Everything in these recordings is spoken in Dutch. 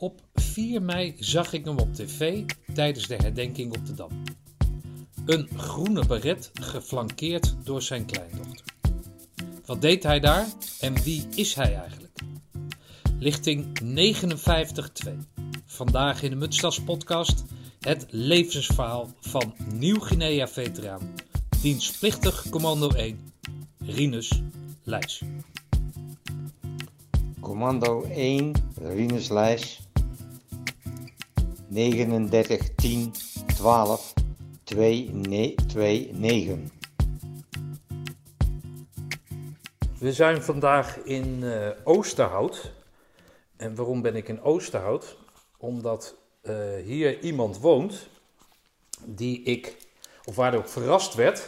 Op 4 mei zag ik hem op tv tijdens de herdenking op de Dam. Een groene beret geflankeerd door zijn kleindochter. Wat deed hij daar en wie is hij eigenlijk? Lichting 59-2. Vandaag in de Mutstas podcast het levensverhaal van Nieuw-Guinea-veteraan, dienstplichtig commando 1, Rinus Lijs. Commando 1, Rinus Lijs, 39 10 12 229. We zijn vandaag in Oosterhout. En waarom ben ik in Oosterhout? Omdat hier iemand woont waar ik verrast werd.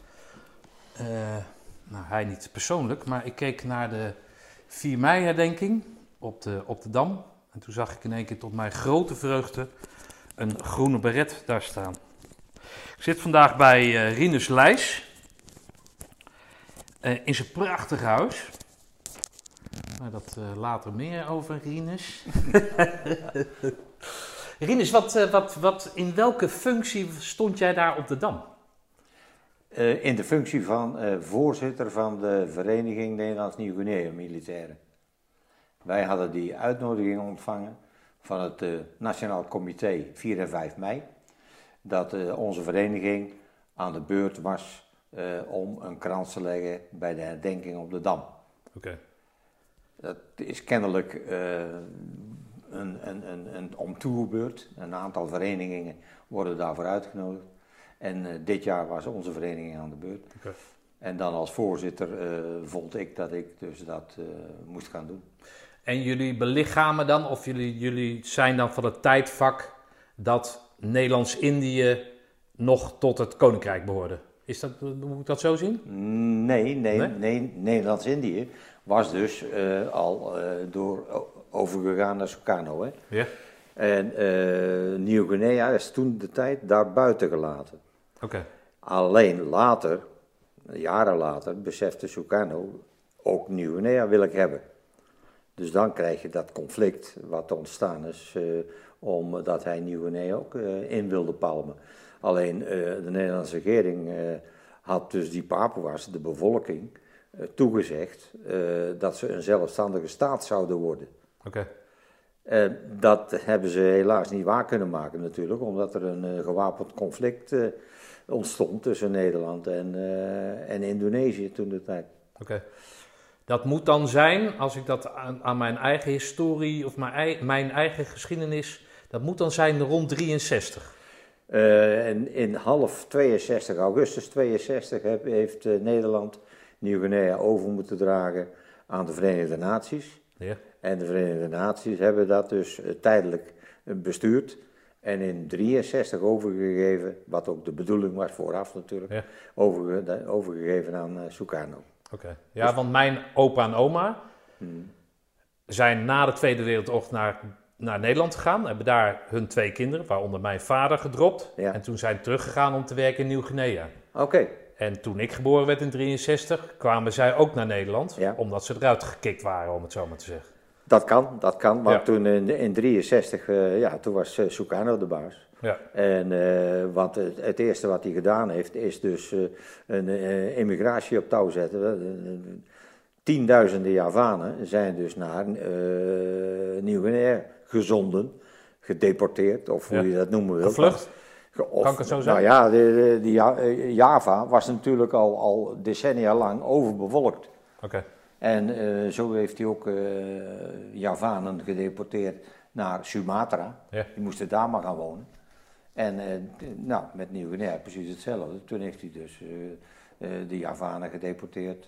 Hij niet persoonlijk, maar ik keek naar de 4 mei herdenking op de Dam. En toen zag ik in één keer tot mijn grote vreugde een groene beret daar staan. Ik zit vandaag bij Rinus Lijs. In zijn prachtig huis. Maar dat later meer over Rinus. Rinus, in welke functie stond jij daar op de Dam? In de functie van voorzitter van de Vereniging Nederlands Nieuw-Guinea Militairen. Wij hadden die uitnodiging ontvangen van het Nationaal Comité 4 en 5 mei. Dat onze vereniging aan de beurt was om een krans te leggen bij de herdenking op de Dam. Oké. Dat is kennelijk een omtoerbeurt. Een aantal verenigingen worden daarvoor uitgenodigd. En dit jaar was onze vereniging aan de beurt. Okay. En dan als voorzitter vond ik dat ik dus dat moest gaan doen. En jullie belichamen dan, of jullie zijn dan van het tijdvak dat Nederlands-Indië nog tot het Koninkrijk behoorde? Moet ik dat zo zien? Nee. Nederlands-Indië was dus al overgegaan naar Sukarno. Hè? Ja. En Nieuw-Guinea is toen de tijd daar buiten gelaten. Okay. Alleen later, jaren later, besefte Sukarno ook Nieuw-Guinea wil ik hebben. Dus dan krijg je dat conflict wat ontstaan is, omdat hij Nieuw-Guinea ook in wilde palmen. Alleen de Nederlandse regering had dus die Papua's, de bevolking, toegezegd dat ze een zelfstandige staat zouden worden. Okay. Dat hebben ze helaas niet waar kunnen maken natuurlijk, omdat er een gewapend conflict ontstond tussen Nederland en Indonesië toen de tijd. Oké. Dat moet dan zijn, als ik dat aan mijn eigen historie of mijn eigen geschiedenis, dat moet dan zijn rond 63. En in half 62, augustus 62, heeft Nederland Nieuw-Guinea over moeten dragen aan de Verenigde Naties. Ja. En de Verenigde Naties hebben dat dus tijdelijk bestuurd en in 63 overgegeven, wat ook de bedoeling was vooraf natuurlijk, ja. Overgegeven aan Sukarno. Oké. Ja, dus, want mijn opa en oma zijn na de Tweede Wereldoorlog naar Nederland gegaan, hebben daar hun 2 kinderen, waaronder mijn vader, gedropt. Ja. En toen zijn ze teruggegaan om te werken in Nieuw-Guinea. Oké. En toen ik geboren werd in 63, kwamen zij ook naar Nederland, ja. Omdat ze eruit gekikt waren, om het zo maar te zeggen. Dat kan, want ja. Toen in 63, toen was Sukarno de baas. Ja. En want het eerste wat hij gedaan heeft, is dus een immigratie op touw zetten. Tienduizenden Javanen zijn dus naar Nieuw-Guinea gezonden, gedeporteerd, of hoe je dat noemen wil. Gevlucht? Kan ik het zo zeggen? Nou ja, Java was natuurlijk al decennia lang overbevolkt. Okay. En zo heeft hij ook Javanen gedeporteerd naar Sumatra. Ja. Die moesten daar maar gaan wonen. En met Nieuw-Guinea precies hetzelfde. Toen heeft hij dus de Javanen gedeporteerd.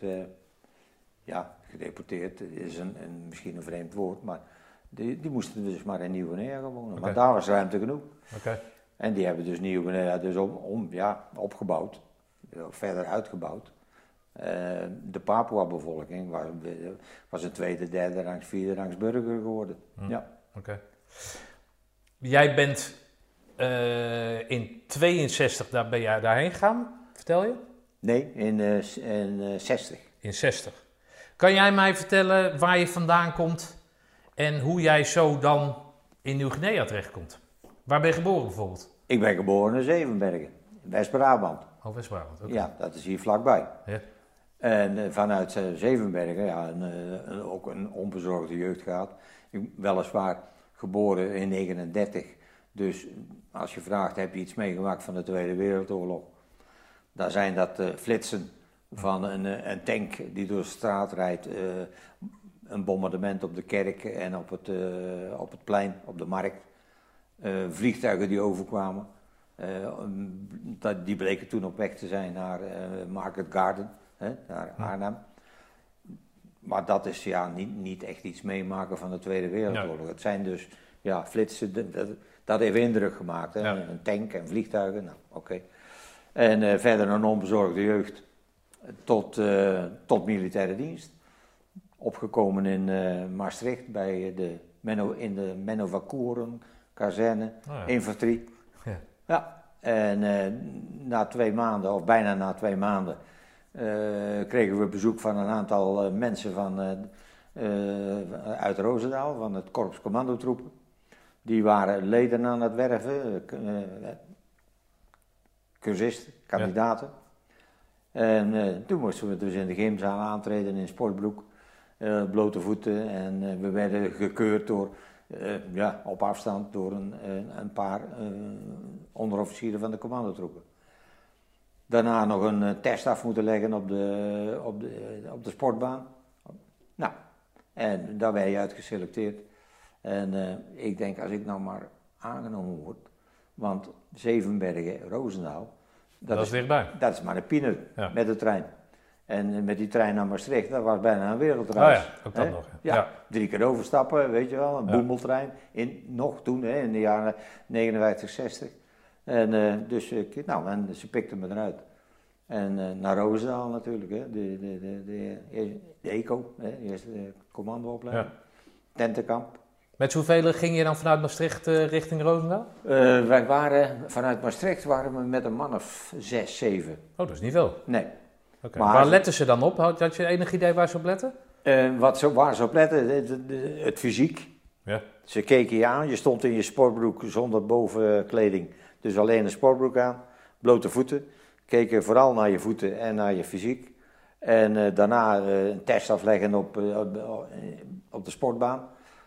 Gedeporteerd is misschien een vreemd woord, maar die moesten dus maar in Nieuw-Guinea gaan wonen. Okay. Maar daar was ruimte genoeg. Okay. En die hebben dus Nieuw-Guinea dus opgebouwd, verder uitgebouwd. De Papua-bevolking was een tweede, derde rangs, vierde rangs burger geworden. Ja. Okay. Jij bent in 62, daar ben jij daarheen gegaan, vertel je? Nee, in 60. In 60. Kan jij mij vertellen waar je vandaan komt en hoe jij zo dan in Nieuw-Guinea terechtkomt. Waar ben je geboren bijvoorbeeld? Ik ben geboren in Zevenbergen, West-Brabant. Oh, West-Brabant. Okay. Ja, dat is hier vlakbij. Ja. En vanuit Zevenbergen, ja, ook een onbezorgde jeugd gehad. Weliswaar geboren in 1939. Dus als je vraagt, heb je iets meegemaakt van de Tweede Wereldoorlog? Dan zijn dat flitsen van een tank die door de straat rijdt. Een bombardement op de kerk en op het plein, op de markt. Vliegtuigen die overkwamen. Die bleken toen op weg te zijn naar Market Garden, naar Arnhem. Maar dat is niet echt iets meemaken van de Tweede Wereldoorlog. Het zijn dus flitsen, dat heeft indruk gemaakt. Hè? Ja. Een tank en vliegtuigen, nou oké. En verder een onbezorgde jeugd tot militaire dienst. Opgekomen in Maastricht bij in de Menno van Koeren kazerne, infanterie. Ja. Ja. En na 2 maanden, of bijna na 2 maanden, kregen we bezoek van een aantal mensen uit Roosendaal, van het Korps Commandotroepen. Die waren leden aan het werven, cursisten, kandidaten. Ja. En toen moesten we dus in de gymzaal aantreden in sportbroek, blote voeten. En we werden gekeurd door, op afstand door een paar onderofficieren van de commandotroepen. Daarna nog een test af moeten leggen op de sportbaan. Nou, en daar werd je uitgeselecteerd. En ik denk, als ik nou maar aangenomen word, want Zevenbergen, Roosendaal, dat is dichtbij. Dat is maar een peanut met de trein. En met die trein naar Maastricht, dat was bijna een wereldreis. Oh ja, ook dat nog. Ja, 3 keer overstappen, weet je wel, een boemeltrein. Nog toen, in de jaren 59, 60. En en ze pikten me eruit. En naar Roosendaal natuurlijk, de ECO, eerste commandoopleiding. Ja. Tentenkamp. Met zoveel ging je dan vanuit Maastricht richting Roosendaal? Wij waren vanuit Maastricht we met een man of 6, 7. Oh, dat is niet veel. Nee. Okay. Maar waar letten ze dan op? Had je enig idee waar ze op letten? Waar ze op letten? Het fysiek. Ja. Ze keken je aan, je stond in je sportbroek zonder bovenkleding. Dus alleen een sportbroek aan, blote voeten. Keken vooral naar je voeten en naar je fysiek. En daarna een test afleggen op de sportbaan.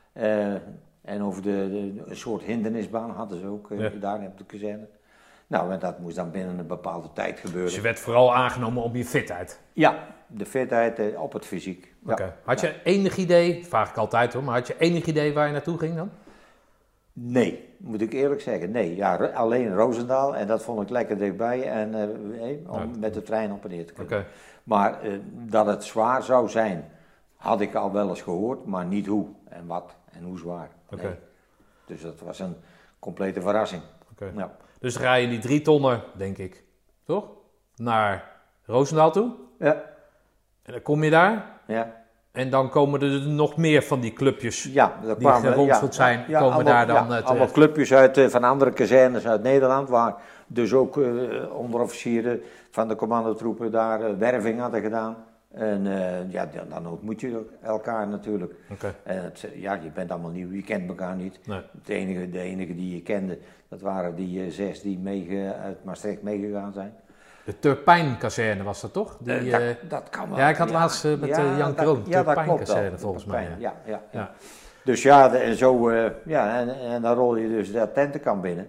En over een soort hindernisbaan hadden ze ook daar op de kazerne. Nou, en dat moest dan binnen een bepaalde tijd gebeuren. Dus je werd vooral aangenomen op je fitheid? Ja, de fitheid op het fysiek. Okay. Ja. Had je enig idee, vraag ik altijd hoor, maar had je enig idee waar je naartoe ging dan? Nee, moet ik eerlijk zeggen. Nee, ja, alleen Roosendaal en dat vond ik lekker dichtbij en om met de trein op en neer te kunnen. Okay. Maar dat het zwaar zou zijn, had ik al wel eens gehoord, maar niet hoe en wat en hoe zwaar. Okay. Nee. Dus dat was een complete verrassing. Okay. Ja. Dus dan ga je die 3 tonnen, denk ik, toch? Naar Roosendaal toe. Ja. En dan kom je daar. Ja. En dan komen er nog meer van die clubjes die kwamen, geronseld zijn, komen allemaal, daar dan terecht. Allemaal clubjes van andere kazernes uit Nederland, waar dus ook onderofficieren van de commandotroepen daar werving hadden gedaan. En dan ontmoet je elkaar natuurlijk. Okay. En je bent allemaal nieuw, je kent elkaar niet. Nee. De enige die je kende, dat waren die 6 die uit Maastricht meegegaan zijn. De Turpijn-kazerne was dat toch? Dat kan wel. Ja, ik had laatst met Jan Kroon, Turpijn-kazerne volgens mij. Ja. Dus en zo, en dan rol je dus dat tentenkamp binnen.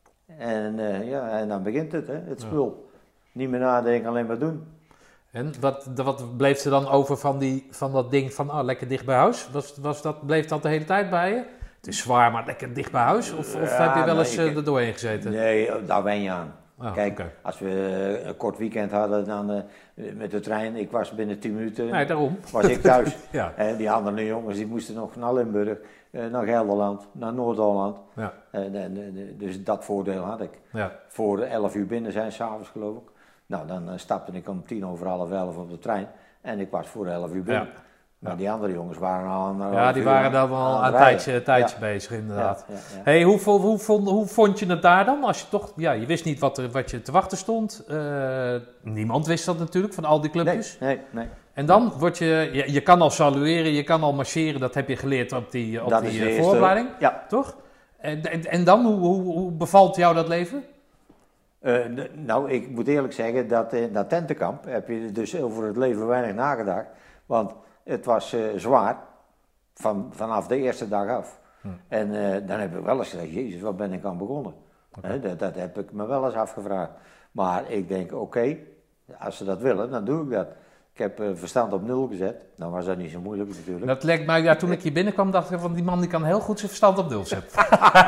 En dan begint het spul. Niet meer nadenken, alleen maar doen. En wat bleef er dan over van dat ding van lekker dicht bij huis? Bleef dat de hele tijd bij je? Het is zwaar, maar lekker dicht bij huis? Of heb je wel eens er doorheen gezeten? Nee, daar wen je aan. Kijk, als we een kort weekend hadden dan met de trein, ik was binnen 10 minuten, daarom. Was ik thuis. Die andere jongens die moesten nog naar Limburg, naar Gelderland, naar Noord-Holland. Ja. Dus dat voordeel had ik. Ja. Voor 11 uur binnen zijn, 's avonds geloof ik. Nou, dan stapte ik om 11:10 op de trein en ik was voor 11 uur binnen. Ja. Maar die andere jongens waren al die waren dan wel een tijdje bezig inderdaad. Ja. Hey, hoe vond je het daar dan? Als je toch, je wist niet wat je te wachten stond. Niemand wist dat natuurlijk, van al die clubjes. Nee. En dan word je kan al salueren, je kan al marcheren, dat heb je geleerd op die vooropleiding, ja. toch? En dan, hoe bevalt jou dat leven? Nou, ik moet eerlijk zeggen dat in dat tentenkamp heb je dus over het leven weinig nagedacht. Want het was zwaar, vanaf de eerste dag af. En dan heb ik wel eens gezegd, jezus, wat ben ik aan begonnen? Dat heb ik me wel eens afgevraagd. Maar ik denk, oké, als ze dat willen, dan doe ik dat. Ik heb verstand op 0 gezet. Dan was dat niet zo moeilijk natuurlijk. Dat leek mij, toen ik hier binnenkwam, dacht ik van die man die kan heel goed zijn verstand op 0 zetten.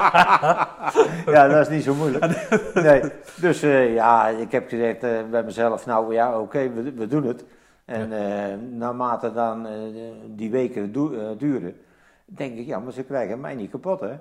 Ja, dat is niet zo moeilijk. Nee. Dus ik heb gezegd bij mezelf, nou ja, oké, we doen het. En naarmate dan die weken duren, denk ik, ja, maar ze krijgen mij niet kapot, hè.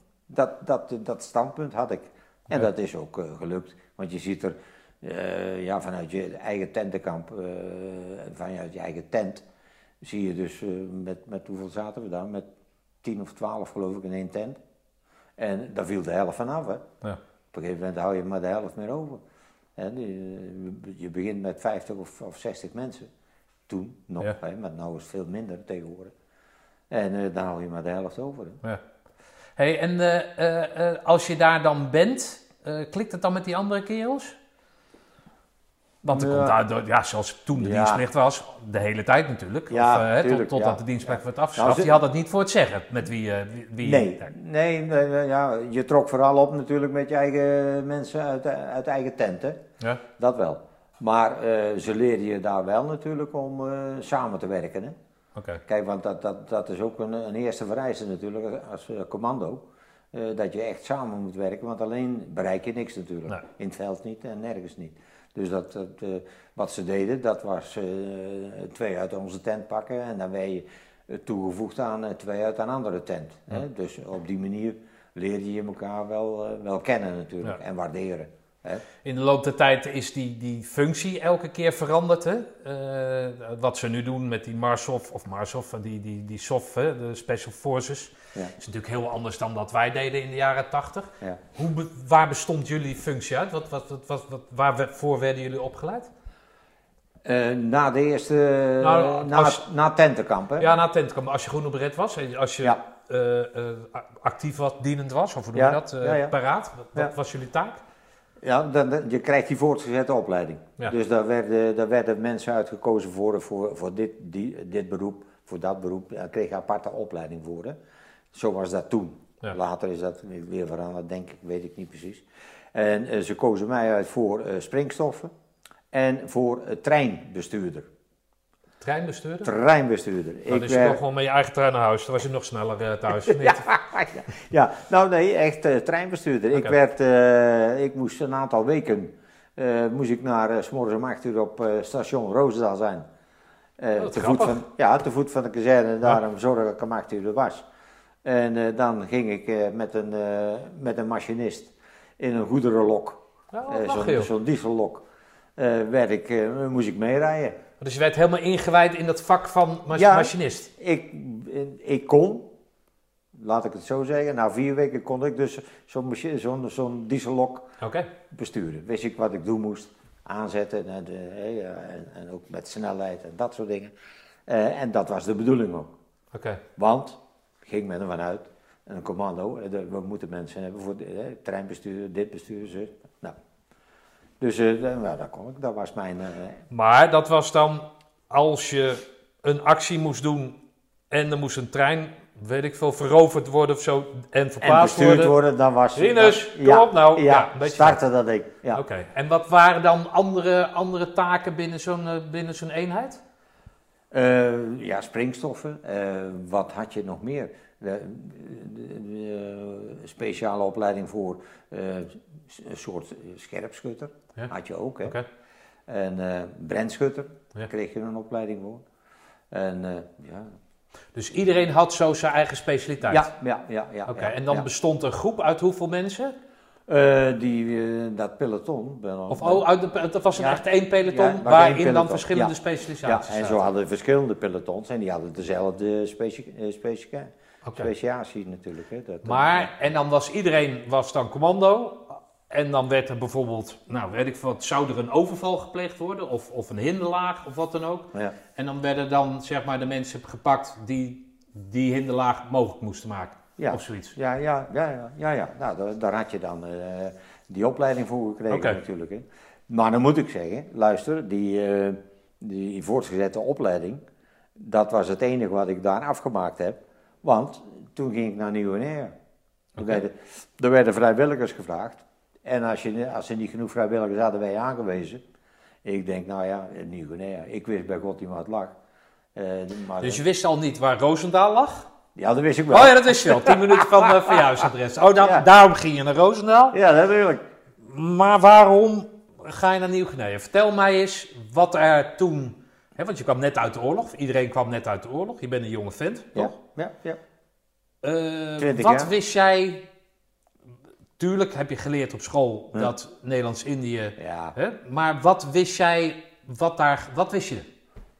Dat standpunt had ik. En dat is ook gelukt. Want je ziet er vanuit je eigen tentenkamp, vanuit je eigen tent, zie je dus met hoeveel zaten we daar? Met 10 of 12 geloof ik in één tent. En daar viel de helft vanaf, hè. Ja. Op een gegeven moment hou je maar de helft meer over. En je begint met 50 of 60 mensen. Toen nog, hè, maar nu is het veel minder tegenwoordig. En dan hou je maar de helft over. Hè. Ja. Hey, en als je daar dan bent, klikt het dan met die andere kerels? Want er komt daar, zoals toen de dienstplicht was, de hele tijd natuurlijk. Ja, totdat de dienstplicht werd afgeschaft. Nou, je had het niet voor het zeggen met wie Nee, je trok vooral op natuurlijk met je eigen mensen uit eigen tenten. Ja. Dat wel. Maar ze leren je daar wel natuurlijk om samen te werken. Hè? Okay. Kijk, want dat is ook een eerste vereiste natuurlijk als commando. Dat je echt samen moet werken, want alleen bereik je niks natuurlijk. Nee. In het veld niet en nergens niet. Dus wat ze deden, dat was 2 uit onze tent pakken en dan werd je toegevoegd aan 2 uit een andere tent. Ja. Hè? Dus op die manier leer je elkaar wel kennen natuurlijk en waarderen. Hè? In de loop der tijd is die functie elke keer veranderd. Hè? Wat ze nu doen met die MARSOF, die SOF, hè? De Special Forces, is natuurlijk heel anders dan wat wij deden in de jaren 80. Ja. Waar bestond jullie functie uit? Waarvoor werden jullie opgeleid? Na de eerste, na tentenkamp, hè? Ja, na tentenkamp. Als je groene beret was, als je actief was, dienend was, of hoe noem je dat, paraat, wat was jullie taak? Ja, je krijgt die voortgezette opleiding. Ja. Dus daar werden mensen uitgekozen voor dit beroep, voor dat beroep. Daar kreeg je aparte opleiding voor. Hè. Zo was dat toen. Ja. Later is dat weer veranderd, denk ik, weet ik niet precies. En ze kozen mij uit voor springstoffen en voor treinbestuurder. Treinbestuurder? Treinbestuurder. Dus je kwam gewoon met je eigen trein naar huis, dan was je nog sneller thuis. Nou nee, echt treinbestuurder. Okay. Ik moest een aantal weken, naar 's morgens om 8 uur op station Roosendaal zijn. Te voet van de kazerne, daarom zorgen dat ik om 8 uur er was. En dan ging ik met een machinist in een goederenlok, zo'n diesellok, moest ik meerijden. Dus je werd helemaal ingewijd in dat vak van machinist? Ik kon, laat ik het zo zeggen, na 4 weken kon ik dus zo'n diesellok besturen. Wist ik wat ik doen moest, aanzetten en ook met snelheid en dat soort dingen. En dat was de bedoeling ook. Okay. Want, ging men ervan uit, een commando, we moeten mensen hebben voor treinbestuur, dit bestuur, zo. Nou. Dus dat kon ik, dat was mijn... Maar dat was dan, als je een actie moest doen en er moest een trein, weet ik veel, veroverd worden of zo en verplaatst worden, dan was... Rinus, kom op nou. Ja, startte dat ding. Ja. Oké. En wat waren dan andere taken binnen zo'n eenheid? Springstoffen. Wat had je nog meer? Speciale opleiding voor een soort scherpschutter, had je ook. Hè? Okay. En brennschutter kreeg je een opleiding voor. En, Dus iedereen had zo zijn eigen specialiteit? Ja. Okay. En dan bestond een groep uit hoeveel mensen? Dat peloton. Dat was echt één peloton waarin dan verschillende specialisaties zaten. En zo hadden verschillende pelotons en die hadden dezelfde speciatie natuurlijk. Hè. En dan was iedereen dan commando en dan werd er bijvoorbeeld, zou er een overval gepleegd worden of een hinderlaag of wat dan ook. Ja. En dan werden dan zeg maar de mensen gepakt die hinderlaag mogelijk moesten maken. Ja. of zoiets. Ja. Nou, daar had je dan die opleiding voor gekregen natuurlijk. Hè. Maar dan moet ik zeggen, luister, die voortgezette opleiding, dat was het enige wat ik daar afgemaakt heb. Want toen ging ik naar Nieuw-Guinea. Er werden vrijwilligers gevraagd. En als ze niet genoeg vrijwilligers hadden wij aangewezen. Ik denk, nou ja, Nieuw-Guinea. Ik wist bij God niet waar het lag. Dus je wist al niet waar Roosendaal lag? Ja, dat wist ik wel. Oh ja, dat wist je wel. 10 minuten van je huisadres. Daarom ging je naar Roosendaal? Ja, natuurlijk. Maar waarom ga je naar Nieuw-Guinea? Vertel mij eens wat er toen... Hè, want je kwam net uit de oorlog. Iedereen kwam net uit de oorlog. Je bent een jonge vent, toch? Ja. 20 wat jaar. Wist jij... Tuurlijk heb je geleerd op school dat Nederlands-Indië... Ja. Hè, maar wat wist jij... Wat wist je?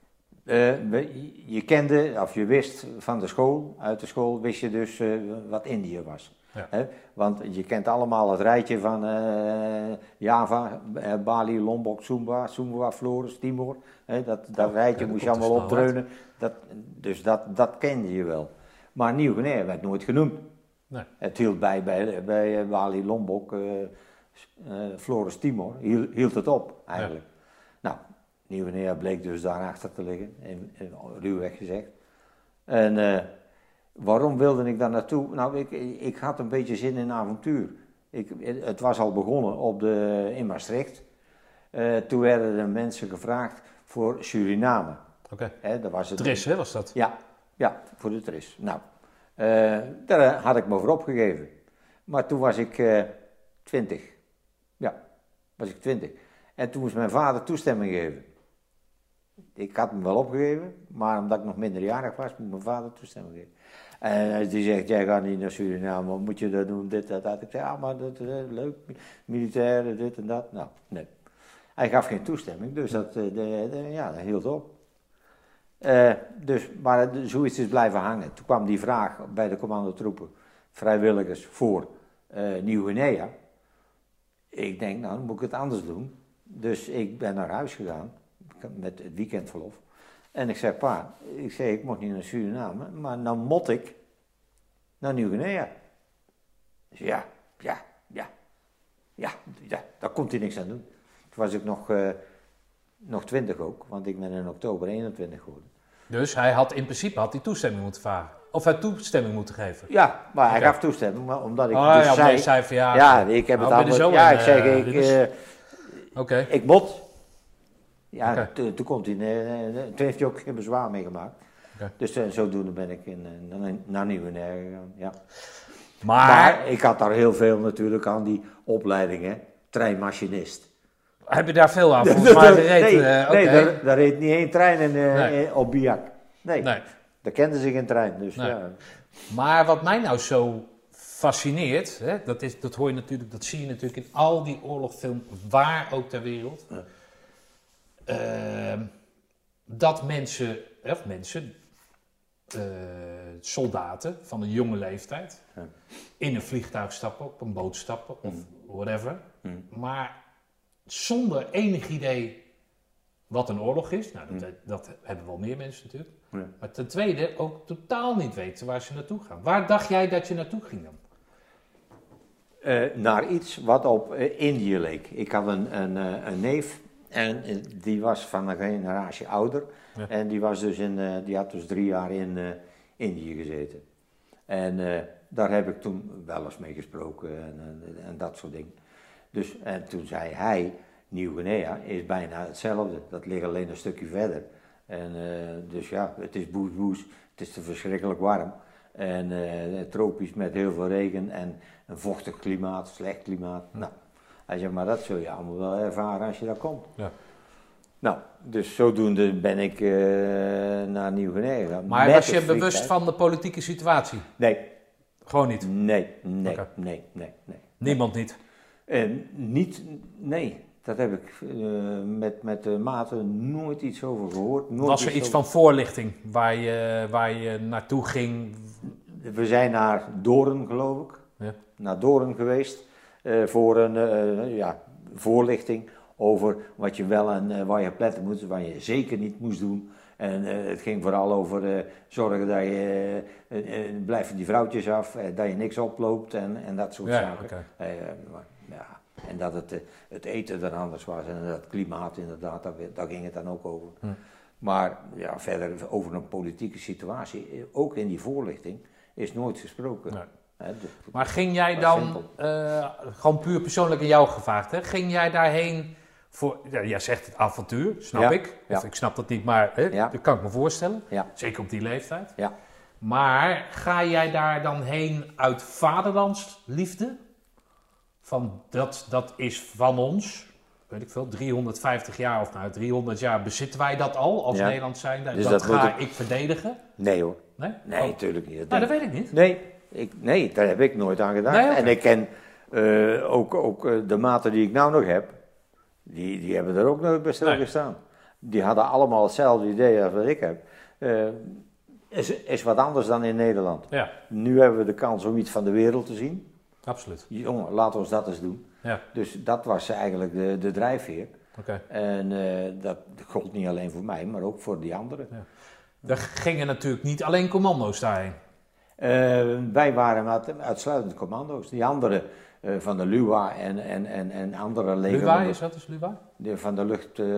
Je kende, of je wist van de school, uit de school wist je dus wat Indië was. Ja. Hè? Want je kent allemaal het rijtje van Java, Bali, Lombok, Sumba, Flores, Timor. Hè? Dat rijtje moest je allemaal opdreunen. Dus dat kende je wel. Maar Nieuw-Guinea werd nooit genoemd. Nee. Het hield bij Bali, Lombok, Flores, Timor, hield het op eigenlijk. Ja. Nou, Nieuw-Guinea bleek dus daarachter te liggen, ruwweg gezegd. En waarom wilde ik daar naartoe? Nou, ik had een beetje zin in avontuur. Het was al begonnen in Maastricht. Toen werden er mensen gevraagd voor Suriname. Oké. Tris, hè, was dat? Ja, voor de Tris. Nou, daar had ik me voor opgegeven. Maar toen was ik 20. Ja, was ik 20. En toen moest mijn vader toestemming geven. Ik had hem wel opgegeven, maar omdat ik nog minderjarig was, moest mijn vader toestemming geven. En die zegt, jij gaat niet naar Suriname, moet je dat doen, dit, dat. Ik zei, ja, maar dat is leuk, militairen, dit en dat. Nou, nee. Hij gaf geen toestemming, dus dat hield op. Maar zoiets is blijven hangen. Toen kwam die vraag bij de commandotroepen, vrijwilligers voor Nieuw-Guinea. Ik denk, nou, dan moet ik het anders doen. Dus ik ben naar huis gegaan, met het weekendverlof. En ik zei, pa, ik mocht niet naar Suriname, maar dan moet ik naar Nieuw-Guinea. Dus daar komt hij niks aan doen. Toen was ik nog 20 ook, want ik ben in oktober 21 geworden. Dus hij had in principe toestemming moeten vragen? Of hij toestemming moeten geven? Ja, maar hij gaf toestemming, maar omdat ik zei van ik heb het allemaal... Ja, ik zeg, ik moet. Ja, toen komt hij, toen heeft hij ook geen bezwaar mee gemaakt. Okay. Dus zodoende ben ik naar Nieuw-Guinea gegaan, ja. Maar ik had daar heel veel natuurlijk aan die opleidingen, treinmachinist. Heb je daar veel aan volgens mij gereden? Nee, daar reed niet één trein op Biak. Nee, daar kenden ze geen trein. Dus, ja. Maar wat mij nou zo fascineert, hè, dat hoor je natuurlijk, dat zie je natuurlijk in al die oorlogsfilms, waar ook ter wereld. Ja. Dat soldaten van een jonge leeftijd, in een vliegtuig stappen, op een boot stappen of whatever, maar zonder enig idee wat een oorlog is. Nou, dat hebben wel meer mensen natuurlijk. Ja. Maar ten tweede ook totaal niet weten waar ze naartoe gaan. Waar dacht jij dat je naartoe ging dan? Naar iets wat op Indië leek. Ik had een neef en die was van een generatie ouder. Ja. En die had dus 3 jaar in Indië gezeten. En daar heb ik toen wel eens mee gesproken en dat soort dingen. Dus, en toen zei hij, Nieuw-Guinea is bijna hetzelfde. Dat ligt alleen een stukje verder. En dus ja, het is boes, het is te verschrikkelijk warm. En tropisch met heel veel regen en een vochtig klimaat, slecht klimaat. Nou, hij zegt, maar dat zul je allemaal wel ervaren als je daar komt. Ja. Nou, dus zodoende ben ik naar Nieuw-Guinea gegaan. Maar was je bewust van de politieke situatie? Nee. Gewoon niet? Nee. Niemand niet? Nee. Dat heb ik met de maten nooit iets over gehoord. Was er iets van voorlichting waar je naartoe ging? We zijn naar Doorn, geloof ik. Ja. Naar Doorn geweest voor een voorlichting over wat je wel en waar je op letten moet, wat je zeker niet moest doen. En het ging vooral over zorgen dat je blijven die vrouwtjes af, dat je niks oploopt en dat soort zaken. Okay. En dat het eten er anders was en dat klimaat inderdaad, daar ging het dan ook over. Maar ja, verder over een politieke situatie, ook in die voorlichting, is nooit gesproken. Nee. Maar ging jij dan, gewoon puur persoonlijk in jou gevraagd, hè? Ging jij daarheen voor, jij zegt het avontuur, snap ik. Of ik snap dat niet, maar dat kan ik me voorstellen. Ja. Zeker op die leeftijd. Ja. Maar ga jij daar dan heen uit vaderlandsliefde? Van dat is van ons, weet ik veel, 350 jaar of 300 jaar bezitten wij dat al als Nederland zijn. Dus dat ga ik verdedigen? Nee hoor. Nee, natuurlijk niet. Dat weet ik niet. Nee, daar heb ik nooit aan gedacht. Nee, okay. En ik ken ook de maten die ik nou nog heb, die hebben er ook nooit bij stilgestaan. Die hadden allemaal hetzelfde idee als wat ik heb. Is wat anders dan in Nederland. Ja. Nu hebben we de kans om iets van de wereld te zien. Absoluut. Jongen, laten we ons dat eens doen. Ja. Dus dat was eigenlijk de drijfveer. Okay. En dat gold niet alleen voor mij, maar ook voor die anderen. Ja. Er gingen natuurlijk niet alleen commando's daarheen. Wij waren uitsluitend commando's. Die anderen van de LUA en andere leger. LUA is wat is LUA? Van de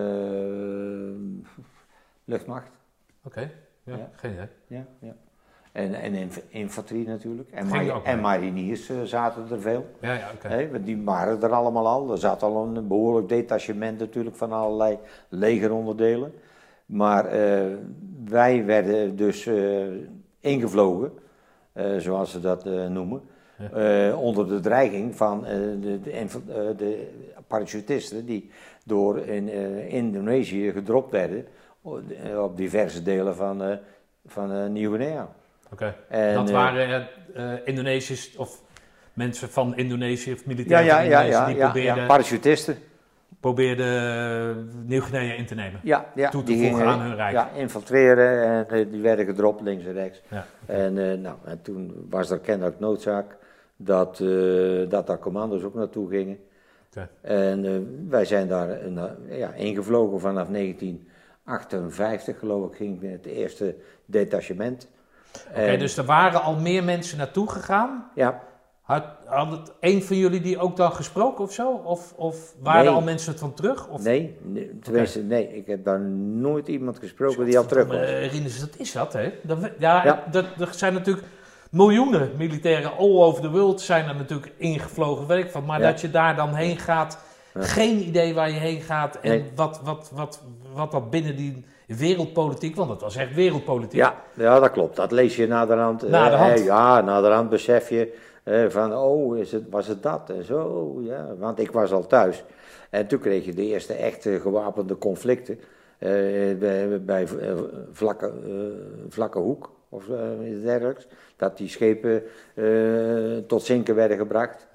luchtmacht. Oké, geen idee. Ja. En infanterie natuurlijk. En mariniers zaten er veel. Want die waren er allemaal al. Er zat al een behoorlijk detachement natuurlijk van allerlei legeronderdelen. Maar wij werden dus ingevlogen, zoals ze dat noemen. Onder de dreiging van de parachutisten die door in Indonesië gedropt werden op diverse delen van Nieuw-Guinea. Oké. Dat waren Indonesiërs of mensen van Indonesië of militairen van Indonesië die probeerden... parachutisten. Probeerden Nieuw-Guinea in te nemen. Toe te voegen aan hun rijk. Ja, infiltreren en die werden gedropt links en rechts. Ja. En toen was er kennelijk noodzaak dat daar commando's ook naartoe gingen. Okay. En wij zijn daar ingevlogen vanaf 1958, geloof ik, ging het eerste detachement. Oké, dus er waren al meer mensen naartoe gegaan? Ja. Had een van jullie die ook dan gesproken of zo? Of waren er al mensen van terug? Of? Nee, tenminste, nee. Ik heb daar nooit iemand gesproken die al terug was. Rinus, dat is dat, hè? Er zijn natuurlijk miljoenen militairen all over the world zijn er natuurlijk ingevlogen, weet ik van. Maar dat je daar dan heen gaat, geen idee waar je heen gaat en wat dat binnen die wereldpolitiek, want dat was echt wereldpolitiek. Ja, dat klopt. Dat lees je naderhand. Naderhand besef je van, was het dat en zo, ja. Want ik was al thuis. En toen kreeg je de eerste echte gewapende conflicten bij Vlakke Hoek of iets dergelijks. Dat die schepen tot zinken werden gebracht.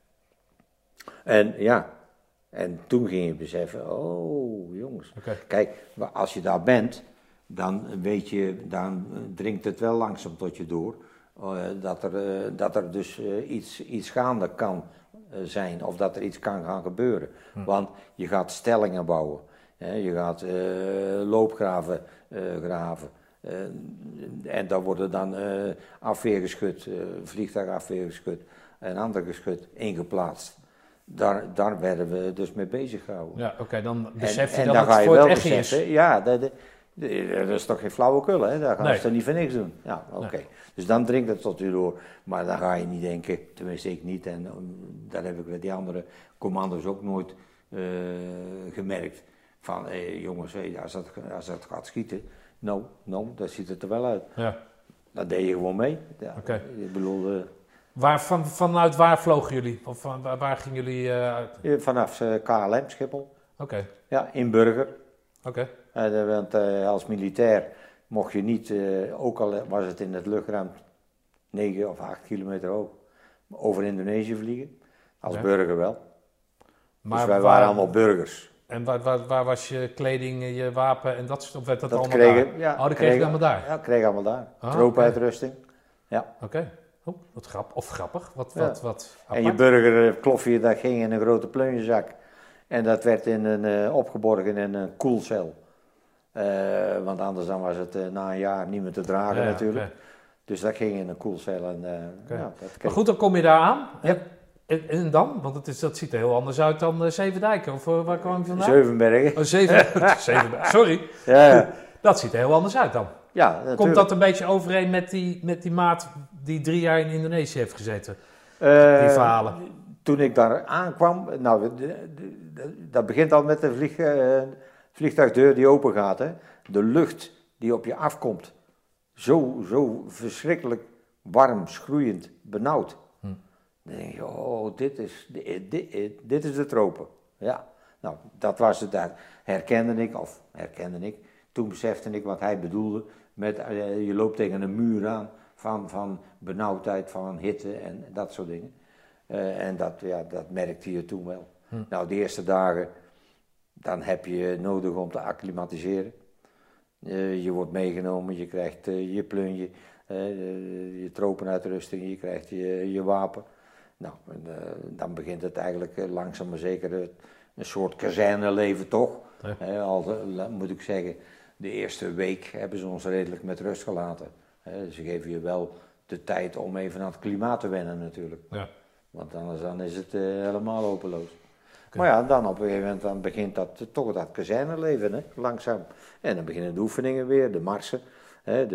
Ja. En toen ging je beseffen, jongens. Kijk, als je daar bent, dan weet je, dan dringt het wel langzaam tot je door. Dat er dus iets gaande kan zijn of dat er iets kan gaan gebeuren. Want je gaat stellingen bouwen, je gaat loopgraven graven. En daar worden dan afweergeschut, vliegtuigafweergeschut en ander geschut ingeplaatst. Daar werden we dus mee bezig gehouden. Ja, oké, dan besef je dat het voor het echt is. Ja, dat is toch geen flauwekul, hè? Daar gaan ze niet voor niks doen. Ja, oké. Nee. Dus dan dringt het tot u door. Maar dan ga je niet denken, tenminste ik niet. En dat heb ik met die andere commando's ook nooit gemerkt. Van, jongens, als dat gaat schieten, nou, dat ziet het er wel uit. Ja. Dat deed je gewoon mee. Ja, okay. Ik bedoel... Vanuit waar vlogen jullie? Of waar gingen jullie uit? Vanaf KLM, Schiphol. Oké. Ja, in Burger. Oké. Want als militair mocht je niet, ook al was het in het luchtruim 9 of 8 kilometer hoog, over Indonesië vliegen. Als burger wel. Maar dus wij waren allemaal burgers. En waar was je kleding, je wapen en dat soort? Of werd dat allemaal daar? Ja, dat kreeg je allemaal daar? Ja, kreeg allemaal daar. Troopuitrusting. Ja. Oké. Wat grappig. Wat en je burgerklofje, dat ging in een grote pleunzak. En dat werd opgeborgen in een koelcel. Want anders dan was het na een jaar niet meer te dragen natuurlijk. Okay. Dus dat ging in een koelcel. Maar goed, dan kom je daar aan. Ja. En dan? Want dat ziet er heel anders uit dan Zevendijk. Of waar kwam je vandaan? Zevenbergen. Oh, Zevenbergen. Sorry. Ja. Dat ziet er heel anders uit dan. Ja, natuurlijk. Komt dat een beetje overeen met die maat die 3 jaar in Indonesië heeft gezeten? Die verhalen. Toen ik daar aankwam, nou, dat begint al met de vliegtuigdeur die open gaat. Hè. De lucht die op je afkomt, zo verschrikkelijk warm, schroeiend, benauwd. Dan denk je, oh, dit is de tropen. Ja, nou, dat was het daar. Herkende ik. Toen besefte ik wat hij bedoelde met je loopt tegen een muur aan van benauwdheid, van hitte en dat soort dingen. En dat merkte je toen wel. Nou, de eerste dagen, dan heb je nodig om te acclimatiseren. Je wordt meegenomen, je krijgt je plunje, je tropenuitrusting, je krijgt je wapen. Nou, dan begint het eigenlijk langzaam maar zeker een soort kazerneleven toch. Ja. Al moet ik zeggen, de eerste week hebben ze ons redelijk met rust gelaten. Ze geven je wel de tijd om even aan het klimaat te wennen natuurlijk. Ja. Want anders dan is het helemaal hopeloos. Okay. Maar ja, dan op een gegeven moment dan begint dat kazerneleven, hè, langzaam. En dan beginnen de oefeningen weer, de marsen. Hè,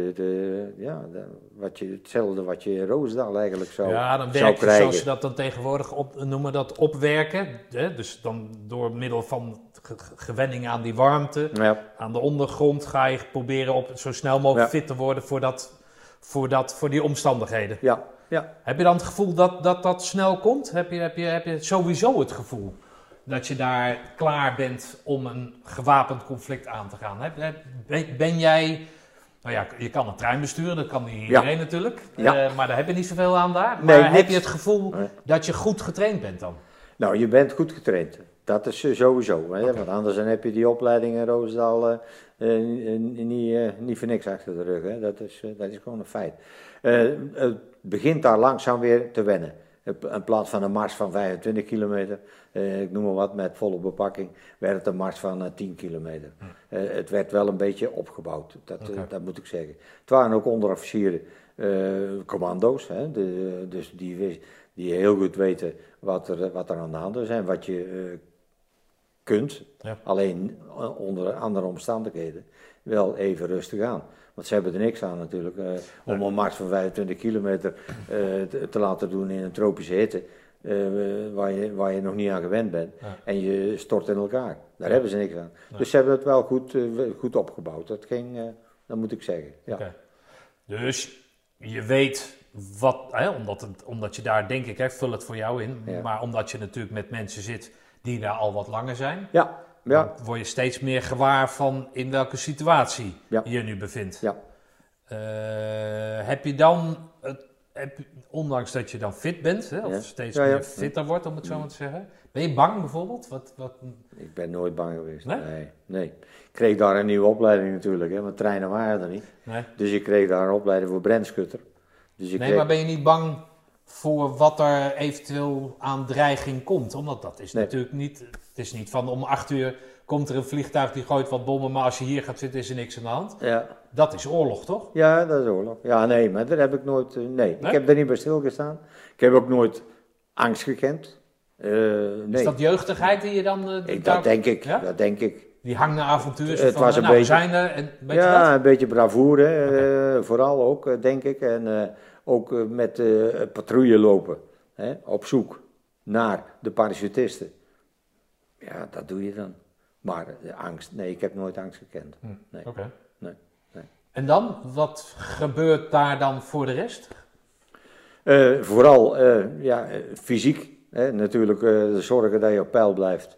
hetzelfde wat je in Roosdaal eigenlijk zou krijgen. Ja, dan werk je zoals je dat dan tegenwoordig noemen, dat opwerken. Hè? Dus dan door middel van gewenning aan die warmte, aan de ondergrond ga je proberen op zo snel mogelijk fit te worden voor die omstandigheden. Ja. Heb je dan het gevoel dat snel komt? Heb je sowieso het gevoel dat je daar klaar bent om een gewapend conflict aan te gaan? Ben jij... Nou ja, je kan een trein besturen, dat kan niet iedereen natuurlijk. Maar daar heb je niet zoveel aan daar. Maar heb je het gevoel dat je goed getraind bent dan? Nou, je bent goed getraind. Dat is sowieso. Hè? Okay. Want anders dan heb je die opleiding in Roosdaal niet voor niks achter de rug. Hè? Dat is gewoon een feit. Het begint daar langzaam weer te wennen. In plaats van een mars van 25 kilometer, ik noem maar wat, met volle bepakking, werd het een mars van 10 kilometer. Het werd wel een beetje opgebouwd, dat moet ik zeggen. Het waren ook onderofficieren, commando's, hè, dus die heel goed weten wat er aan de hand is en wat je kunt, alleen onder andere omstandigheden, wel even rustig aan. Want ze hebben er niks aan natuurlijk, om een mars van 25 kilometer te laten doen in een tropische hitte, waar je nog niet aan gewend bent. Ja. En je stort in elkaar. Daar hebben ze niks aan. Ja. Dus ze hebben het wel goed opgebouwd. Dat moet ik zeggen. Ja. Okay. Dus je weet wat, omdat je daar denk ik, vul het voor jou in, maar omdat je natuurlijk met mensen zit die daar al wat langer zijn. Ja. Dan word je steeds meer gewaar van in welke situatie je je nu bevindt. Ja. Heb je dan, ondanks dat je dan fit bent, hè, of steeds meer fitter wordt om het zo maar te zeggen. Ben je bang bijvoorbeeld? Ik ben nooit bang geweest. Nee. Ik kreeg daar een nieuwe opleiding natuurlijk, hè, want treinen waren er niet. Nee. Dus ik kreeg daar een opleiding voor brandschutter. Dus maar ben je niet bang voor wat er eventueel aan dreiging komt? Omdat dat is natuurlijk niet... Het is niet van om 8 uur komt er een vliegtuig die gooit wat bommen, maar als je hier gaat zitten is er niks aan de hand. Ja. Dat is oorlog, toch? Ja, dat is oorlog. Ja, nee, maar daar heb ik nooit... Nee, ik heb er niet bij stilgestaan. Ik heb ook nooit angst gekend. Nee. Is dat jeugdigheid die je dan... dat denk ik, dat denk ik. Die hang naar avontuur. Het was een beetje... we zijn er. Een beetje bravoure, vooral ook, denk ik. En ook met patrouille lopen, op zoek naar de parachutisten. Ja, dat doe je dan. Maar angst, nee, ik heb nooit angst gekend. Nee. Okay. Nee. En dan, wat gebeurt daar dan voor de rest? Vooral fysiek. Natuurlijk zorgen dat je op peil blijft.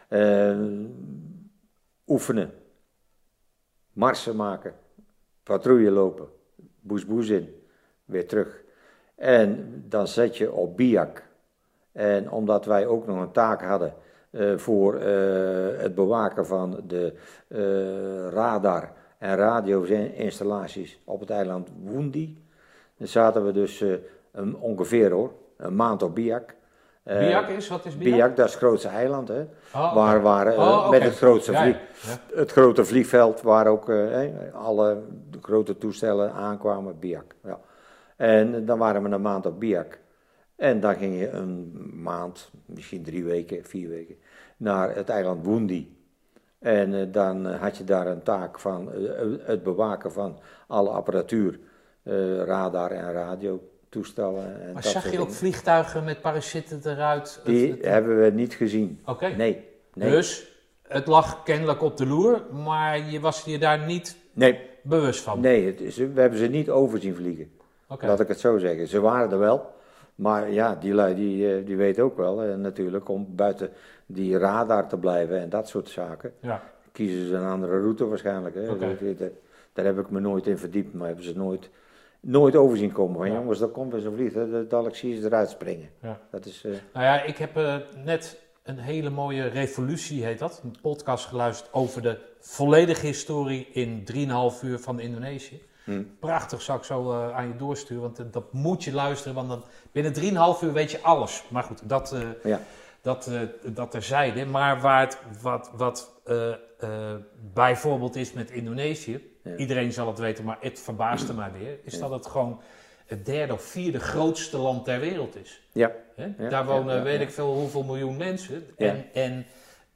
Oefenen. Marsen maken. Patrouille lopen. Boes in. Weer terug. En dan zet je op biak. En omdat wij ook nog een taak hadden voor het bewaken van de radar en radio-installaties op het eiland Wundi. Dan zaten we dus ongeveer een maand op biak. Biak is, wat is Biak? Biak, dat is het grootste eiland, hè. Okay. Met het grootste Ja. het grote vliegveld waar ook alle grote toestellen aankwamen, Biak. Ja. En dan waren we een maand op Biak. En dan ging je een maand, misschien 3 weken, 4 weken, naar het eiland Wundi. En dan had je daar een taak van het bewaken van alle apparatuur, radar en radiotoestellen. En Maar dat zag soort je ook dingen. vliegtuigen met parachuten eruit? Die hebben we niet gezien. Oké. Nee. Dus het lag kennelijk op de loer, maar je was je daar niet Nee, bewust van? nee we hebben ze niet over zien vliegen. Oké. Laat ik het zo zeggen. Ze waren er wel. Maar ja, die lui die weten ook wel natuurlijk om buiten die radar te blijven en dat soort zaken. Ja. Kiezen ze een andere route waarschijnlijk. Hè. Oké. Daar heb ik me nooit in verdiept, maar hebben ze nooit over zien komen. Van Ja. jongens, dat komt bij zo'n vliegtuig, dadelijk zie je ze eruit springen. Ja. Dat is, Nou ja, ik heb net een hele mooie Revolutie, heet dat, een podcast geluisterd over de volledige historie in 3,5 uur van Indonesië. Prachtig, zou ik zo aan je doorsturen, want dat moet je luisteren, want dan binnen 3,5 uur weet je alles. Maar goed, ja. dat terzijde. Maar waar het, wat bijvoorbeeld is met Indonesië, Ja. iedereen zal het weten, maar het verbaasde mij weer, is dat het gewoon het 3e of 4e grootste land ter wereld is. Ja. Hè? Ja, Daar wonen ja. weet ik veel hoeveel miljoen mensen. Ja. En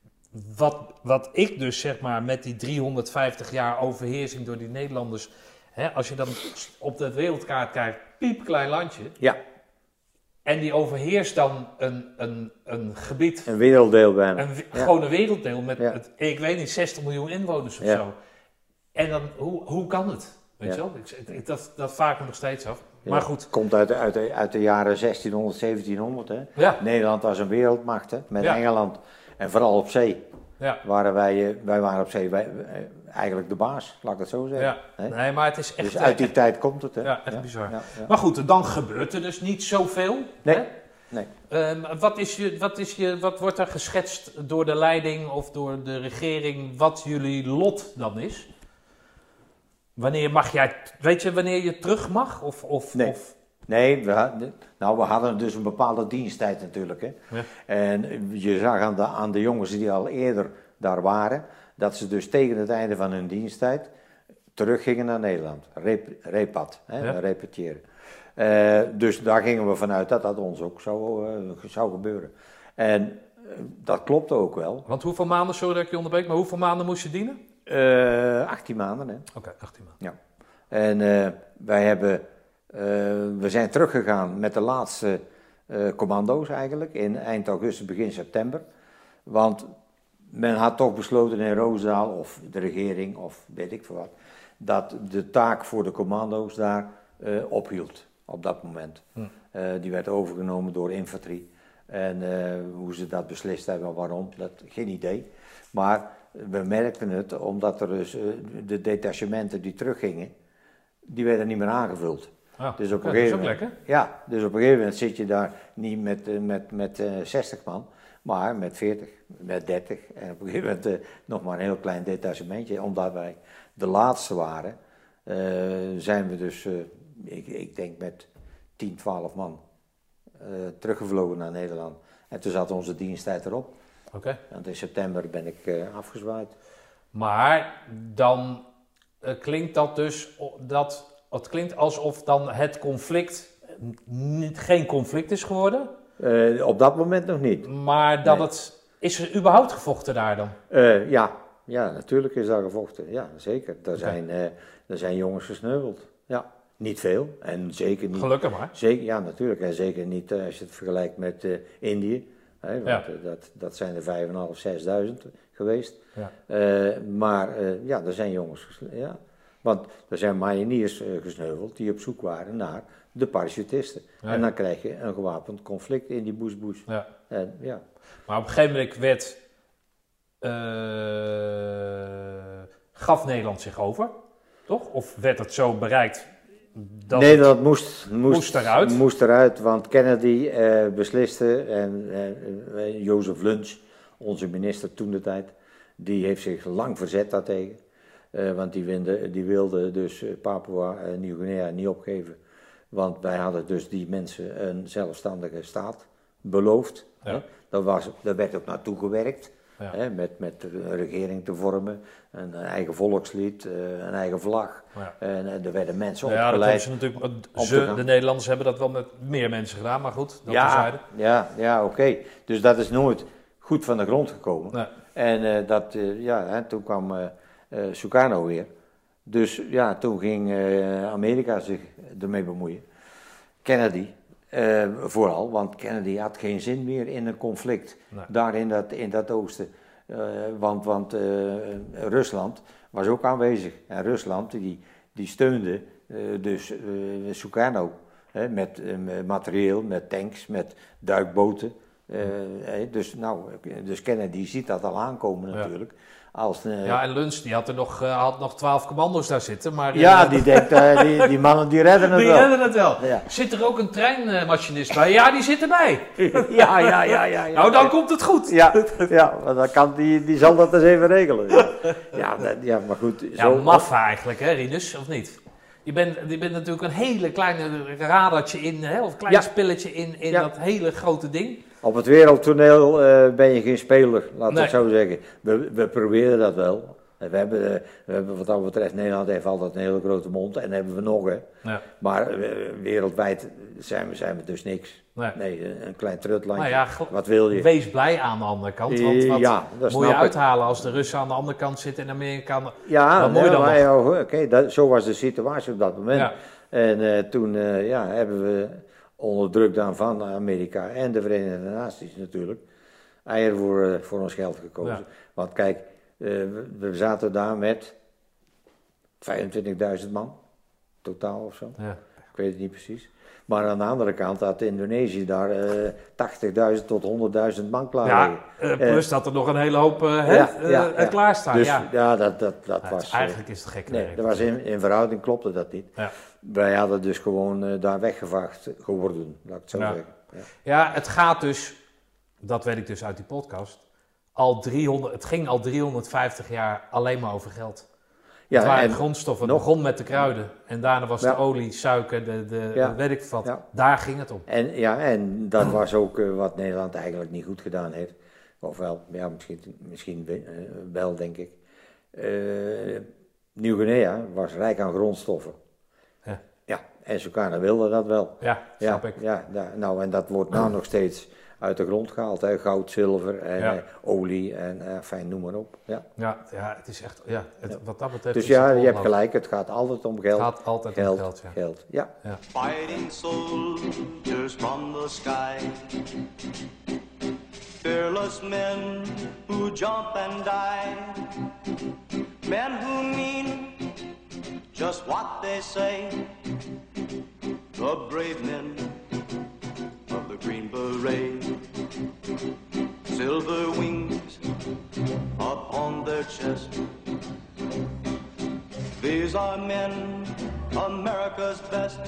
wat ik dus zeg maar met die 350 jaar overheersing door die Nederlanders, hè, als je dan op de wereldkaart kijkt, piepklein landje, Ja, en die overheerst dan een gebied, een werelddeel bijna. gewoon een werelddeel met, Ja. ik weet niet, 60 miljoen inwoners of Ja. zo. En dan, hoe kan het? Weet Ja. je wel? Dat vraag ik me nog steeds af. Ja. Maar goed. Komt uit de jaren 1600, 1700. Hè. Ja. Nederland was een wereldmacht, hè, met Ja. Engeland. En vooral op zee. Ja. Wij waren op zee eigenlijk de baas, laat ik het zo zeggen. Ja. Hè. Nee, maar het is echt... Dus uit die tijd komt het. Hè. Ja, echt bizar. Ja. Maar goed, dan gebeurt er dus niet zoveel. Nee. Hè? Nee. Wat wordt er geschetst door de leiding of door de regering, wat jullie lot dan is? Wanneer mag jij, weet je wanneer je terug mag? Nee. Of Nee, we hadden dus een bepaalde diensttijd natuurlijk. Hè. Ja. En je zag aan de jongens die al eerder daar waren, dat ze dus tegen het einde van hun diensttijd teruggingen naar Nederland. Repat, Ja. repeteren. Dus daar gingen we vanuit dat dat ons ook zou gebeuren. En dat klopte ook wel. Want hoeveel maanden, sorry dat ik je onderbreek, maar hoeveel maanden moest je dienen? 18 maanden, hè. Oké, 18 maanden. Ja. En we zijn teruggegaan met de laatste commando's eigenlijk in eind augustus, begin september. Want men had toch besloten in Roosendaal, of de regering, of weet ik veel wat, dat de taak voor de commando's daar ophield op dat moment. Die werd overgenomen door infanterie. En hoe ze dat beslist hebben, waarom, geen idee. Maar we merkten het, omdat er dus de detachementen die teruggingen, die werden niet meer aangevuld. Dus op een dat is gegeven ook moment, lekker. ja, dus op een gegeven moment zit je daar niet met 60 man, maar met 40, met 30. En op een gegeven moment nog maar een heel klein detachementje. Omdat wij de laatste waren, zijn we dus, ik denk met 10, 12 man teruggevlogen naar Nederland. En toen zat onze diensttijd erop. Oké. Want in september ben ik afgezwaaid. Maar dan klinkt dat dus, het klinkt alsof dan het conflict geen conflict is geworden, Op dat moment nog niet. maar dat is er überhaupt gevochten daar dan? Ja, natuurlijk is daar gevochten. Ja, zeker. Er zijn jongens gesneuveld. Ja, niet veel. En zeker niet. Gelukkig maar. Zeker, ja, natuurlijk. En zeker niet als je het vergelijkt met Indië. Hè, want dat zijn er 5.500, 6.000 geweest. Ja. Maar er zijn jongens. Ja. Want er zijn mariniers gesneuveld die op zoek waren naar de parachutisten. Ja. En dan krijg je een gewapend conflict in die bush. Ja. En, ja. Maar op een gegeven moment gaf Nederland zich over, toch? Of werd het zo bereikt dat Nederland moest eruit, want Kennedy besliste en Jozef Luns, onze minister toen de tijd, die heeft zich lang verzet daartegen. Want die wilde dus Papua Nieuw-Guinea niet opgeven. Want wij hadden dus die mensen een zelfstandige staat beloofd. Ja. Hè. Daar werd ook naartoe gewerkt. Ja. Hè, met een regering te vormen, een eigen volkslied, een eigen vlag. Ja. En er werden mensen Ja, dat hebben opgeleid. ze natuurlijk. De Nederlanders hebben dat wel met meer mensen gedaan, maar goed, dat terzijde. Ja, oké. Dus dat is nooit goed van de grond gekomen. Nee. En toen kwam Sukarno weer. Dus ja, toen ging Amerika zich ermee bemoeien. Kennedy vooral, want Kennedy had geen zin meer in een conflict. Nee. Daar in dat oosten. Want Rusland was ook aanwezig. En Rusland die steunde Sukarno. Met materieel, met tanks, met duikboten. Dus Kennedy ziet dat al aankomen natuurlijk. En Luns die had nog 12 commando's daar zitten. Maar, die denkt, die mannen die redden het die wel. redden het wel. Ja. Zit er ook een treinmachinist bij? Ja, die zit erbij. Ja. Nou, dan komt het goed. Ja, maar dan die zal dat eens even regelen. Ja, maar goed. Ja, maffa eigenlijk, hè, Rinus, of niet? Je bent natuurlijk een hele kleine radartje in, hè, of klein spilletje in dat hele grote ding. Op het wereldtoneel ben je geen speler, laat ik het zo zeggen. We proberen dat wel. We hebben wat dat betreft, Nederland heeft altijd een hele grote mond en hebben we nog, hè. Ja. Maar wereldwijd zijn we dus niks. Nee, een klein trutlandje. Nou ja, wat wil je? Wees blij aan de andere kant, want wat moet je uithalen als de Russen aan de andere kant zitten en de Amerikanen... Ja, zo was de situatie op dat moment. Ja. En toen hebben we onder druk dan van Amerika en de Verenigde Naties natuurlijk eieren voor ons geld gekozen. Ja. Want kijk, we zaten daar met 25.000 man, totaal of zo. Ja. Ik weet het niet precies. Maar aan de andere kant had Indonesië daar 80.000 tot 100.000 man klaar. Ja, plus dat er nog een hele hoop klaarstaan. Dus dat was... Eigenlijk is het gek. Nee, dat was in verhouding klopte dat niet. Ja. Wij hadden dus gewoon daar weggevaagd geworden, laat ik het zo zeggen. Ja, het gaat dus, dat weet ik dus uit die podcast, het ging al 350 jaar alleen maar over geld. Ja, het waren grondstoffen. Het begon met de kruiden. En daarna was de olie, suiker, weet ik wat. Ja. Daar ging het om. En dat was ook wat Nederland eigenlijk niet goed gedaan heeft. Ofwel, misschien wel, denk ik. Nieuw-Guinea was rijk aan grondstoffen. Ja, en Sukarno wilde dat wel. Ja, snap ik. En dat wordt nou nog steeds uit de grond gehaald, hè? Goud, zilver en olie en noem maar op. Ja, het is echt, wat dat betreft. Dus je hebt gelijk, het gaat altijd om geld. Het gaat altijd om geld, ja. Fighting soldiers from the sky, fearless men who jump and die, men who mean just what they say, the brave men of the Green Beret, silver wings upon their chest. These are men, America's best.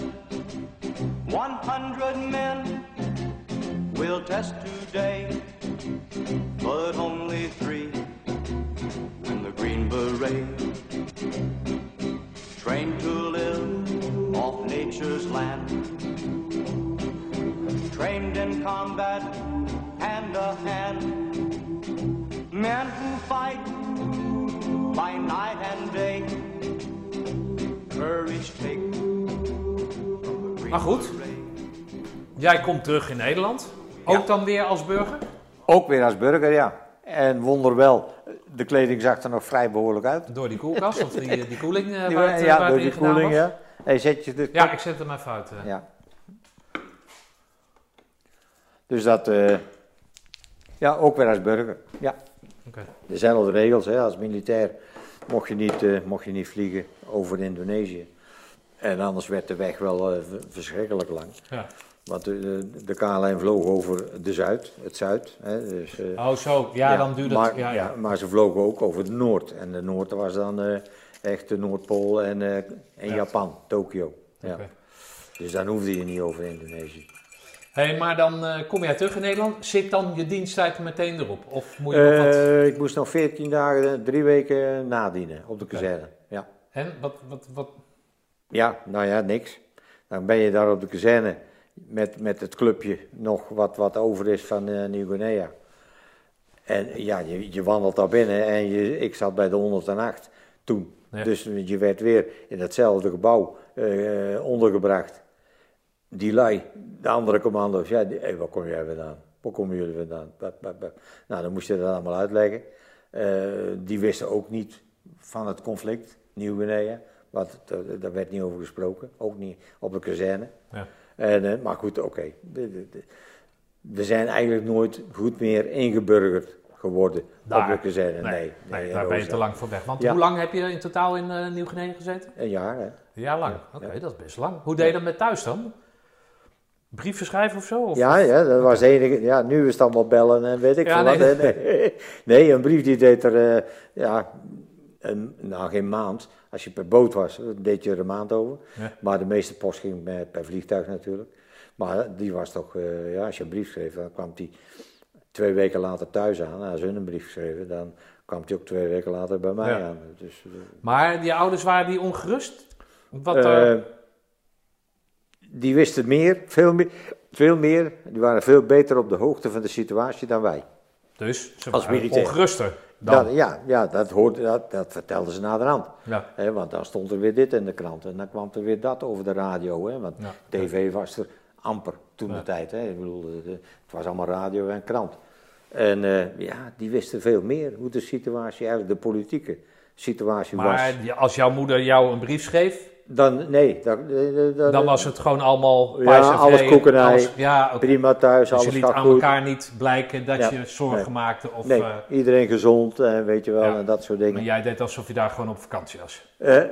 100 men will test today, but only 3 win the Green Beret. Trained to live off nature's land, trained in combat hand to hand, men who fight by night and day, courage take. Maar goed, jij komt terug in Nederland, ook dan weer als burger? Ook weer als burger, ja. En wonderwel, de kleding zag er nog vrij behoorlijk uit. Door die koelkast of die koeling? Door die koeling, ja. Hey, zet je de... Ja, ik zet hem even uit. Ja. Dus dat, ook weer als burger, ja. Okay. Dezelfde regels, hè. Als militair mocht je niet vliegen over Indonesië. En anders werd de weg wel verschrikkelijk lang. Ja. Want de KLM vloog over het zuid. Hè, dus, zo. Ja, dan duurde het. Ja. Maar ze vlogen ook over de noord. En de noord was dan echt de Noordpool en Japan, Tokio. Ja. Okay. Dus dan hoefde je niet over Indonesië. Hey, maar dan kom jij terug in Nederland. Zit dan je diensttijd meteen erop? Of moet je nog wat... Ik moest nog 14 dagen, 3 weken nadienen op de kazerne. Ja. En wat? Ja, nou ja, niks. Dan ben je daar op de kazerne. met het clubje nog wat over is van Nieuw-Guinea. En ja, je wandelt daar binnen en ik zat bij de 108 toen. Ja. Dus je werd weer in hetzelfde gebouw ondergebracht. Die lui, de andere commando's, ja, waar kom jij vandaan? Waar komen jullie vandaan? Nou, dan moest je dat allemaal uitleggen. Die wisten ook niet van het conflict, Nieuw-Guinea. Daar werd niet over gesproken, ook niet op de kazerne. Ja. Maar goed, oké. We zijn eigenlijk nooit goed meer ingeburgerd geworden op de kazerne. Nee, daar ben je te lang voor weg. Want hoe lang heb je in totaal in Nieuw-Guinea gezeten? Een jaar, hè. Een jaar lang? Oké, dat is best lang. Hoe deed je dat met thuis dan? Brieven schrijven of zo? Of? Ja, dat was het enige. Ja, nu is het allemaal bellen en weet ik veel wat. Nee, een brief die deed er, geen maand. Als je per boot was, dan deed je er een maand over. Ja. Maar de meeste post ging per vliegtuig natuurlijk. Maar die was toch, als je een brief schreef, dan kwam die 2 weken later thuis aan. Als hun een brief schreven, dan kwam die ook 2 weken later bij mij aan. Dus, maar die ouders, waren die ongerust? Die wisten meer, veel meer. Die waren veel beter op de hoogte van de situatie dan wij. Dus ze waren ongeruster dan? Dat vertelden ze naderhand. Ja. Want dan stond er weer dit in de krant en dan kwam er weer dat over de radio. Want tv was er amper toen de tijd. Hè. Ik bedoel, het was allemaal radio en krant. En die wisten veel meer hoe de situatie, eigenlijk de politieke situatie was. Maar als jouw moeder jou een brief schreef? Dan was het gewoon allemaal alles koekenij, okay. prima thuis, dus alles je liet aan elkaar niet blijken dat je zorgen maakte? Of, iedereen gezond, weet je wel, en dat soort dingen. Maar jij deed alsof je daar gewoon op vakantie was?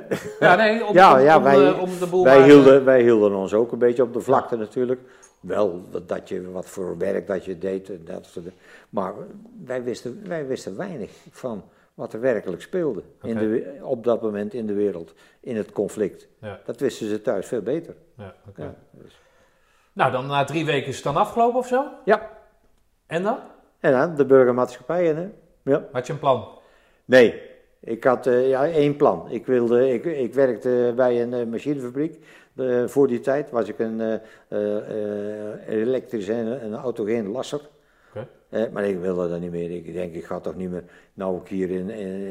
Om de boel wij hielden ons ook een beetje op de vlakte natuurlijk. Wel dat je wat voor werk dat je deed, en dat soort dingen. Maar wij wisten weinig van wat er werkelijk speelde op dat moment in de wereld, in het conflict. Ja. Dat wisten ze thuis veel beter. Ja, dus. Nou, dan na 3 weken is het dan afgelopen of zo? Ja. En dan? En dan de burgermaatschappijen, hè? Ja. Had je een plan? Nee, ik had 1 plan. Ik werkte bij een machinefabriek. Voor die tijd was ik een elektrisch en een autogeen lasser. Maar ik wilde dat niet meer. Ik denk, ik ga toch niet meer, nou ik hier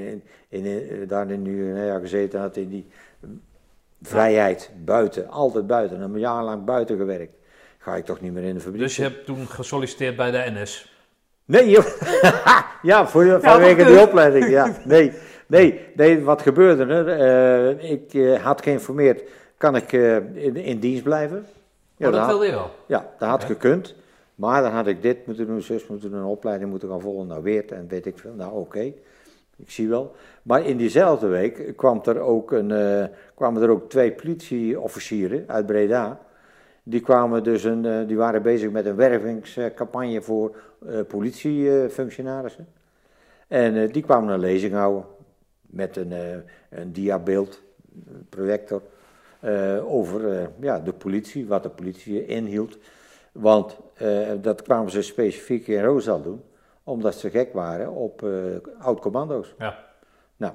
daar in Nieuw-Guinea gezeten had, in die vrijheid, buiten, altijd buiten, een jaar lang buiten gewerkt. Ga ik toch niet meer in de fabriek. Dus je hebt toen gesolliciteerd bij de NS? Nee, vanwege die opleiding, ja. Nee, wat gebeurde er? Ik had geïnformeerd, kan ik in dienst blijven? Ja, dat wilde je wel? Ja, dat had gekund. Maar dan had ik dit moeten doen, zus moeten doen, een opleiding moeten gaan volgen, nou weer en weet ik veel. Nou oké, ik zie wel. Maar in diezelfde week kwamen er ook 2 politieofficieren uit Breda. Die waren bezig met een wervingscampagne voor politiefunctionarissen. En die kwamen een lezing houden met een diabeeld, projector, over de politie, wat de politie inhield. Want dat kwamen ze specifiek in Roosendaal doen, omdat ze gek waren op oud-commando's. Ja. Nou,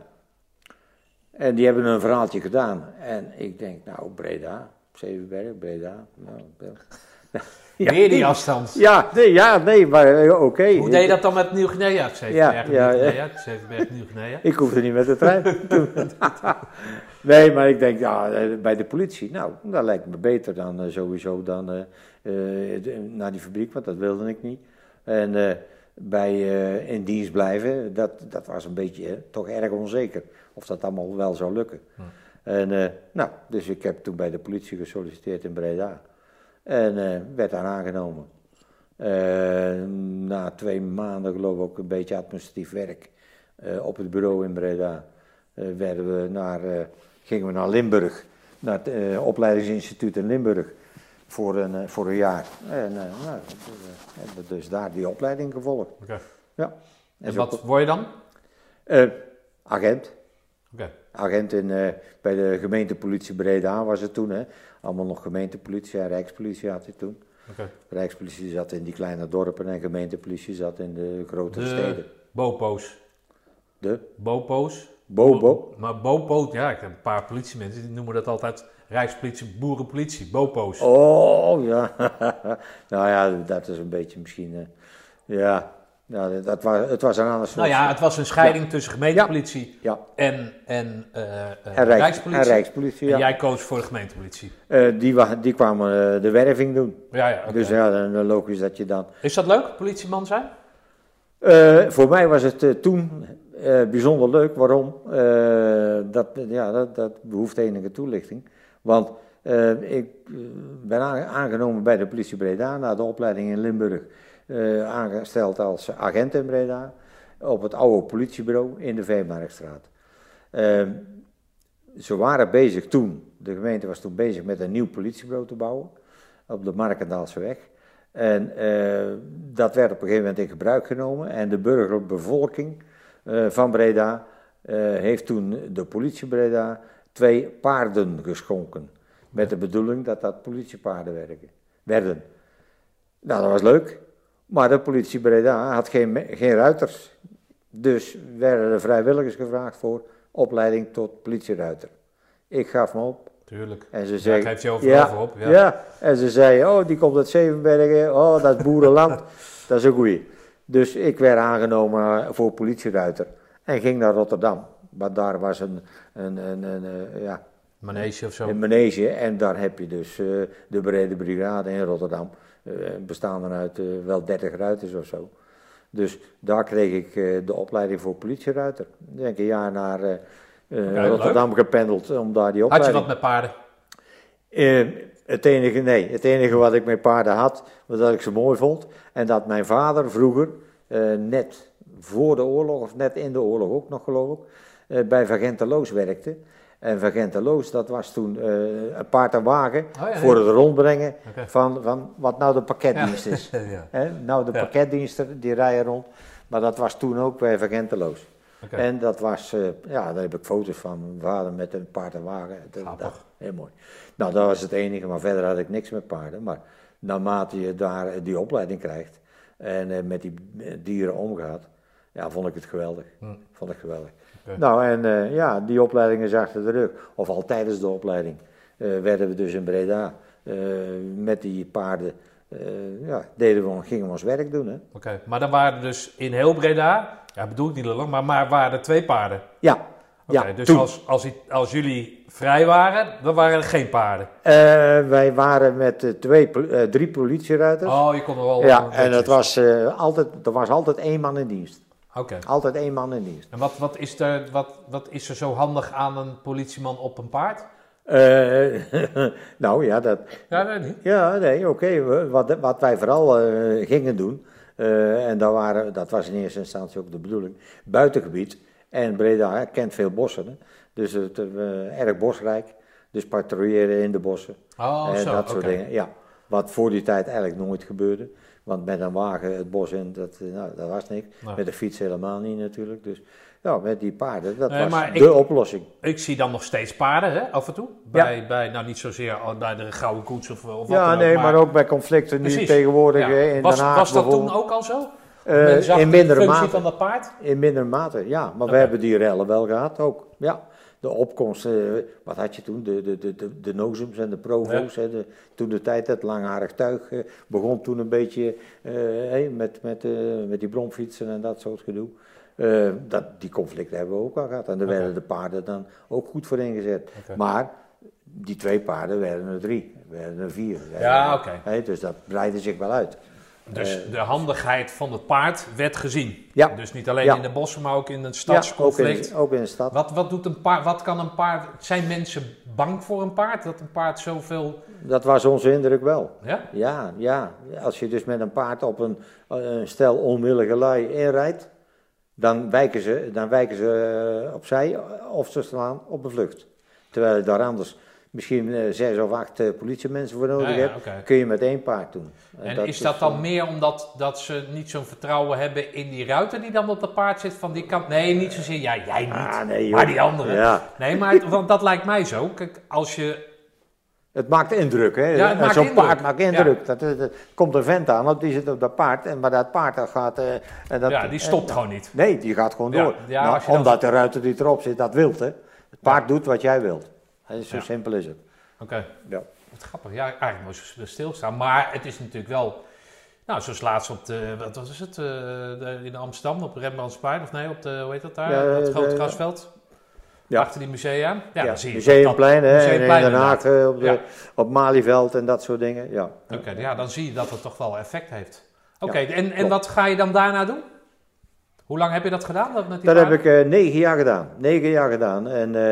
en die hebben een verhaaltje gedaan. En ik denk, nou, Breda, Zevenberg, Breda. Nou, weer die afstand. Nee, maar oké. Hoe deed je dat dan met Nieuw-Guinea? Zevenberg, Nieuw-Guinea. Ik hoefde niet met de trein. Nee, maar ik denk, bij de politie, nou, dat lijkt me beter dan sowieso dan naar die fabriek, want dat wilde ik niet. En in dienst blijven, dat was een beetje toch erg onzeker of dat allemaal wel zou lukken. En dus ik heb toen bij de politie gesolliciteerd in Breda en werd daar aangenomen. Na 2 maanden geloof ik ook een beetje administratief werk op het bureau in Breda. Gingen we naar Limburg, naar het opleidingsinstituut in Limburg, voor een jaar. En hebben dus daar die opleiding gevolgd. Okay. Ja. En wat word je dan? Agent. Okay. Agent bij de gemeentepolitie Breda was het toen. Hè. Allemaal nog gemeentepolitie en rijkspolitie had hij toen. Okay. Rijkspolitie zat in die kleine dorpen en gemeentepolitie zat in de grote steden. BOPO's. De? BOPO's? Bobo. Maar Bopo, ja, ik heb een paar politiemensen, die noemen dat altijd Rijkspolitie, boerenpolitie, Bopo's. Oh, ja. Nou ja, dat is een beetje misschien... het was een ander soort... Nou ja, het was een scheiding tussen gemeentepolitie en Rijkspolitie. En Rijkspolitie, ja. En jij koos voor de gemeentepolitie. Die kwamen de werving doen. Ja, oké. Dus ja, dan logisch dat je dan... Is dat leuk, politieman zijn? Voor mij was het toen bijzonder leuk. Waarom? Dat behoeft enige toelichting. Want ik ben aangenomen bij de politie Breda, na de opleiding in Limburg, aangesteld als agent in Breda, op het oude politiebureau in de Veemarktstraat. Ze waren bezig toen, de gemeente was toen bezig met een nieuw politiebureau te bouwen, op de Markendaalseweg. En dat werd op een gegeven moment in gebruik genomen en de burgerbevolking van Breda heeft toen de politie Breda 2 paarden geschonken. Met de bedoeling dat dat politiepaarden werden. Nou, dat was leuk. Maar de politie Breda had geen ruiters. Dus werden er vrijwilligers gevraagd voor opleiding tot politieruiter. Ik gaf me op. Tuurlijk. En ze zei, geeft je overal op. Ja, en ze zei, die komt uit Zevenbergen. Oh, dat is boerenland. Dat is een goeie. Dus ik werd aangenomen voor politieruiter. En ging naar Rotterdam. Maar daar was een manege of zo. Een manege. En daar heb je dus de Brede Brigade in Rotterdam. Bestaande uit wel 30 ruiters of zo. Dus daar kreeg ik de opleiding voor politieruiter. Ik denk een jaar naar Rotterdam leuk. Gependeld om daar die opleiding... Had je wat met paarden? Het enige wat ik met paarden had, was dat ik ze mooi vond. En dat mijn vader vroeger, net voor de oorlog, of net in de oorlog ook nog geloof ik, bij Van Genteloos werkte. En Van Genteloos, dat was toen een paard en wagen voor het rondbrengen van wat nou de pakketdienst is. Nou, de pakketdiensten die rijden rond, maar dat was toen ook bij Van Genteloos. En dat was, daar heb ik foto's van mijn vader met een paard en wagen. Dat, heel mooi. Nou, dat was het enige, maar verder had ik niks met paarden. Maar naarmate je daar die opleiding krijgt en met die dieren omgaat, vond ik het geweldig. Vond ik geweldig. Okay. Nou, en die opleiding is achter de rug. Of al tijdens de opleiding werden we dus in Breda met die paarden, gingen we ons werk doen. Oké, maar dan waren er dus in heel Breda, bedoel ik niet lang, maar waren er 2 paarden? Ja. Okay, dus als jullie vrij waren, dan waren er geen paarden? Wij waren met 3 politieruiters. Oh, je kon er wel... Ja, en er was altijd 1 man in dienst. Okay. Altijd 1 man in dienst. En wat is er zo handig aan een politieman op een paard? Nou ja, dat... Ja, nee, niet. Ja, nee, oké. Wat wij vooral gingen doen, en dat was in eerste instantie ook de bedoeling, buitengebied. En Breda kent veel bossen, hè? Dus het erg bosrijk. Dus patrouilleren in de bossen. En dat soort dingen. Ja, wat voor die tijd eigenlijk nooit gebeurde. Want met een wagen het bos in, dat was niks. Nee. Met de fiets helemaal niet natuurlijk. Dus met die paarden, dat was de oplossing. Ik zie dan nog steeds paarden, hè, af en toe. Bij niet zozeer bij de Gouden Koets of wat dan ook. Maar ook bij conflicten nu tegenwoordig in Den Haag. Was dat toen ook al zo? In mindere mate. Van dat paard? In mindere mate, ja. Maar we hebben die rellen wel gehad ook. Ja. De opkomst, wat had je toen? De nozems en de provo's. Ja. Toen de tijd, het langharig tuig begon toen een beetje met die bromfietsen en dat soort gedoe. Die conflicten hebben we ook al gehad. En daar werden de paarden dan ook goed voor ingezet. Maar die 2 paarden werden er 3, werden er 4. Dus dat breidde zich wel uit. Dus de handigheid van het paard werd gezien. Ja. Dus niet alleen in de bossen, maar ook in een stadsconflict. Ja, ook in de stad. Wat doet een paard? Wat kan een paard? Zijn mensen bang voor een paard? Dat een paard zoveel... Dat was onze indruk wel. Ja? Ja. Als je dus met een paard op een stel onwillige lui inrijdt, dan wijken ze opzij of ze slaan op een vlucht. Terwijl je daar anders misschien 6 of 8 politiemensen voor nodig hebt, kun je met 1 paard doen. En is dat dan meer omdat ze niet zo'n vertrouwen hebben in die ruiter die dan op dat paard zit van die kant? Nee, niet zozeer, jij niet, maar die anderen. Ja. Nee, want dat lijkt mij zo. Kijk, als je Het maakt indruk, hè? Ja, het maakt Zo'n indruk. paard maakt indruk. Ja. Er komt een vent aan, die zit op dat paard, maar dat paard dat gaat... Die stopt gewoon niet. Nee, die gaat gewoon Ja, door. ja, Nou, als je dan- omdat de ruiter die erop zit, dat wilt, hè? Het paard doet wat jij wilt. Zo simpel is het. Oké. Ja. Wat grappig. Ja, eigenlijk moest je stilstaan. Maar het is natuurlijk wel... Nou, zoals laatst op de... Wat was het? In Amsterdam, op Rembrandtsplein. Of nee, op de... Hoe heet dat daar? Ja, het grote grasveld. Ja. Achter die musea. Ja, dan zie je Museumplein, hè? Museumplein, en in Den Haag inderdaad. op Malieveld en dat soort dingen. Ja. Oké, ja, dan zie je dat het toch wel effect heeft. Oké, Ja, en klopt. wat ga je dan daarna doen? Hoe lang heb je dat gedaan? Dat met die Dat heb paarden? ik 9 jaar gedaan. 9 jaar gedaan.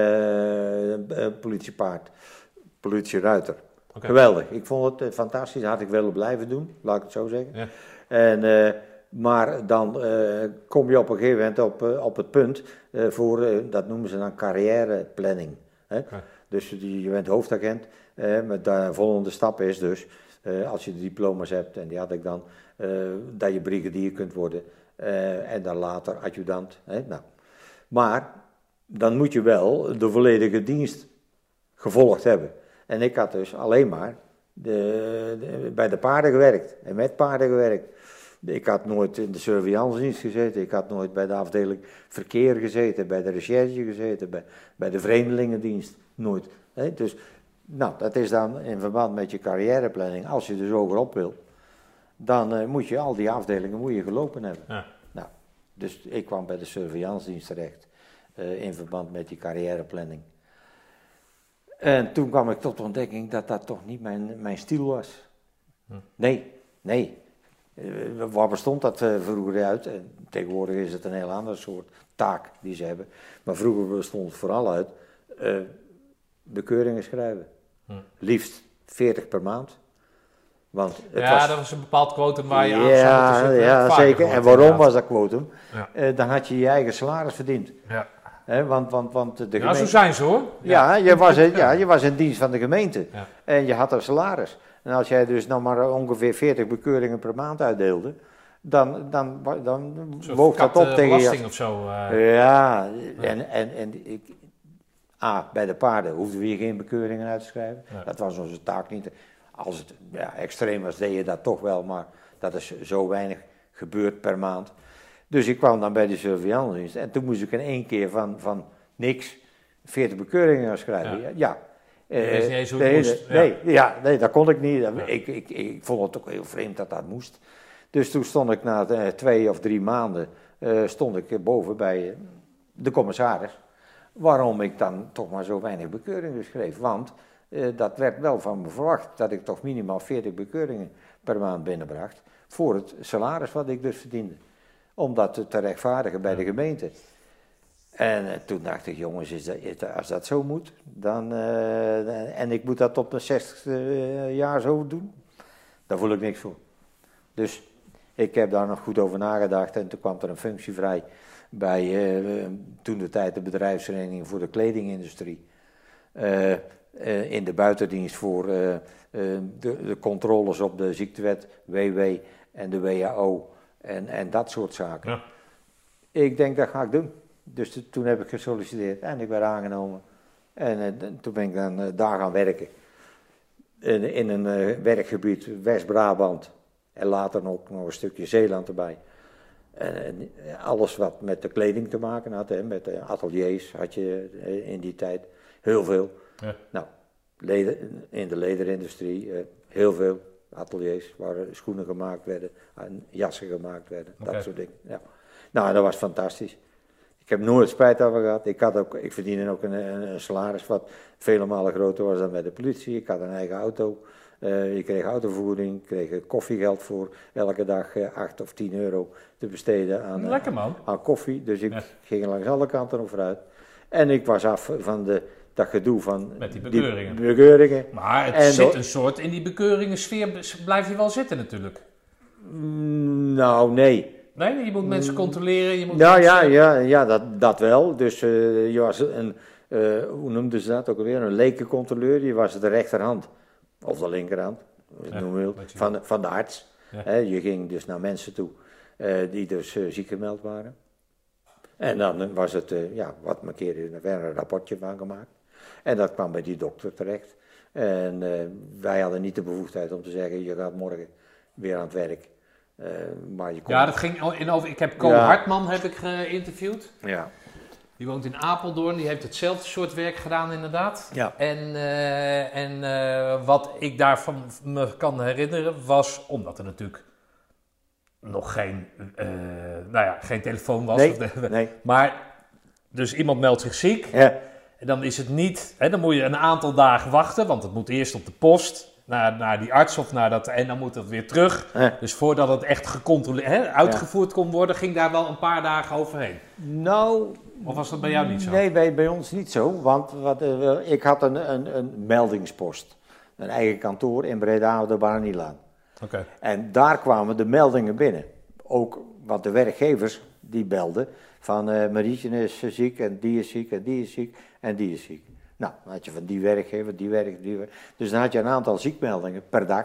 En politiepaard. Politieruiter. Oké. Geweldig. Ik vond het fantastisch. Dat had ik willen blijven doen, laat ik het zo zeggen. Ja. En, maar dan kom je op een gegeven moment op het punt voor, dat noemen ze dan carrièreplanning. Hè? Oké. Dus je bent hoofdagent. Maar de volgende stap is dus, als je de diploma's hebt, en die had ik dan, dat je brigadier kunt worden. En dan later adjudant. Hè? Nou. Maar dan moet je wel de volledige dienst gevolgd hebben. En ik had dus alleen maar bij de paarden gewerkt en met paarden gewerkt. Ik had nooit in de surveillancepdienst gezeten, ik had nooit bij de afdeling verkeer gezeten, bij de recherche gezeten, bij de vreemdelingendienst, nooit. Hè? Dus, nou, dat is dan in verband met je carrièreplanning, als je dus hogerop wil, dan moet je al die afdelingen moet je gelopen hebben. Ja. Nou, dus ik kwam bij de surveillancepdienst terecht, in verband met die carrièreplanning. En toen kwam ik tot de ontdekking dat dat toch niet mijn stiel was. Nee. Waar bestond dat vroeger uit? En tegenwoordig is het een heel ander soort taak die ze hebben. Maar vroeger bestond het vooral uit bekeuringen schrijven. Liefst 40 per maand. Want het was... dat was een bepaald quotum waar je aan Ja, zat te zitten. ja Vaker zeker. gehoord, En waarom inderdaad. was dat quotum? Ja. Dan had je je eigen salaris verdiend. Ja. Want de Ja, gemeente... zo zijn ze hoor. Ja, je was in dienst van de gemeente. Ja. En je had een salaris. En als jij dus nog maar ongeveer 40 bekeuringen per maand uitdeelde, dan woog dat op tegen belasting je... of zo. Ja, bij de paarden hoefden we hier geen bekeuringen uit te schrijven. Ja. Dat was onze taak niet. Als het extreem was, deed je dat toch wel, maar dat is zo weinig gebeurd per maand. Dus ik kwam dan bij de surveillancepdienst en toen moest ik in één keer van niks 40 bekeuringen gaan schrijven. Ja. Je wist niet eens hoe het moest. Nee, dat kon ik niet. Ik vond het ook heel vreemd dat dat moest. Dus toen stond ik na 2 of 3 maanden stond ik boven bij de commissaris. Waarom ik dan toch maar zo weinig bekeuringen schreef. Want dat werd wel van me verwacht dat ik toch minimaal 40 bekeuringen per maand binnenbracht. Voor het salaris wat ik dus verdiende. Om dat te rechtvaardigen bij de gemeente. En toen dacht ik, jongens, als dat zo moet, dan, en ik moet dat op mijn 60 jaar zo doen, daar voel ik niks voor. Dus ik heb daar nog goed over nagedacht en toen kwam er een functie vrij bij toen de tijd de bedrijfsvereniging voor de kledingindustrie. In de buitendienst voor de controles op de ziektewet, WW en de WHO en dat soort zaken. Ja. Ik denk, dat ga ik doen. Dus toen heb ik gesolliciteerd en ik werd aangenomen. En toen ben ik dan daar gaan werken. In een werkgebied West-Brabant en later nog een stukje Zeeland erbij. En alles wat met de kleding te maken had, hè, met de ateliers had je in die tijd heel veel. Ja. Nou, in de lederindustrie heel veel ateliers waar schoenen gemaakt werden, en jassen gemaakt werden, dat soort dingen. Ja. Nou, dat was fantastisch. Ik heb nooit spijt van gehad. Ik verdiende ook een salaris wat vele malen groter was dan bij de politie. Ik had een eigen auto. Je kreeg autovergoeding, ik kreeg koffiegeld voor elke dag 8 of 10 euro te besteden aan koffie. Dus ik ging langs alle kanten nog vooruit. En ik was af van dat gedoe van met die bekeuringen. bekeuringen. Maar het zit een soort, in die bekeuringsfeer blijf je wel zitten natuurlijk. Nou, nee. Nee, je moet mensen controleren. Je moet dat wel. Dus je was hoe noemden ze dat ook alweer? Een lekencontroleur. Je was de rechterhand, of de linkerhand, van de arts. Ja. Je ging dus naar mensen toe die dus ziek gemeld waren. En dan was het, wat een keer een rapportje van gemaakt. En dat kwam bij die dokter terecht. En wij hadden niet de bevoegdheid om te zeggen, je gaat morgen weer aan het werk. Maar je kon... Ja, dat ging over. Ik heb Co Hartman geïnterviewd. Ja. Die woont in Apeldoorn, die heeft hetzelfde soort werk gedaan inderdaad. Ja. En wat ik daarvan me kan herinneren was, omdat er natuurlijk nog geen telefoon was. Nee. Maar, dus iemand meldt zich ziek. Ja. En dan is het niet, dan moet je een aantal dagen wachten, want het moet eerst op de post. Naar die arts of naar dat, en dan moet het weer terug. Dus voordat het echt gecontroleerd, uitgevoerd kon worden, ging daar wel een paar dagen overheen. Nou... Of was dat bij jou niet zo? Nee, bij ons niet zo, want ik had een meldingspost. Een eigen kantoor in Breda op de Baranilaan. Okay. En daar kwamen de meldingen binnen. Ook wat de werkgevers die belden van Marietje is ziek en die is ziek en die is ziek en die is ziek. Nou, dan had je van die werkgever, die werkgever. Dus dan had je een aantal ziekmeldingen per dag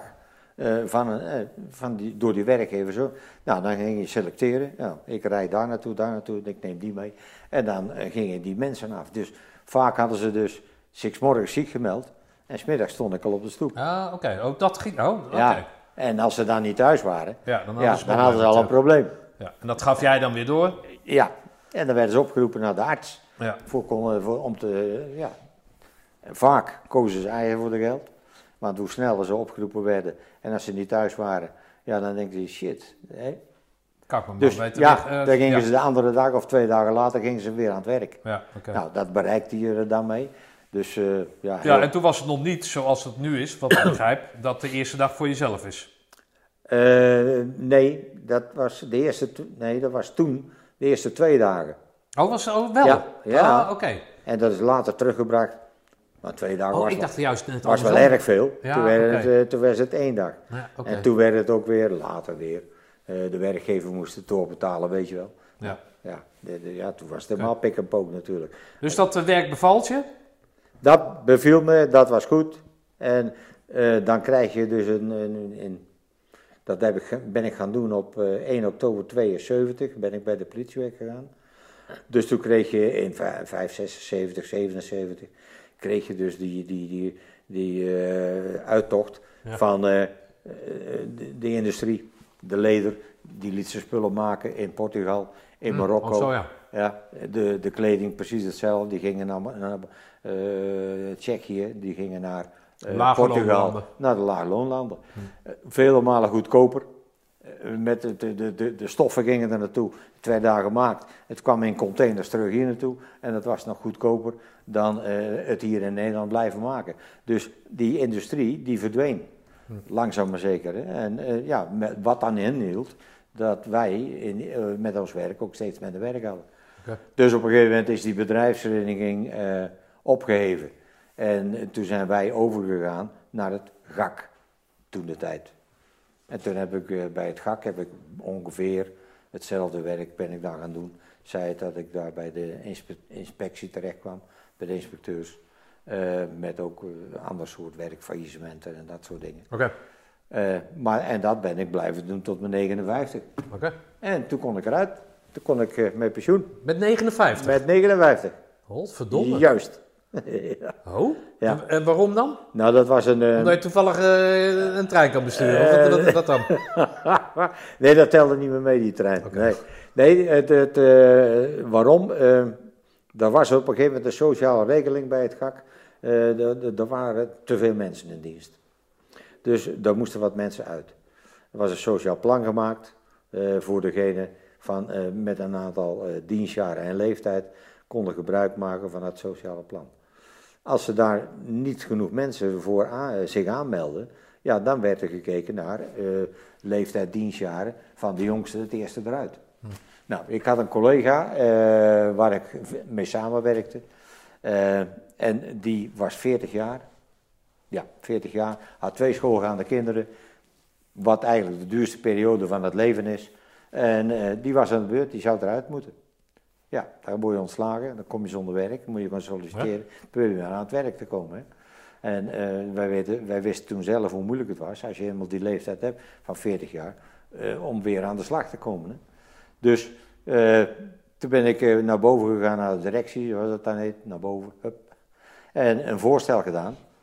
door die werkgever zo. Nou, dan ging je selecteren. Nou, ik rijd daar naartoe, ik neem die mee. En dan gingen die mensen af. Dus vaak hadden ze dus 's morgens ziek gemeld. En 's middags stond ik al op de stoep. Ah, oké. Oh, dat ging. Oh, oké. Ja. En als ze dan niet thuis waren, dan hadden ze al een probleem. Ja. En dat gaf jij dan weer door? Ja. En dan werden ze opgeroepen naar de arts. Ja. Vaak kozen ze eigen voor de geld. Want hoe sneller ze opgeroepen werden en als ze niet thuis waren, ja, dan denken ze, shit. Hè? Dus dan gingen ze de andere dag of 2 dagen later gingen ze weer aan het werk. Ja, okay. Nou, dat bereikte je er dan mee. Dus, en toen was het nog niet zoals het nu is, wat ik begrijp, dat de eerste dag voor jezelf is. Nee, dat was toen de eerste 2 dagen. Oh, was het wel? Ja. Ah, oké. En dat is later teruggebracht. Maar 2 dagen was wel erg veel. Ja, toen werd het 1 dag. Ja, okay. En toen werd het ook weer, later weer. De werkgever moest het doorbetalen, weet je wel. Ja. Toen was het helemaal pik en pook natuurlijk. Dus dat werk bevalt je? Dat beviel me, dat was goed. En dan krijg je dus dat ben ik gaan doen op 1 oktober 72, ben ik bij de politie weggegaan. Dus toen kreeg je in 76, 77, kreeg je dus die uittocht van de industrie, de leder, die liet zijn spullen maken in Portugal, in Marokko. Zo, ja. Ja, de kleding precies hetzelfde, die gingen naar Tsjechië, die gingen naar Portugal, naar de laagloonlanden. Vele malen goedkoper. Met de stoffen gingen er naartoe, 2 dagen gemaakt. Het kwam in containers terug hier naartoe en het was nog goedkoper dan het hier in Nederland blijven maken. Dus die industrie, die verdween. Langzaam maar zeker. Hè? En wat dan inhield, dat wij met ons werk ook steeds minder werk hadden. Okay. Dus op een gegeven moment is die bedrijfsvereniging opgeheven. En toen zijn wij overgegaan naar het GAK, toen de tijd. En toen heb ik bij het GAK ongeveer hetzelfde werk ben ik daar gaan doen. Zei het dat ik daar bij de inspectie terecht kwam, bij de inspecteurs. Met ook ander soort werk, faillissementen en dat soort dingen. Okay. En dat ben ik blijven doen tot mijn 59. Okay. En toen kon ik eruit. Toen kon ik met pensioen. Met 59? Met 59. Godverdomme. Juist. Ja. Oh? Ja. En waarom dan? Nou, dat was omdat je toevallig een trein kan besturen, of wat dan? Nee, dat telde niet meer mee, die trein. Okay. Nee, waarom? Er was op een gegeven moment een sociale regeling bij het GAK. Er waren te veel mensen in dienst. Dus daar moesten wat mensen uit. Er was een sociaal plan gemaakt voor degene met een aantal dienstjaren en leeftijd konden gebruik maken van het sociale plan. Als ze daar niet genoeg mensen voor zich aanmelden, ja, dan werd er gekeken naar leeftijd, dienstjaren van de jongste het eerste eruit. Nou, ik had een collega waar ik mee samenwerkte en die was 40 jaar. Ja, 40 jaar, had 2 schoolgaande kinderen, wat eigenlijk de duurste periode van het leven is. En die was aan de beurt, die zou eruit moeten. Ja, dan word je ontslagen, dan kom je zonder werk, dan moet je gaan solliciteren, probeer je weer aan het werk te komen. Hè. En wij wisten toen zelf hoe moeilijk het was, als je helemaal die leeftijd hebt van 40 jaar, om weer aan de slag te komen. Hè. Dus toen ben ik naar boven gegaan, naar de directie, zoals dat dan heet, naar boven. Hup. En een voorstel gedaan.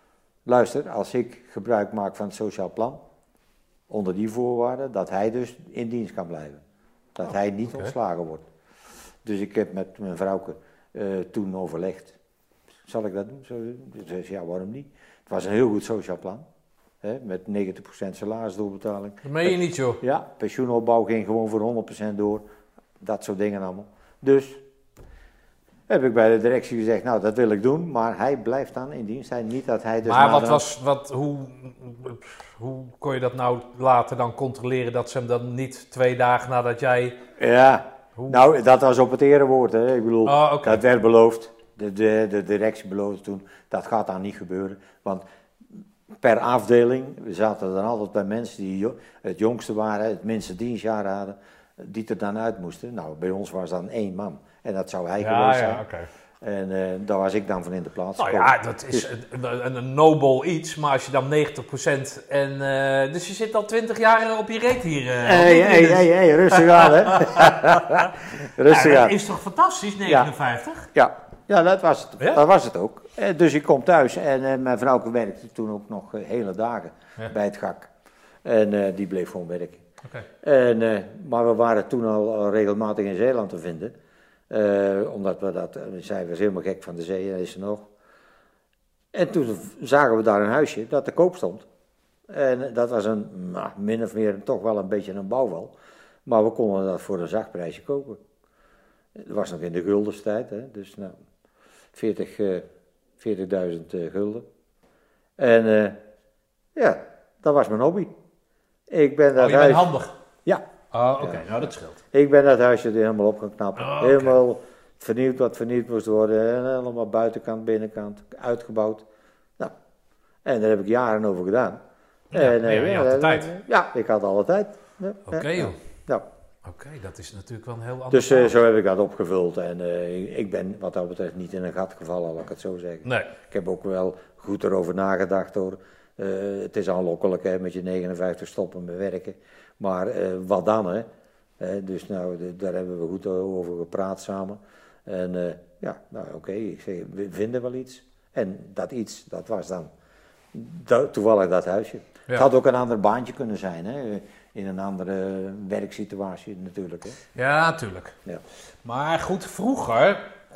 luister, als ik gebruik maak van het sociaal plan, onder die voorwaarden, dat hij dus in dienst kan blijven. Dat hij niet ontslagen wordt. Dus ik heb met mijn vrouwke toen overlegd, zal ik dat doen? Ze zei, ja, waarom niet? Het was een heel goed sociaal plan, hè, met 90% salarisdoorbetaling. Dat meen je niet, joh. Ja, pensioenopbouw ging gewoon voor 100% door, dat soort dingen allemaal. Dus heb ik bij de directie gezegd, nou dat wil ik doen, maar hij blijft dan in dienst. Niet dat hij dus Maar hoe kon je dat nou later dan controleren dat ze hem dan niet 2 dagen nadat jij... Ja, nou dat was op het erewoord, hè. Ik bedoel, dat werd beloofd. De directie beloofde toen, dat gaat dan niet gebeuren. Want per afdeling, we zaten dan altijd bij mensen die het jongste waren, het minste dienstjaar hadden, die er dan uit moesten. Nou, bij ons was dan 1 man. En dat zou hij geweest zijn. Okay. En daar was ik dan van in de plaats. Nou ja, dat is een nobel iets, maar als je dan 90% en... dus je zit al 20 jaar op je reet hier. Hey, rustig aan, hè. Rustig aan. Dat is toch fantastisch, 59? Ja, dat was het. Ja? Dat was het ook. Dus ik kom thuis en mijn vrouw werkte toen ook nog hele dagen bij het GAK. En die bleef gewoon werken. Okay. Maar we waren toen al regelmatig in Zeeland te vinden. Omdat zij was helemaal gek van de zee, dat is ze nog. En toen zagen we daar een huisje dat te koop stond. En dat was min of meer toch wel een beetje een bouwval. Maar we konden dat voor een zacht prijsje kopen. Dat was nog in de guldenstijd, hè? Dus nou, 40.000 gulden. En ja, dat was mijn hobby. Ik ben dat je bent handig? Ja. Oké, nou dat scheelt. Ik ben dat huisje er helemaal op gaan knappen. Helemaal vernieuwd wat vernieuwd moest worden. En helemaal buitenkant, binnenkant, uitgebouwd. Nou, en daar heb ik jaren over gedaan. Ja, je had de tijd. Ja, ik had alle tijd. Oké, joh. Nou. Oké, dat is natuurlijk wel een heel ander. Dus zo heb ik dat opgevuld. En ik ben wat dat betreft niet in een gat gevallen, laat ik het zo zeggen. Nee. Ik heb ook wel goed erover nagedacht hoor. Het is aanlokkelijk hè, met je 59 stoppen met werken. Maar wat dan hè? Dus nou, daar hebben we goed over gepraat samen. En oké, ik zeg, we vinden wel iets. En dat iets, dat was dan toevallig dat huisje. Ja. Het had ook een ander baantje kunnen zijn hè. In een andere werksituatie natuurlijk. Hè? Ja, natuurlijk. Ja. Maar goed, vroeger,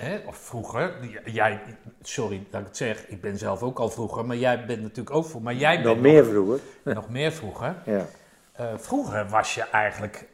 sorry dat ik het zeg, ik ben zelf ook al vroeger, maar jij bent natuurlijk ook vroeger. Maar jij bent nog meer vroeger. Ja. Vroeger was je eigenlijk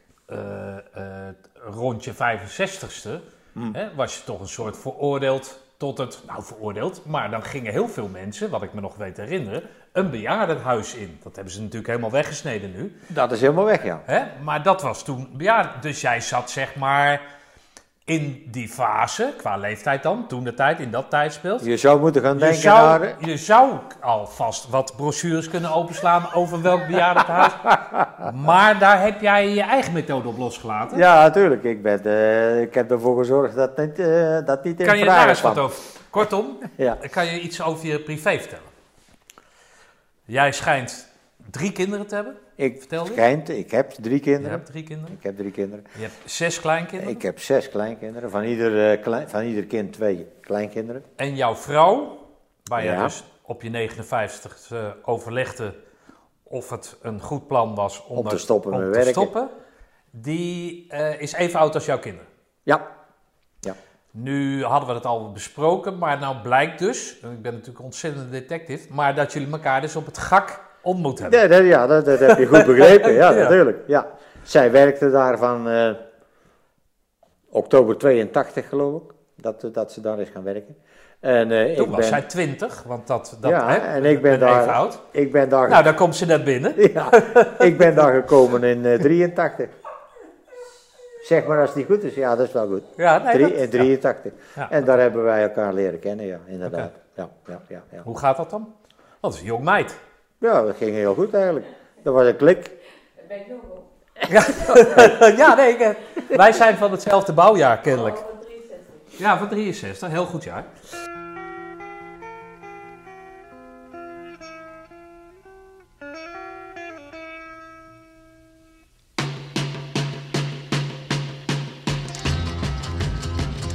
rond je 65ste, was je toch een soort veroordeeld tot het, maar dan gingen heel veel mensen, wat ik me nog weet te herinneren, een bejaardenhuis in. Dat hebben ze natuurlijk helemaal weggesneden nu. Dat is helemaal weg, ja. Maar dat was toen bejaarden. Dus jij zat zeg maar in die fase, qua leeftijd dan, toen de tijd, in dat tijdsbeeld. Je zou moeten gaan denken Je zou alvast wat brochures kunnen openslaan over welk bejaardenhuis. Maar daar heb jij je eigen methode op losgelaten. Ja, natuurlijk. Ik heb ervoor gezorgd dat niet in vraag kwam. Kan je daar eens wat over? Kortom, kan je iets over je privé vertellen? Jij schijnt 3 kinderen te hebben. Ik heb 3 kinderen. Je hebt 3 kinderen? Ik heb 3 kinderen. Je hebt 6 kleinkinderen? Ik heb 6 kleinkinderen. Van ieder kind 2 kleinkinderen. En jouw vrouw, waar je dus op je 59e overlegde of het een goed plan was om te stoppen met werken. Die is even oud als jouw kinderen? Ja. Nu hadden we het al besproken, maar nou blijkt dus, ik ben natuurlijk een ontzettende detective, maar dat jullie elkaar dus op het GAK ontmoet hebben. Ja, dat heb je goed begrepen. Ja, natuurlijk. Ja. Zij werkte daar van oktober 82, geloof ik, dat ze daar is gaan werken. En, toen was zij 20, want dat en ik ben daar even oud. Ik ben daar nou, dan komt ze net binnen. Ja, ik ben daar gekomen in 83. Zeg maar als het niet goed is, ja, dat is wel goed. Ja, nee, in 83. Ja. En daar hebben wij elkaar leren kennen, ja, inderdaad. Okay. Ja. Hoe gaat dat dan? Dat is een jong meid. Ja, dat ging heel goed eigenlijk. Dat was een klik. Ben ik jong? Ja, nee, wij zijn van hetzelfde bouwjaar kennelijk. Van 63. Ja, van 63, heel goed jaar.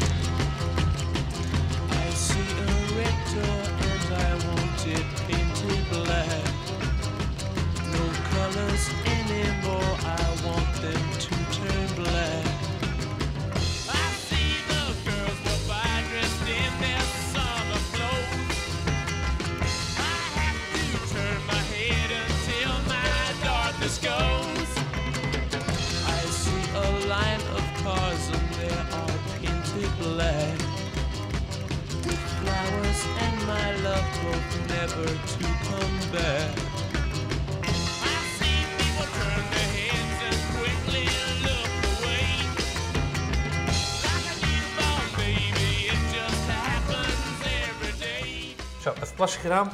I see a red door and I want it painted hair all painted black. Flowers and my love both never to come back. I see people turn their heads and quickly look away. Like a newborn baby, it just happens every day. Zo, even plasje gedaan.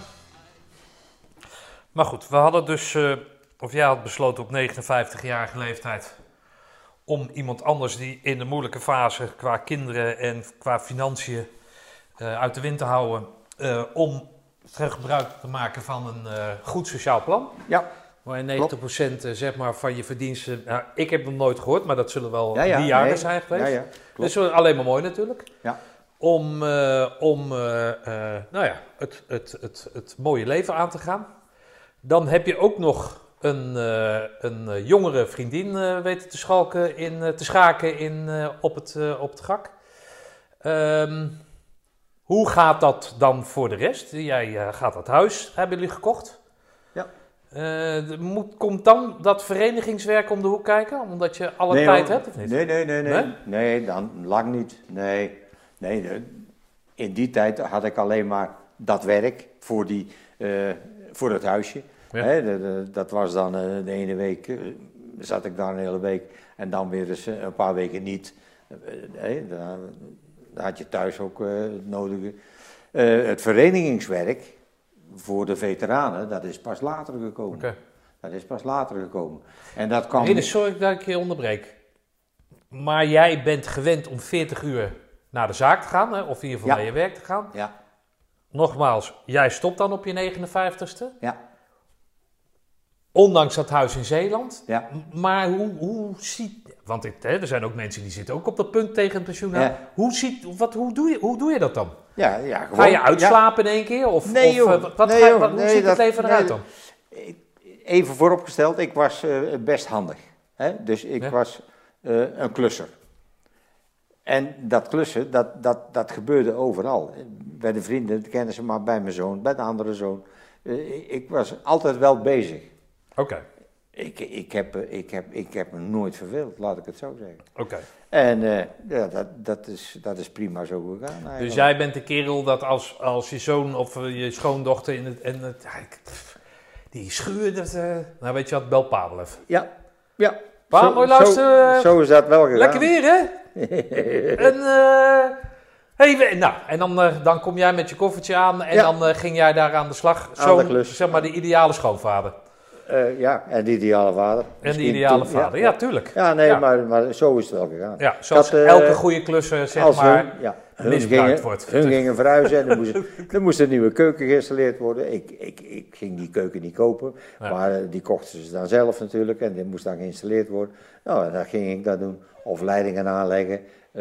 Maar goed, we hadden dus, of jij had besloten op 59-jarige leeftijd om iemand anders die in de moeilijke fase qua kinderen en qua financiën uit de wind te houden, om gebruik te maken van een goed sociaal plan. Ja. Waar 90% zeg maar, van je verdiensten, nou, ik heb nog nooit gehoord, maar dat zullen wel die jaren zijn geweest. Ja, dat is alleen maar mooi natuurlijk. Ja. Om het mooie leven aan te gaan. Dan heb je ook nog een jongere vriendin weten te schaken op het gak. Hoe gaat dat dan voor de rest? Jij gaat dat huis, hebben jullie gekocht? Ja. Komt dan dat verenigingswerk om de hoek kijken? Omdat je alle tijd hebt, of niet? Nee, dan lang niet. Nee. In die tijd had ik alleen maar dat werk voor het huisje. Ja. Dat was dan de ene week, zat ik daar een hele week en dan weer eens een paar weken niet. Dan had je thuis ook het nodige. Het verenigingswerk voor de veteranen, dat is pas later gekomen. Okay. Dat is pas later gekomen. En dat kwam... Rinus, sorry dat ik je onderbreek. Maar jij bent gewend om 40 uur naar de zaak te gaan, hè? Of in ieder geval naar je werk te gaan. Ja. Nogmaals, jij stopt dan op je 59ste. Ja. Ondanks dat huis in Zeeland. Ja. Maar hoe ziet... Want er zijn ook mensen die zitten ook op dat punt tegen het pensioen. Ja. Hoe doe je dat dan? Ja, gewoon, Ga je uitslapen in één keer? Of, Nee, joh. Hoe ziet het leven eruit dan? Even vooropgesteld, ik was best handig. Hè? Dus ik was een klusser. En dat klussen, dat gebeurde overal. Bij de vrienden, de kennissen, maar bij mijn zoon, bij de andere zoon. Ik was altijd wel bezig. Oké. Ik heb me nooit verveeld, laat ik het zo zeggen. Oké. En dat is prima zo gegaan eigenlijk. Dus jij bent de kerel dat als je zoon of je schoondochter die schuur, nou weet je wat, bel Pavel even. Ja. Pa, mooi luisteren. Zo is dat wel gegaan. Lekker weer, hè? En dan kom jij met je koffertje aan en dan ging jij daar aan de slag. Zeg maar de ideale schoonvader. En de ideale vader. En de ideale vader, ja, tuurlijk. Ja, nee, ja. Maar zo is het wel gegaan. Ja, zoals elke goede klusser, zeg maar, misbruikt wordt. Hun gingen verhuizen en er moest een nieuwe keuken geïnstalleerd worden. Ik ging die keuken niet kopen, maar die kochten ze dan zelf natuurlijk en die moest dan geïnstalleerd worden. Nou, dan ging ik dat doen. Of leidingen aanleggen,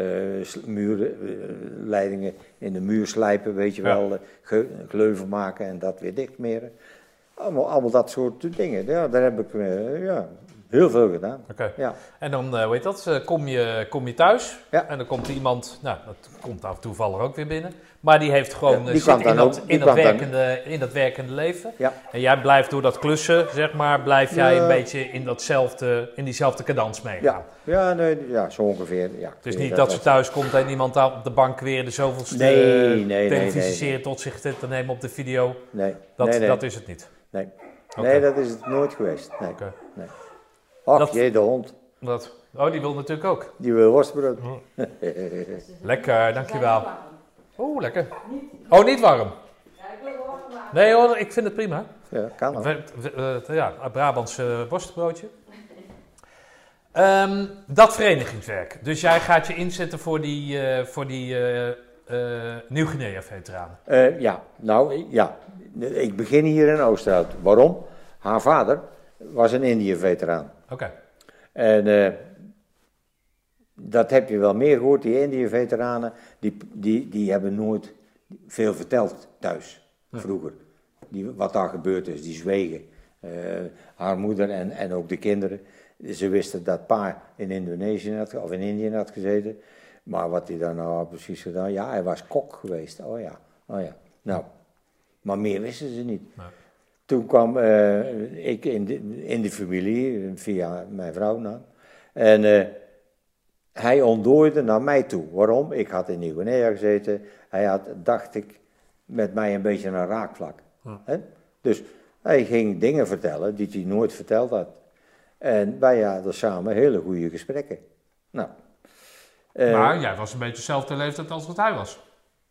leidingen in de muur slijpen, weet je wel, gleuven maken en dat weer dichtmeren. Allemaal dat soort dingen. Ja, daar heb ik heel veel gedaan. Okay. Ja. En dan, kom je thuis en dan komt iemand, nou, dat komt af en toe toevallig ook weer binnen, maar die heeft gewoon in dat werkende leven. Ja. En jij blijft door dat klussen, zeg maar, blijf jij een beetje in diezelfde cadans meegaan. Ja, zo ongeveer. Ja. Het is niet dat ze thuis komt en iemand op de bank weer de zoveelste televisieserie tot zich te nemen op de video. Nee. Dat is het niet. Nee. Okay. Nee, dat is het nooit geweest. Nee. Okay. Nee. Ach, de hond. Die wil natuurlijk ook. Die wil worstbrood. Lekker, dankjewel. Oh, lekker. Niet warm. Ja, ik wil warm maken. Nee hoor, ik vind het prima. Ja, kan ook. Een Brabants worstbroodje. Dat verenigingswerk. Dus jij gaat je inzetten voor die Nieuw-Guinea-veteranen. Ja. Ik begin hier in Oosterhout. Waarom? Haar vader was een Indië-veteraan. Oké. En dat heb je wel meer gehoord. Die Indië-veteranen, die hebben nooit veel verteld thuis, vroeger. Wat daar gebeurd is, die zwegen. Haar moeder en ook de kinderen. Ze wisten dat pa in Indonesië of in Indië had gezeten. Maar wat hij daar nou precies gedaan? Ja, hij was kok geweest. Oh ja. Nou, maar meer wisten ze niet. Nee. Toen kwam ik in de familie, via mijn vrouw. Nou. En hij ontdooide naar mij toe. Waarom? Ik had in Nieuw-Guinea gezeten. Hij had, dacht ik, met mij een beetje een raakvlak. Hè? Dus hij ging dingen vertellen die hij nooit verteld had. En wij hadden samen hele goede gesprekken. Nou, Maar jij was een beetje dezelfde leeftijd als wat hij was.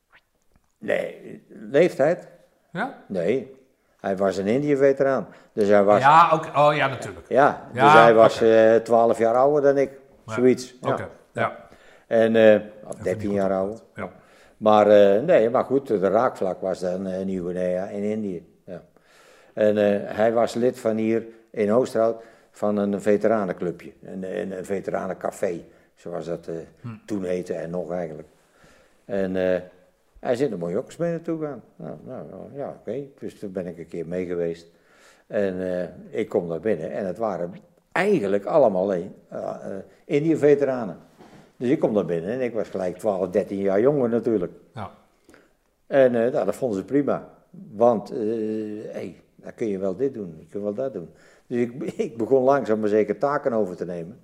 nee, leeftijd? Ja? Nee, hij was een Indië-veteraan. Dus hij was, Ja, ook, oh ja, natuurlijk. ja, dus Ja, hij was oké. 12 jaar ouder dan ik, Ja. zoiets. Ja. Oké, ja. En, of Even 13 niet jaar goed ouder. Ja. Maar, nee, maar goed, de raakvlak was dan Nieuw-Guinea in Indië. Ja. En hij was lid van hier in Oosterhout van een veteranenclubje, een veteranencafé, zoals dat toen heette en nog eigenlijk. En hij zit er mooi ook eens mee naartoe gaan. Nou, ja, oké. Dus toen ben ik een keer mee geweest. En ik kom daar binnen en het waren eigenlijk allemaal Indië-veteranen. Dus ik kom daar binnen en ik was gelijk 12, 13 jaar jonger natuurlijk. Ja. En nou, dat vonden ze prima. Want, dan kun je wel dit doen, je kunt wel dat doen. Dus ik begon langzaam maar zeker taken over te nemen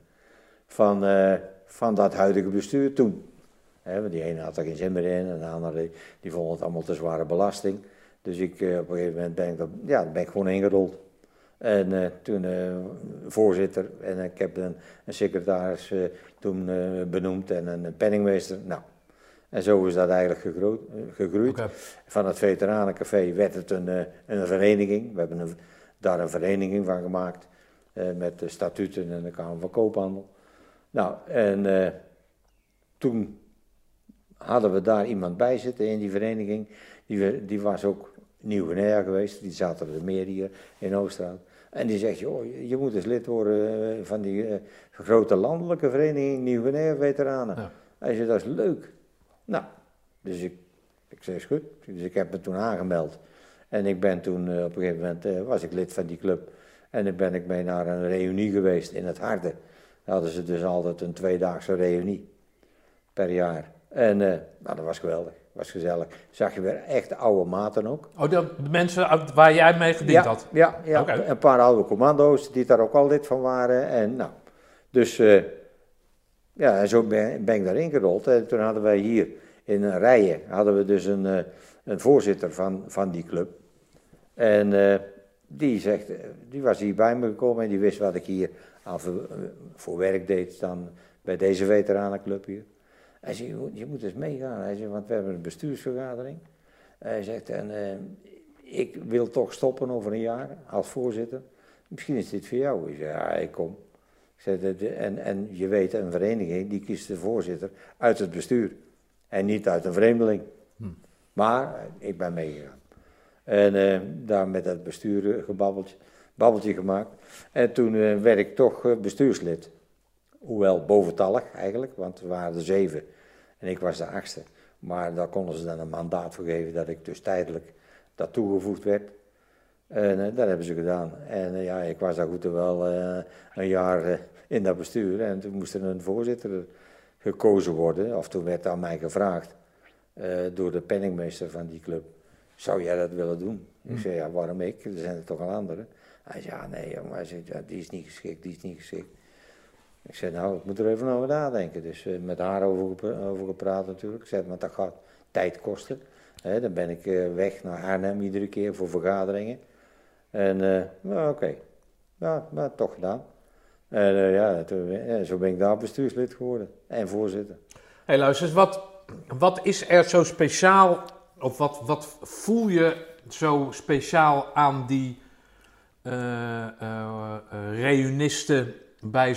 van dat huidige bestuur toen. Want die ene had er geen zin meer in en de andere die vond het allemaal te zware belasting. Dus op een gegeven moment ben ik gewoon ingerold. En toen voorzitter en ik heb een secretaris toen benoemd en een penningmeester. Nou, en zo is dat eigenlijk gegroeid. Oké. Van het veteranencafé werd het een vereniging. We hebben daar een vereniging van gemaakt met de statuten en de Kamer van Koophandel. Nou, en toen hadden we daar iemand bij zitten in die vereniging. Die was ook Nieuw-Guinea geweest, die zaten er meer hier in Oosterhout. En die zegt, joh, je moet eens lid worden van die grote landelijke vereniging Nieuw-Guinea-veteranen. Ja. Hij zei, dat is leuk. Nou, dus ik zei, is goed. Dus ik heb me toen aangemeld. En ik ben toen, op een gegeven moment, was ik lid van die club. En dan ben ik mee naar een reunie geweest in het Harde. Daar hadden ze dus altijd een 2-daagse reunie per jaar. En nou, dat was geweldig, was gezellig. Zag je weer echt oude maten ook. Oh, de mensen waar jij mee gediend had? Ja, Oké. een paar oude commando's die daar ook al lid van waren. En nou, dus ja, en zo ben ik daarin gerold. En toen hadden wij hier in Rijen, hadden we dus een voorzitter van die club. En die was hier bij me gekomen en die wist wat ik hier aan voor werk deed dan bij deze veteranenclub hier. Hij zei, je moet eens meegaan. Hij zei, want we hebben een bestuursvergadering. Hij zegt, en ik wil toch stoppen over een jaar als voorzitter. Misschien is dit voor jou. Ik zei, ja, ik kom. Ik zei, en je weet, een vereniging die kiest de voorzitter uit het bestuur. En niet uit een vreemdeling. Maar ik ben meegegaan. En daar met het bestuur babbeltje gemaakt. En toen werd ik toch bestuurslid. Hoewel boventallig eigenlijk, want we waren er 7 en ik was de 8e. Maar daar konden ze dan een mandaat voor geven dat ik dus tijdelijk dat toegevoegd werd. En dat hebben ze gedaan. En ja, ik was daar goed en wel een jaar in dat bestuur. En toen moest er een voorzitter gekozen worden. Of toen werd aan mij gevraagd door de penningmeester van die club. Zou jij dat willen doen? Ik zei, ja, waarom ik? Er zijn er toch al anderen. Hij zei, ja, nee jongen. Hij zei, ja, die is niet geschikt, die is niet geschikt. Ik zei, nou, ik moet er even over nadenken. Dus met haar over gepraat natuurlijk. Ik zei, want dat gaat tijd kosten. Dan ben ik weg naar Arnhem iedere keer voor vergaderingen. En, nou, oké. Ja, maar toch gedaan. En zo ben ik daar bestuurslid geworden. En voorzitter. Hé, luister eens, wat is er zo speciaal, of wat voel je zo speciaal aan die reunisten bij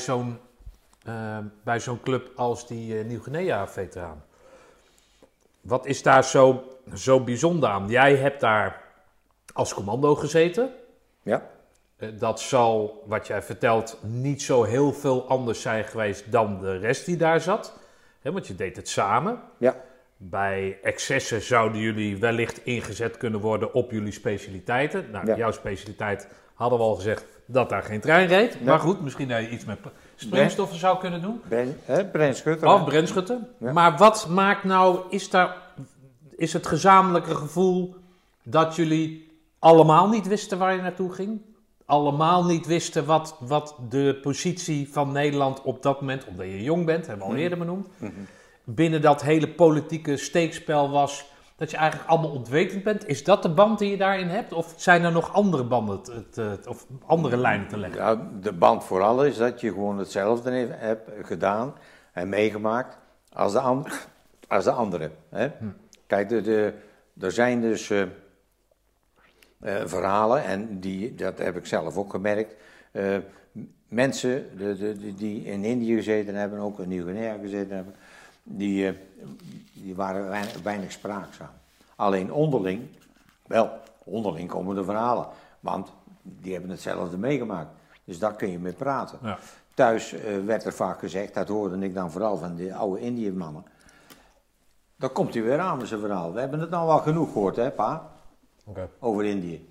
zo'n club als die Nieuw-Guinea-veteraan? Wat is daar zo bijzonder aan? Jij hebt daar als commando gezeten. Ja. Dat zal, wat jij vertelt, niet zo heel veel anders zijn geweest dan de rest die daar zat. Want je deed het samen. Ja. Bij excessen zouden jullie wellicht ingezet kunnen worden op jullie specialiteiten. Nou, Ja. jouw specialiteit hadden we al gezegd dat daar geen trein reed. Nee. Maar goed, misschien dat je iets met springstoffen zou kunnen doen. Brent Schutter. Of brennschutten. Ja. Maar wat maakt nou, is het gezamenlijke gevoel dat jullie allemaal niet wisten waar je naartoe ging? allemaal niet wisten wat de positie van Nederland op dat moment, omdat je jong bent, hebben we al eerder benoemd, binnen dat hele politieke steekspel was, dat je eigenlijk allemaal ontwetend bent. Is dat de band die je daarin hebt? Of zijn er nog andere banden of andere lijnen te leggen? Ja, de band vooral is dat je gewoon hetzelfde hebt gedaan en meegemaakt als de anderen. Hè? Kijk, er zijn dus verhalen, en dat heb ik zelf ook gemerkt. Mensen die in Indië gezeten hebben, ook in Nieuw-Guinea gezeten hebben, die waren weinig spraakzaam. Alleen onderling komen de verhalen, want die hebben hetzelfde meegemaakt. Dus daar kun je mee praten. Ja. Thuis werd er vaak gezegd, dat hoorde ik dan vooral van die oude Indië-mannen. Dan komt hij weer aan met zijn verhaal. We hebben het nou wel genoeg gehoord, hè, pa? Okay. Over Indië.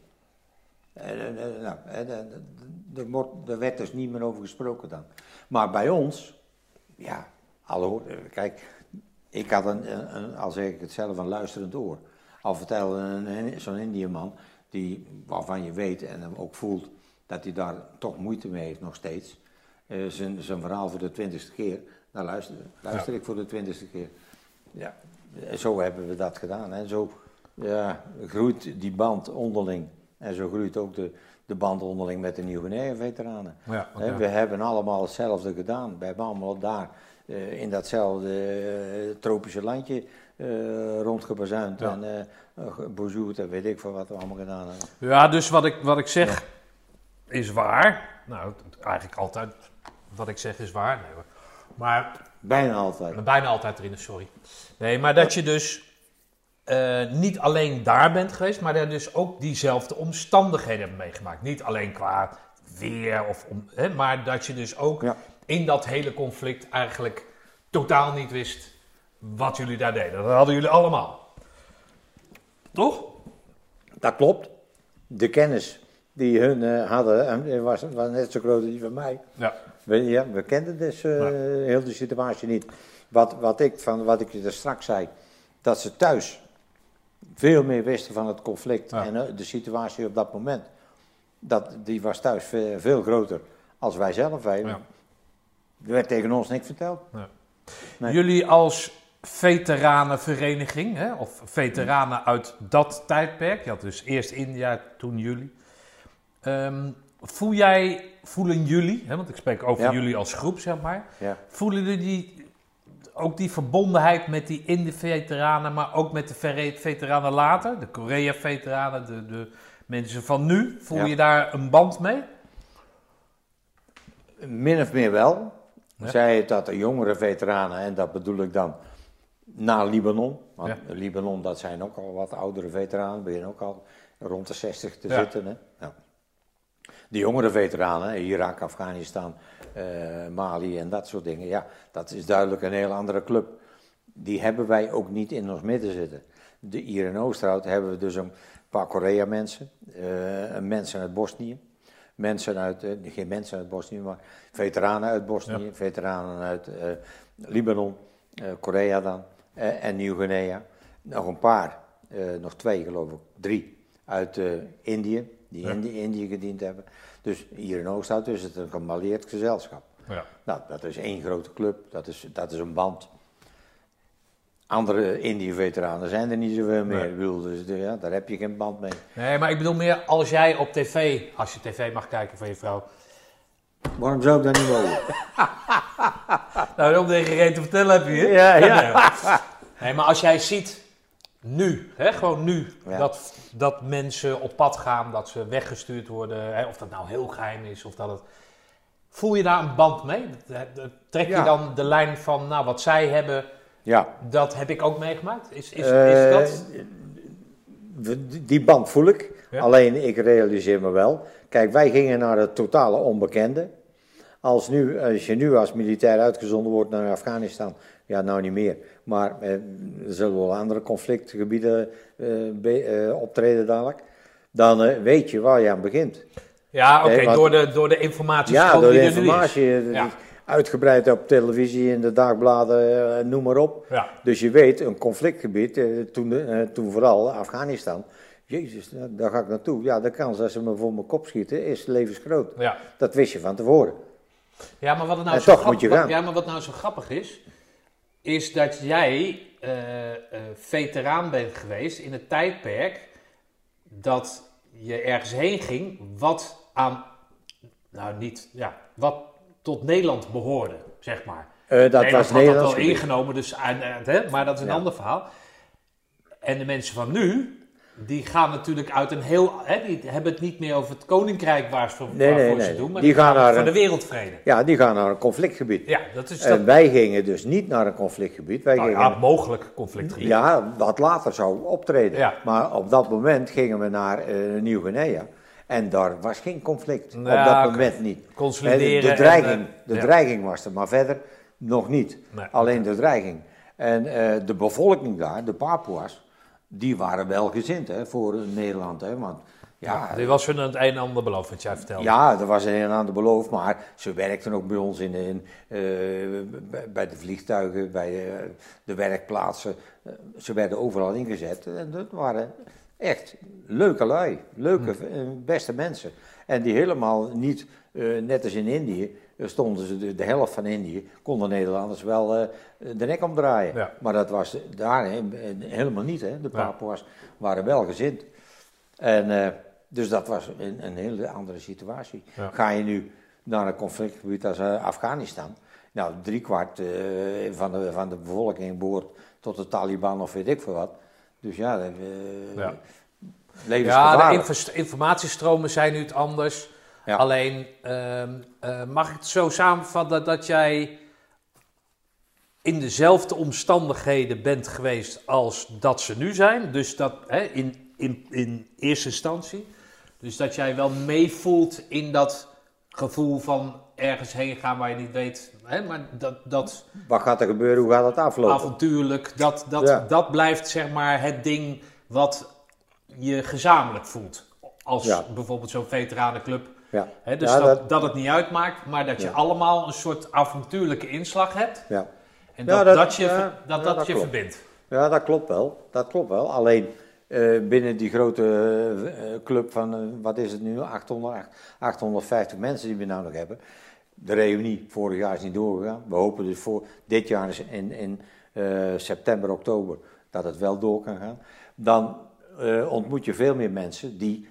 Daar werd dus niet meer over gesproken dan. Maar bij ons, ja, hallo, kijk, ik had al zeg ik het zelf, een luisterend oor. Al vertelde zo'n Indiëman, waarvan je weet en hem ook voelt dat hij daar toch moeite mee heeft nog steeds. Zijn verhaal voor de 20ste keer, dan luister ik voor de 20ste keer. Ja, zo hebben we dat gedaan. En zo groeit die band onderling. En zo groeit ook de band onderling met de Nieuw-Guinea-veteranen. Ja, okay. We hebben allemaal hetzelfde gedaan. We hebben allemaal daar in datzelfde tropische landje rondgebazuind en bezoekt en weet ik veel wat we allemaal gedaan hebben. Ja, dus wat ik zeg is waar. Nou, eigenlijk altijd wat ik zeg is waar. Nee, hoor. Maar bijna altijd. Bijna altijd erin, sorry. Nee, maar dat je dus niet alleen daar bent geweest, maar dat dus ook diezelfde omstandigheden hebt meegemaakt. Niet alleen qua weer, maar dat je dus ook in dat hele conflict eigenlijk totaal niet wist wat jullie daar deden. Dat hadden jullie allemaal. Toch? Dat klopt. De kennis die hun hadden was net zo groot als die van mij. Ja. We kenden dus heel de situatie niet. Wat ik je er straks zei, dat ze thuis veel meer wisten van het conflict en de situatie op dat moment. Die was thuis veel groter als wij zelf. Er werd tegen ons niks verteld. Ja. Nee. Jullie als veteranenvereniging, hè, of veteranen uit dat tijdperk, je had dus eerst India, toen jullie. Voelen jullie, hè, want ik spreek over jullie als groep, zeg maar. Ja. Voelen jullie ook die verbondenheid met die Indie-veteranen, maar ook met de veteranen later, de Korea-veteranen, de mensen van nu? Voel je daar een band mee? Min of meer wel. Zij het dat de jongere veteranen, en dat bedoel ik dan na Libanon. Want Libanon, dat zijn ook al wat oudere veteranen, beginnen ook al rond de 60 te zitten. Hè? Nou. De jongere veteranen, Irak, Afghanistan, Mali en dat soort dingen, ja, dat is duidelijk een heel andere club. Die hebben wij ook niet in ons midden zitten. Hier in Oosterhout hebben we dus een paar Korea-mensen, mensen uit Bosnië. Geen mensen uit Bosnië, maar veteranen uit Bosnië, veteranen uit Libanon, Korea dan, en Nieuw-Guinea. Nog een paar, nog 2 geloof ik, 3 uit Indië, die in Indië gediend hebben. Dus hier in Oosterhout is het een gemaleerd gezelschap. Ja. Nou, dat is 1 grote club, dat is een band. Andere Indië-veteranen zijn er niet zoveel meer, dus daar heb je geen band mee. Nee, maar ik bedoel meer als jij op tv, als je tv mag kijken van je vrouw. Waarom zou ik dat niet mogen? Nou, om tegen geen te vertellen heb je hier. Ja. Nee, maar als jij ziet, nu, hè, gewoon nu, dat mensen op pad gaan, dat ze weggestuurd worden, hè, of dat nou heel geheim is, of dat het... Voel je daar een band mee? Trek je dan de lijn van, nou, wat zij hebben... Ja. Dat heb ik ook meegemaakt. Is dat... Die band voel ik. Ja. Alleen ik realiseer me wel. Kijk, wij gingen naar het totale onbekende. Als je nu als militair uitgezonden wordt naar Afghanistan, ja, nou niet meer. Maar er zullen wel andere conflictgebieden optreden dadelijk. Dan weet je waar je aan begint. Ja, oké, door de informatie. Ja, door de informatie. Uitgebreid op televisie, in de dagbladen, noem maar op. Ja. Dus je weet, een conflictgebied, toen vooral Afghanistan, Jezus, daar ga ik naartoe. Ja, de kans dat ze me voor mijn kop schieten is levensgroot. Ja. Dat wist je van tevoren. Ja, maar wat het nou En zo toch moet je gaan. Ja, maar wat nou zo grappig is dat jij veteraan bent geweest in het tijdperk dat je ergens heen ging wat aan, nou niet, ja, wat tot Nederland behoorde, zeg maar. Dat Nederland was had dat Nederlands wel gebied. ingenomen, dus, maar dat is een ander verhaal. En de mensen van nu, die gaan natuurlijk uit een heel, die hebben het niet meer over het koninkrijk waarvoor ze doen, maar Die gaan naar voor een- de wereldvrede. Ja, die gaan naar een conflictgebied. Ja, dat is En dat. wij gingen dus niet naar een conflictgebied. Wij Nou gingen, ja, mogelijk conflictgebied. ja, wat later zou optreden. Ja. Maar op dat moment gingen we naar Nieuw-Guinea. En daar was geen conflict. Ja, op dat oké. moment niet. Consolideren De dreiging, en, ja. dreiging was er, maar verder nog niet. Nee, Alleen de dreiging. En de bevolking daar, de Papua's, die waren welgezind voor Nederland. Want ja, Dit was hun het een en ander beloofd wat jij vertelde. ja, er was een en ander beloof, maar ze werkten ook bij ons bij de vliegtuigen, bij de werkplaatsen. Ze werden overal ingezet en dat waren echt leuke lui, leuke, beste mensen. En die helemaal niet, net als in Indië, stonden ze de helft van Indië, konden Nederlanders wel de nek omdraaien. Ja. Maar dat was daar helemaal niet, hè. De Ja. Papua's waren welgezind. En dus dat was een hele andere situatie. Ja. Ga je nu naar een conflictgebied als Afghanistan, nou, 3/4 van de bevolking behoort tot de Taliban of weet ik veel wat. Dus ja, Ja. levensgevaarlijk. Ja, de informatiestromen zijn nu het anders. Ja. Alleen, mag ik het zo samenvatten dat jij in dezelfde omstandigheden bent geweest als dat ze nu zijn? Dus dat in eerste instantie. Dus dat jij wel meevoelt in dat gevoel van ergens heen gaan waar je niet weet. Maar dat Wat gaat er gebeuren? Hoe gaat het aflopen? avontuurlijk, Ja. dat blijft zeg maar het ding wat je gezamenlijk voelt. Als Ja. bijvoorbeeld zo'n veteranenclub. Ja. Dus Ja, dat het niet uitmaakt, maar dat je Ja. allemaal een soort avontuurlijke inslag hebt. Ja. En Ja, dat ja, je klopt. verbindt. Ja, dat klopt wel. Dat klopt wel. Alleen binnen die grote club van, wat is het nu, 850 mensen die we nou nog hebben. De reunie vorig jaar is niet doorgegaan. We hopen dus voor dit jaar is in september, oktober dat het wel door kan gaan. Dan ontmoet je veel meer mensen die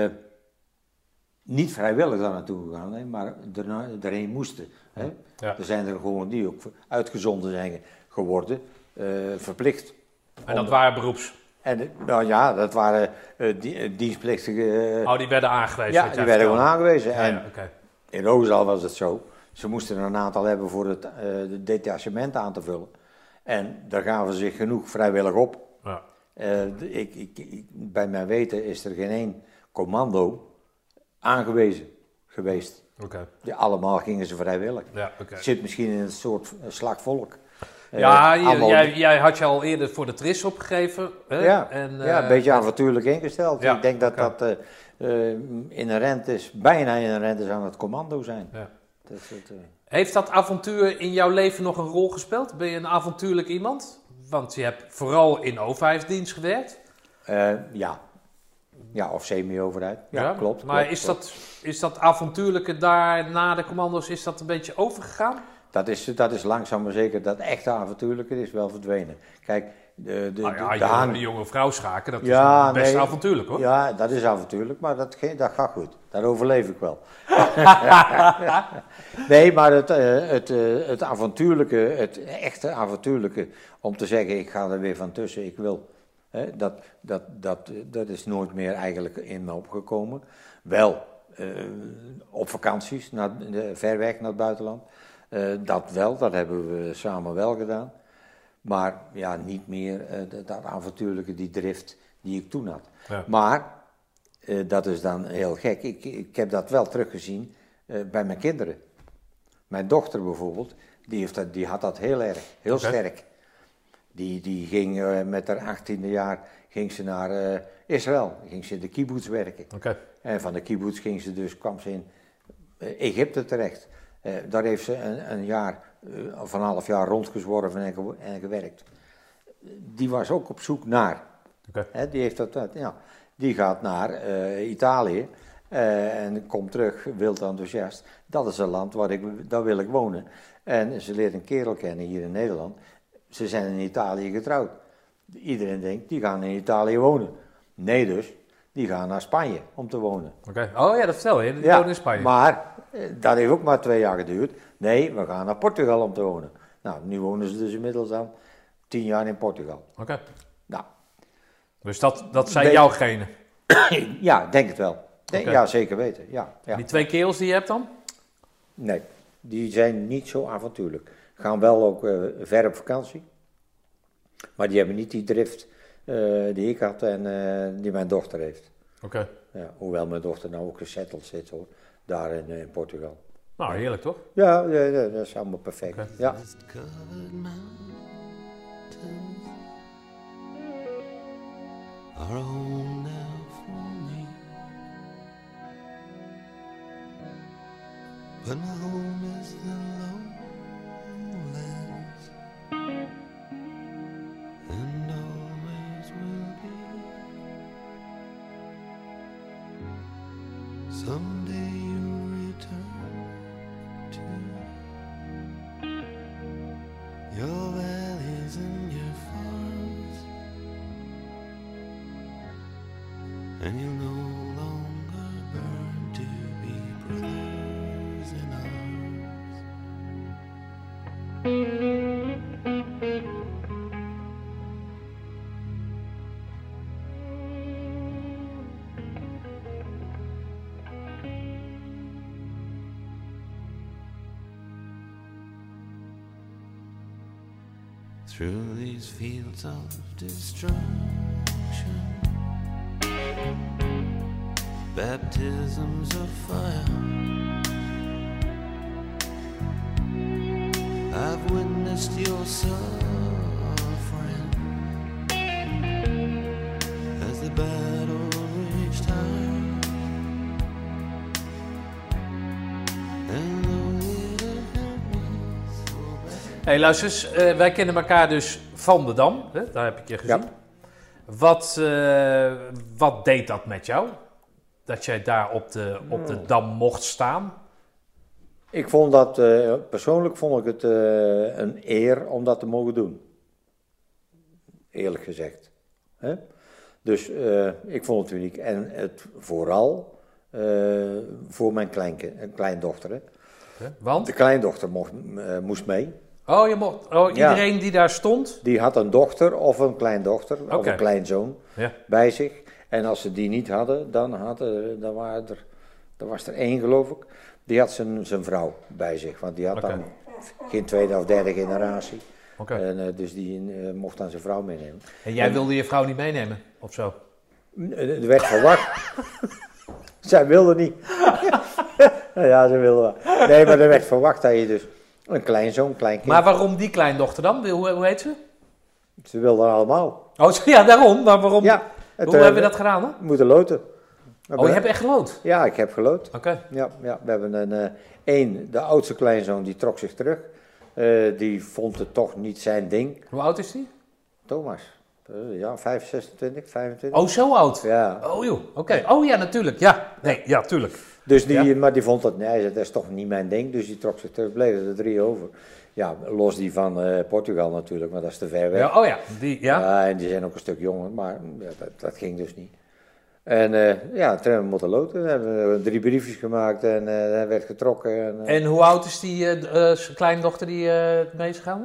niet vrijwillig daar naartoe gaan, maar erheen moesten. Hè. Ja. Er zijn er gewoon die ook uitgezonden zijn geworden, verplicht. En dat waren beroeps. En nou ja, dat waren dienstplichtige. Die werden aangewezen. Ja, wat die jij werden gewoon vertelde. aangewezen. Ja, En ja, oké. in Roosendaal was het zo. Ze moesten er een aantal hebben voor het detachement aan te vullen. En daar gaven ze zich genoeg vrijwillig op. Ja. Bij mijn weten is er geen één commando aangewezen geweest. Oké. Die allemaal gingen ze vrijwillig. Ja, oké. Het zit misschien in een soort slagvolk. Ja, allemaal- jij had je al eerder voor de TRIS opgegeven. Hè? Ja, En, ja, een beetje avontuurlijk ingesteld. ja, Ik denk dat oké. dat inherent is, bijna inherent is aan het commando zijn. Ja. Dat is het, Heeft dat avontuur in jouw leven nog een rol gespeeld? Ben je een avontuurlijk iemand? Want je hebt vooral in overheidsdienst gewerkt. ja. Ja, of semi-overheid. Ja, klopt. Maar klopt. is dat avontuurlijke daar na de commando's, is dat een beetje overgegaan? Dat is langzaam maar zeker, dat echte avontuurlijke is wel verdwenen. Kijk, de hang- de jonge vrouw schaken, dat Ja, is best nee. avontuurlijk hoor. Ja, dat is avontuurlijk, maar dat gaat goed. Daar overleef ik wel. Nee, maar het avontuurlijke, het echte avontuurlijke, om te zeggen ik ga er weer van tussen, ik wil. Hè, dat is nooit meer eigenlijk in me opgekomen. Wel op vakanties, ver weg naar het buitenland. Dat wel, dat hebben we samen wel gedaan. Maar ja, niet meer dat avontuurlijke, die drift die ik toen had. Ja. Maar, dat is dan heel gek, ik heb dat wel teruggezien bij mijn kinderen. Mijn dochter bijvoorbeeld, die had dat heel erg, heel Oké. sterk. Die ging met haar 18e jaar ging ze naar Israël, ging ze in de kibbutz werken. Oké. En van de kibbutz kwam ze in Egypte terecht. Daar heeft ze een jaar, of een half jaar rondgezworven en gewerkt. Die was ook op zoek naar. Oké. Die heeft dat, ja. die gaat naar Italië en komt terug, wild enthousiast. Dat is een land daar wil ik wonen. En ze leert een kerel kennen hier in Nederland. Ze zijn in Italië getrouwd. Iedereen denkt, die gaan in Italië wonen. Nee dus, die gaan naar Spanje om te wonen. Oké. Oh ja, dat vertel je. Die Ja, wonen in Spanje. maar dat heeft ook maar 2 jaar geduurd. Nee, we gaan naar Portugal om te wonen. Nou, nu wonen ze dus inmiddels al 10 jaar in Portugal. Oké. Nou, Dus dat zijn Ben- jouw genen. ja, denk het wel. Oké. Ja, zeker weten. Ja, ja. Die 2 kerels die je hebt dan? Nee, die zijn niet zo avontuurlijk. Gaan wel ook ver op vakantie. Maar die hebben niet die drift die ik had en die mijn dochter heeft. Oké. Ja, hoewel mijn dochter nou ook gesetteld zit hoor, daar in Portugal. Nou, heerlijk toch? Ja, dat is allemaal perfect. Oké. Ja. Covered mountains are a home now for me, but my home is the lowlands, and always will be. Someday you'll return to your valleys and your farms, and you'll no longer burn to be brothers in arms. Through these fields of destruction, baptisms of fire, I've witnessed your suffering as the battle reached high, and though it hurt me so bad. Hey, luister eens. Wij kennen elkaar dus van de Dam. Hè? Daar heb ik je gezien. Ja. Wat deed dat met jou? Dat jij daar op de Dam mocht staan? Ik vond dat, persoonlijk vond ik het een eer om dat te mogen doen. Eerlijk gezegd. Hè? Dus ik vond het uniek. En het vooral voor mijn kleindochter. Hè? Want? De kleindochter moest mee. Oh, je mocht. Oh, iedereen die daar stond? Die had een dochter of een kleindochter of Oké. een kleinzoon Ja. bij zich. En als ze die niet hadden, dan was er 1 geloof ik. Die had zijn vrouw bij zich. Want die had Oké. dan geen 2e of 3e generatie. Oké. En, dus die mocht dan zijn vrouw meenemen. En jij wilde je vrouw niet meenemen, of zo? Er werd verwacht. Zij wilde niet. Ja, ze wilde wel. Nee, maar er werd verwacht dat je dus een kleinzoon, kleinkind. Maar waarom die kleindochter dan? Hoe heet ze? Ze wilden allemaal. Oh, ja, daarom. Maar waarom? Ja. Hoe hebben we dat gedaan dan? Moeten loten. Oh, je hebt echt geloot? Ja, ik heb geloot. Oké. Ja, we hebben de oudste kleinzoon, die trok zich terug. Die vond het toch niet zijn ding. Hoe oud is die? Thomas, ja, 25, 25. Oh, zo oud? Ja. Oh joh, oké. Oh ja, natuurlijk. Ja, nee, ja, tuurlijk. Dus Ja. maar die vond dat, nee, dat is toch niet mijn ding. Dus die trok zich terug, bleven er 3 over. Ja, los die van Portugal natuurlijk, maar dat is te ver weg. Ja, oh ja, ja. Ja, en die zijn ook een stuk jonger, maar ja, dat ging dus niet. En ja, toen hebben we moeten loten. Dan hebben we 3 briefjes gemaakt en dat werd getrokken. En hoe oud is die kleindochter die mee is gegaan?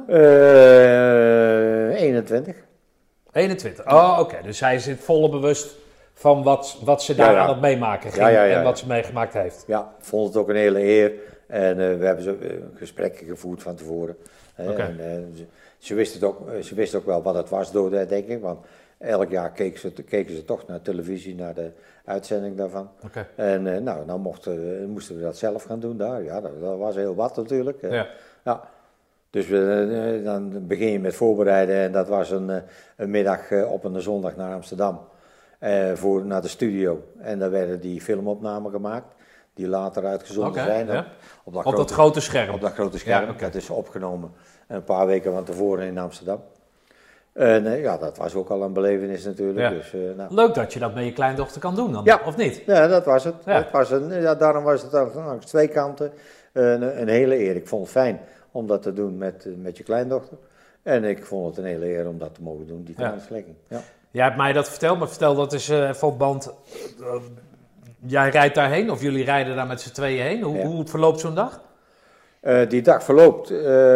21. 21. Oh, oké. Dus hij zit volle bewust van wat ze daar Ja, ja. aan het meemaken ging Ja. en wat ze meegemaakt heeft. Ja, vond het ook een hele eer. En we hebben gesprekken gevoerd van tevoren. Oké. En ze wist ook wel wat het was door de herdenking. Want elk jaar keken ze toch naar televisie, naar de uitzending daarvan. Oké. En nou, dan moesten we dat zelf gaan doen daar. Ja, dat was heel wat natuurlijk. Ja. Ja. Dus dan begin je met voorbereiden en dat was een middag op een zondag naar Amsterdam. Naar de studio. En daar werden die filmopnamen gemaakt, die later uitgezonden Oké, zijn. ja. Op dat grote scherm. Op dat grote scherm. Ja, oké. Dat is opgenomen een paar weken van tevoren in Amsterdam. Ja, dat was ook al een belevenis natuurlijk. Ja. Dus, nou. Leuk dat je dat met je kleindochter kan doen dan, Ja. of niet? Ja, dat was het. Ja. Daarom was het langs twee kanten een hele eer. Ik vond het fijn om dat te doen met je kleindochter. En ik vond het een hele eer om dat te mogen doen, die translekking. Ja. Jij hebt mij dat verteld, maar vertel dat is even op band. Jij rijdt daarheen, of jullie rijden daar met z'n tweeën heen. Hoe verloopt zo'n dag? Die dag verloopt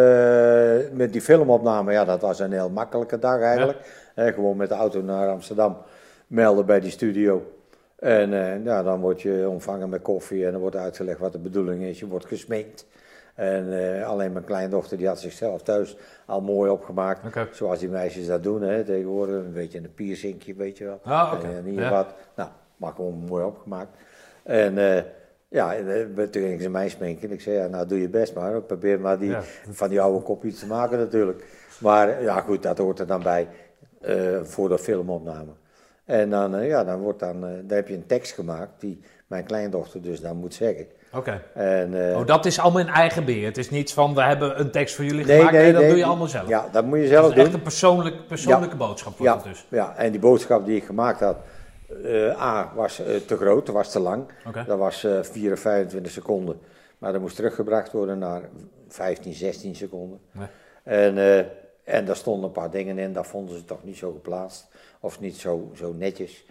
met die filmopname, ja, dat was een heel makkelijke dag eigenlijk. Gewoon met de auto naar Amsterdam, melden bij die studio. En dan word je ontvangen met koffie en dan wordt uitgelegd wat de bedoeling is. Je wordt gesminkt. En alleen mijn kleindochter die had zichzelf thuis al mooi opgemaakt. Okay. Zoals die meisjes dat doen tegenwoordig. Een beetje een piercinkje, weet je wel. Ah, okay. En hier wat. Nou, maar gewoon mooi opgemaakt. En toen ging ze mij sminken. Ik zei, ja, nou doe je best maar. Probeer maar van die oude kop iets te maken natuurlijk. Maar ja goed, dat hoort er dan bij voor de filmopname. En dan heb je een tekst gemaakt die mijn kleindochter dus dan moet zeggen. Oké. En, dat is allemaal in eigen beheer. Het is niet van, we hebben een tekst voor jullie gemaakt. Nee, dat doe je allemaal zelf. Ja, dat moet je zelf doen. doen. Echt een persoonlijke boodschap wordt het dus. Ja, en die boodschap die ik gemaakt had, was te groot, dat was te lang. Okay. Dat was 4 of 25 seconden. Maar dat moest teruggebracht worden naar 15, 16 seconden. Nee. En daar stonden een paar dingen in, dat vonden ze toch niet zo geplaatst. Of niet zo netjes.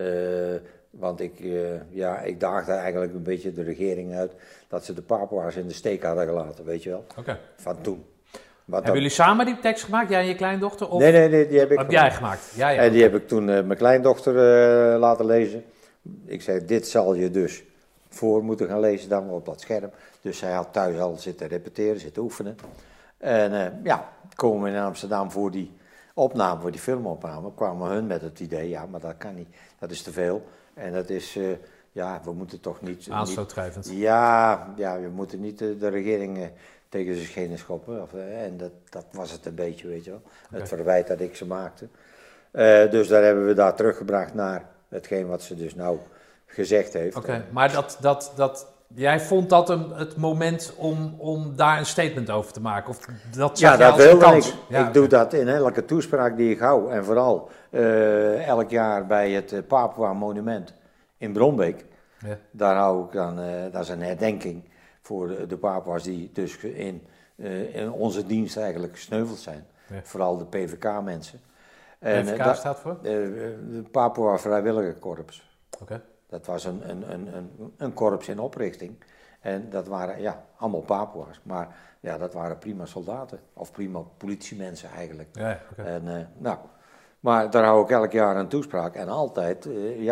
Want ik daagde eigenlijk een beetje de regering uit dat ze de Papua's in de steek hadden gelaten, weet je wel. Okay. Van toen. Hebben jullie samen die tekst gemaakt, jij en je kleindochter? Of nee, die heb ik jij gemaakt. Ja, en die heb ik toen mijn kleindochter laten lezen. Ik zei, dit zal je dus voor moeten gaan lezen dan op dat scherm. Dus zij had thuis al zitten repeteren, zitten oefenen. En komen we in Amsterdam voor die opname, voor die filmopname, kwamen hun met het idee, ja, maar dat kan niet, dat is te veel. En dat is, we moeten toch niet... Aanstootdrijvend. Ja, we moeten niet de regering tegen zijn schenen schoppen. En dat was het een beetje, weet je wel. Okay. Het verwijt dat ik ze maakte. Dus daar hebben we daar teruggebracht naar hetgeen wat ze dus nou gezegd heeft. Oké, maar jij vond dat het moment om daar een statement over te maken? Of dat zag dat wilde ik. Ja, ik doe dat in elke toespraak die ik hou. En vooral elk jaar bij het Papua Monument in Bronbeek. Ja. Daar hou ik dan, dat is een herdenking voor de Papua's die dus in onze dienst eigenlijk gesneuveld zijn. Ja. Vooral de PVK-mensen. PVK staat voor? De Papua Vrijwilligerkorps. Oké. Dat was een korps in oprichting. En dat waren allemaal Papua's. Maar dat waren prima soldaten. Of prima politiemensen eigenlijk. Ja, okay. En, maar daar hou ik elk jaar een toespraak. En altijd,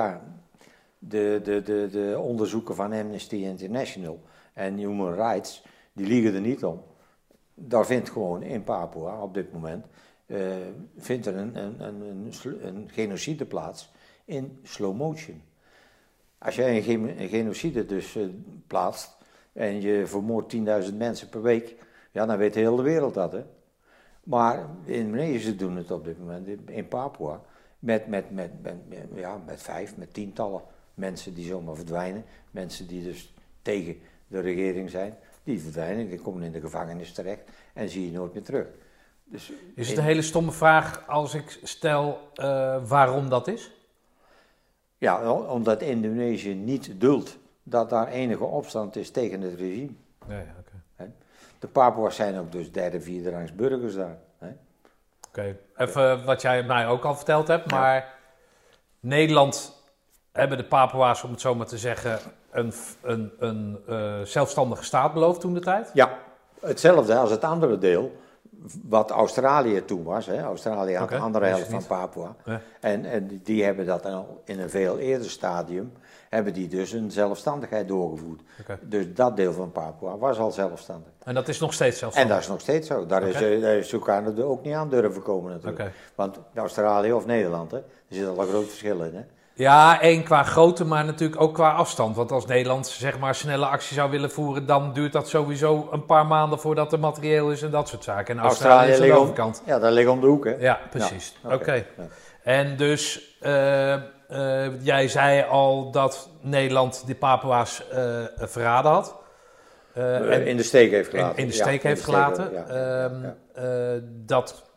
de onderzoeken van Amnesty International en Human Rights, die liegen er niet om. Daar vindt gewoon in Papua op dit moment, vindt er een genocide plaats in slow motion. Als jij een genocide dus plaatst en je vermoordt 10.000 mensen per week, dan weet de hele wereld dat, hè. Maar in Indonesië doen het op dit moment, in Papua, met 5, met tientallen mensen die zomaar verdwijnen. Mensen die dus tegen de regering zijn, die verdwijnen, die komen in de gevangenis terecht en zie je nooit meer terug. Dus is het een hele stomme vraag als ik stel waarom dat is? Ja, omdat Indonesië niet duldt dat daar enige opstand is tegen het regime. Ja, okay. De Papua's zijn ook dus derde, vierde rangs burgers daar. Oké, even wat jij mij ook al verteld hebt, maar Nederland hebben de Papua's, om het zo maar te zeggen, een zelfstandige staat beloofd toen de tijd? Ja, hetzelfde als het andere deel, wat Australië toen was. Hè. Australië had de andere helft van Papua. Ja. En die hebben dat al in een veel eerder stadium, hebben die dus een zelfstandigheid doorgevoerd. Okay. Dus dat deel van Papua was al zelfstandig. En dat is nog steeds zelfstandig? En dat is nog steeds zo. Daar is Sukarno er ook niet aan durven komen natuurlijk. Okay. Want Australië of Nederland, er zit al een groot verschil in. Hè. Ja, één qua grootte, maar natuurlijk ook qua afstand. Want als Nederland zeg maar snelle actie zou willen voeren, dan duurt dat sowieso een paar maanden voordat er materieel is en dat soort zaken. En Australië is aan de overkant. Ja, dat ligt om de hoek, hè? Ja, precies. Ja, Oké. Ja. En dus, jij zei al dat Nederland die Papua's verraden had. In de steek heeft gelaten. In de steek heeft gelaten. Dat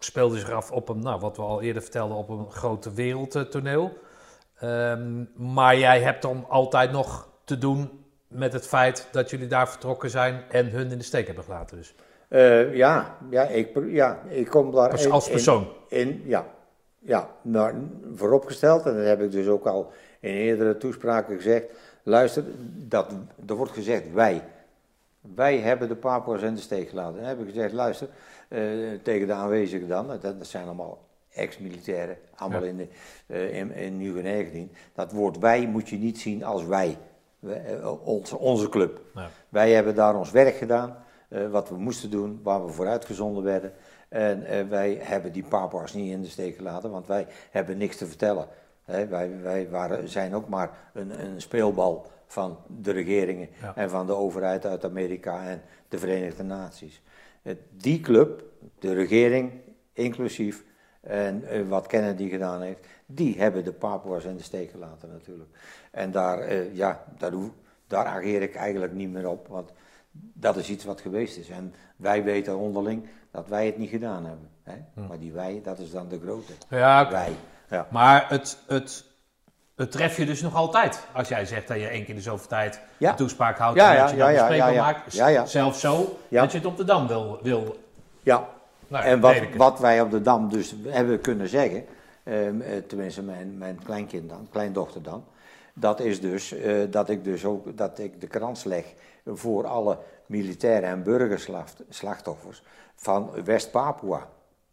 speelde zich af op een, nou, wat we al eerder vertelden, op een grote wereldtoneel. Maar jij hebt dan altijd nog te doen met het feit dat jullie daar vertrokken zijn en hun in de steek hebben gelaten. Dus. Ik kom daar Als persoon. Maar vooropgesteld, en dat heb ik dus ook al in eerdere toespraken gezegd. Luister, er wordt gezegd wij. Wij hebben de Papua's in de steek gelaten. En dan heb ik gezegd, luister, tegen de aanwezigen dan, dat zijn allemaal ex-militairen, allemaal in Nieuw-Guinea gediend. Dat woord wij moet je niet zien als wij, onze club. Ja. Wij hebben daar ons werk gedaan, wat we moesten doen, waar we voor uitgezonden werden. En wij hebben die Papua's niet in de steek gelaten, want wij hebben niks te vertellen. Wij zijn ook maar een speelbal van de regeringen en van de overheid uit Amerika en de Verenigde Naties. Die club, de regering inclusief, en wat Kennedy gedaan heeft, die hebben de Papua's in de steek gelaten natuurlijk. En daar ageer ik eigenlijk niet meer op, want dat is iets wat geweest is. En wij weten onderling dat wij het niet gedaan hebben. Hè? Maar die wij, dat is dan de grote. Ja, oké. Wij. Ja. Maar het tref je dus nog altijd. Als jij zegt dat je 1 keer de zoveel tijd een toespraak houdt en dat je dan bespreekbaar maakt. Zelfs zo dat je het op de Dam wil Ja. nou, En prediken. wat wij op de Dam dus hebben kunnen zeggen, tenminste mijn kleinkind dan, kleindochter dan, dat is dus dat ik de krans leg voor alle militaire en burgerslachtoffers van West-Papua.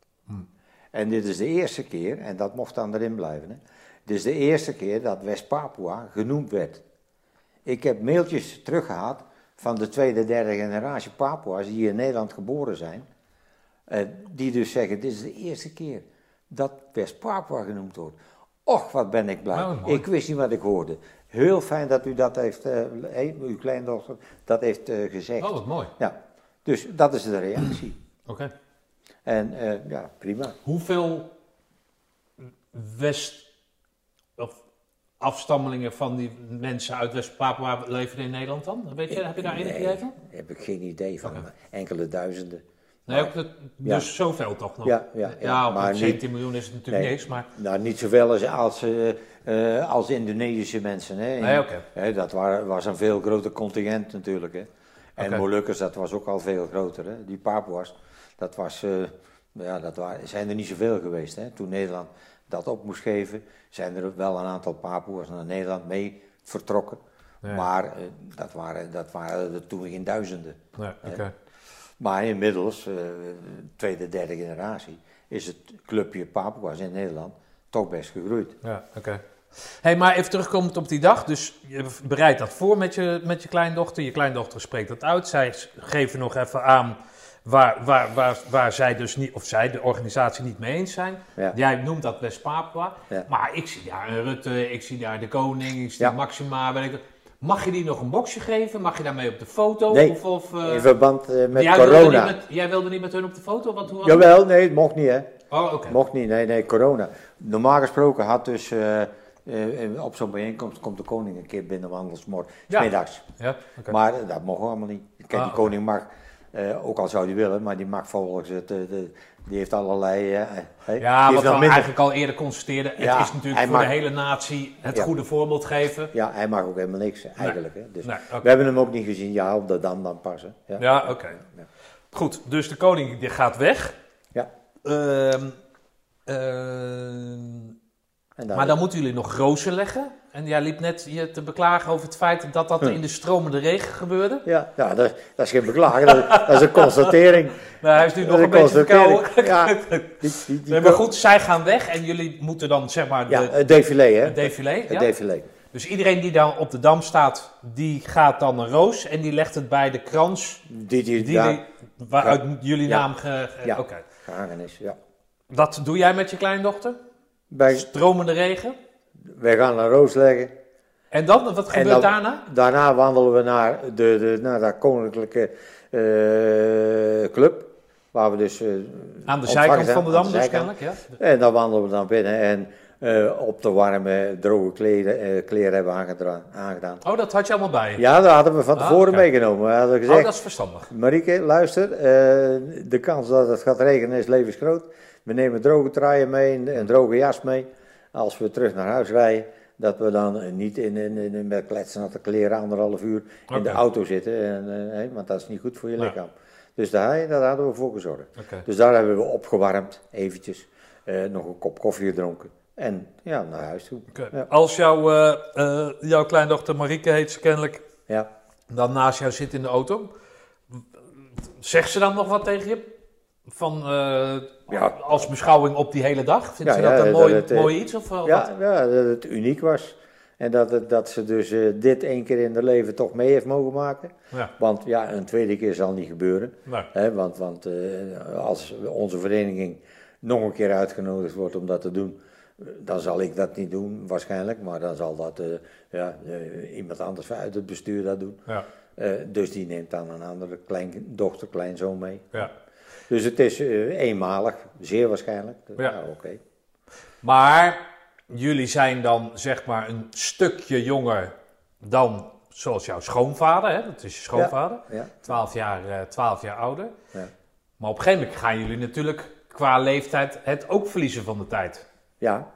En dit is de eerste keer, en dat mocht dan erin blijven, hè. Dit is de eerste keer dat West-Papua genoemd werd. Ik heb mailtjes teruggehad van de tweede, derde generatie Papua's die hier in Nederland geboren zijn. Die dus zeggen, dit is de eerste keer dat West-Papua genoemd wordt. Och, wat ben ik blij. Oh, Ik wist niet wat ik hoorde. Heel fijn dat u dat heeft, uw kleindochter, dat heeft gezegd. Oh, wat mooi. Ja, dus dat is de reactie. Oké. En prima. Hoeveel of afstammelingen van die mensen uit West-Papua leven in Nederland dan? Weet je, heb je daar enig idee van? Daar heb ik geen idee van. Enkele duizenden. Nee, dus zoveel toch nog? Ja, op maar 17 miljoen is het natuurlijk niks, maar... Nou, niet zoveel als Indonesische mensen. Hè. Nee, oké. Hè, dat was een veel groter contingent natuurlijk. Hè. En Molukkers, dat was ook al veel groter. Hè. Die Papua's, zijn er niet zoveel geweest. Hè. Toen Nederland dat op moest geven, zijn er wel een aantal Papua's naar Nederland mee vertrokken. Ja. Maar dat waren er toen geen duizenden. Nee, oké. Maar inmiddels, tweede, derde generatie, is het clubje Papua's in Nederland toch best gegroeid. Ja, oké. Hey, maar even terugkomend op die dag. Dus je bereidt dat voor met je kleindochter. Je kleindochter spreekt dat uit. Zij geven nog even aan waar zij dus niet, of zij, de organisatie, niet mee eens zijn. Ja. Jij noemt dat West-Papua. Ja. Maar ik zie daar een Rutte, ik zie daar de koning, ik zie Maxima. Mag je die nog een boxje geven? Mag je daarmee op de foto? Nee, in verband met corona. Jij wilde niet met hun op de foto? Jawel, nee, het mocht niet, hè. Oh, oké. Mocht niet, nee, corona. Normaal gesproken had dus op zo'n bijeenkomst komt de koning een keer binnenwandelen, 's middags. Ja, okay. Maar dat mocht allemaal niet. Kijk, die koning mag, ook al zou hij willen, maar die mag volgens het, die heeft allerlei... wat we eigenlijk al eerder constateerden, het is natuurlijk voor de hele natie het goede voorbeeld geven. Ja, hij mag ook helemaal niks eigenlijk. Hè. Dus okay. We hebben hem ook niet gezien, op de Dam dan passen. Ja, oké. Ja. Goed, dus de koning die gaat weg. Ja. Maar dan moeten jullie nog rozen leggen. En jij liep net je te beklagen over het feit dat dat in de stromende regen gebeurde. Ja, dat is geen beklagen, dat is een constatering. Nou, hij is nu nog een beetje verkouden. Ja, maar goed, zij gaan weg en jullie moeten dan zeg maar... het défilé, hè? Het défilé, Het défilé. Dus iedereen die dan op de Dam staat, die gaat dan een roos en die legt het bij de krans waaruit jullie naam gehangen is. Ja. Dat doe jij met je kleindochter? Bij stromende regen? Wij gaan een roos leggen. En dan? Wat gebeurt daarna? Daarna wandelen we naar de koninklijke club. Waar we dus... aan de zijkant van de Dam dus kennelijk, ja. En dan wandelen we dan binnen en op de warme, droge kleren hebben aangedaan. Oh, dat had je allemaal bij je? Ja, dat hadden we van tevoren meegenomen. We hadden gezegd, dat is verstandig. Marieke, luister, de kans dat het gaat regenen is levensgroot. We nemen droge truien mee, een droge jas mee. Als we terug naar huis rijden, dat we dan niet met kletsnatte kleren 1,5 uur in de auto zitten. Want dat is niet goed voor je lichaam. Dus daar hadden we voor gezorgd. Oké. Dus daar hebben we opgewarmd, eventjes. Nog een kop koffie gedronken. En ja, naar huis toe. Oké. Ja. Als jouw kleindochter Marieke heet ze kennelijk, Ja. dan naast jou zit in de auto, zegt ze dan nog wat tegen je? Van, als beschouwing op die hele dag? Vindt ze dat een mooi iets? Of, wat? Ja, dat het uniek was. En dat ze dus dit 1 keer in haar leven toch mee heeft mogen maken. Ja. Want ja, een tweede keer zal niet gebeuren. Nee. Hè, want als onze vereniging nog een keer uitgenodigd wordt om dat te doen, dan zal ik dat niet doen waarschijnlijk. Maar dan zal dat iemand anders uit het bestuur dat doen. Ja. Dus die neemt dan een andere dochter, kleinzoon mee. Ja. Dus het is eenmalig, zeer waarschijnlijk. Ja. Oké. Maar jullie zijn dan zeg maar een stukje jonger dan zoals jouw schoonvader, hè? Dat is je schoonvader, Ja. 12 jaar ouder. Ja. Maar op een gegeven moment gaan jullie natuurlijk qua leeftijd het ook verliezen van de tijd. Ja.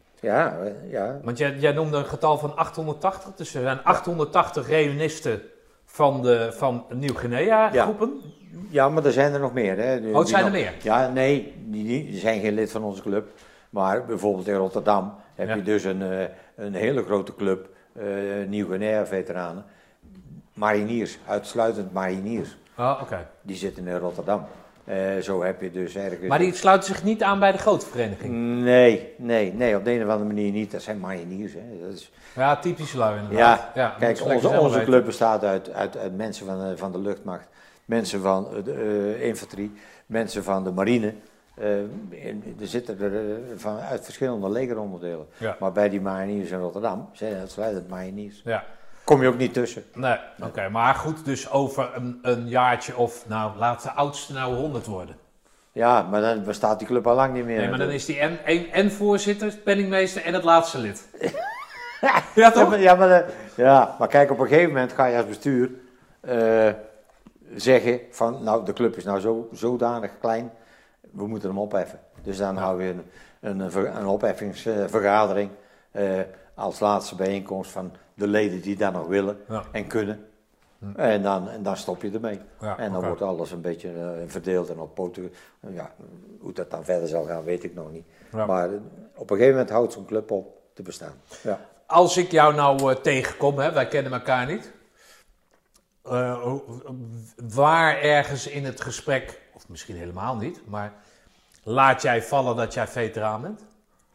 Want jij noemde een getal van 880, dus er zijn 880 reunisten van Nieuw-Guinea groepen. Ja, maar er zijn er nog meer. Hè. Het zijn er meer? Ja, nee, die zijn geen lid van onze club. Maar bijvoorbeeld in Rotterdam heb je dus een hele grote club, Nieuw-Guinea-veteranen. Mariniers, uitsluitend mariniers. Oh, oké. Die zitten in Rotterdam. Zo heb je dus ergens... Maar die sluiten zich niet aan bij de grote vereniging? Nee, op de een of andere manier niet. Dat zijn mariniers. Hè. Dat is... Ja, typische lui inderdaad. Ja, kijk, onze club bestaat uit mensen van de luchtmacht, mensen van de infanterie, mensen van de marine. Er zitten uit verschillende legeronderdelen. Ja. Maar bij die mariniers in Rotterdam zijn het uitsluitend mariniers. Ja. Kom je ook niet tussen. Nee, oké. Maar goed, dus over een jaartje of, laat de oudste 100 worden. Ja, maar dan bestaat die club al lang niet meer. Nee, maar dan is die en voorzitter, penningmeester en het laatste lid. Ja, toch? Maar kijk, op een gegeven moment ga je als bestuur zeggen van, de club is nou zodanig klein, we moeten hem opheffen. Dus dan houden we een opheffingsvergadering als laatste bijeenkomst van de leden die dat nog willen en kunnen. En dan stop je ermee. Ja, en dan wordt alles een beetje verdeeld en op poten. Ja, hoe dat dan verder zal gaan, weet ik nog niet. Ja. Maar op een gegeven moment houdt zo'n club op te bestaan. Ja. Als ik jou nou tegenkom, wij kennen elkaar niet. Waar ergens in het gesprek, of misschien helemaal niet, maar laat jij vallen dat jij veteraan bent?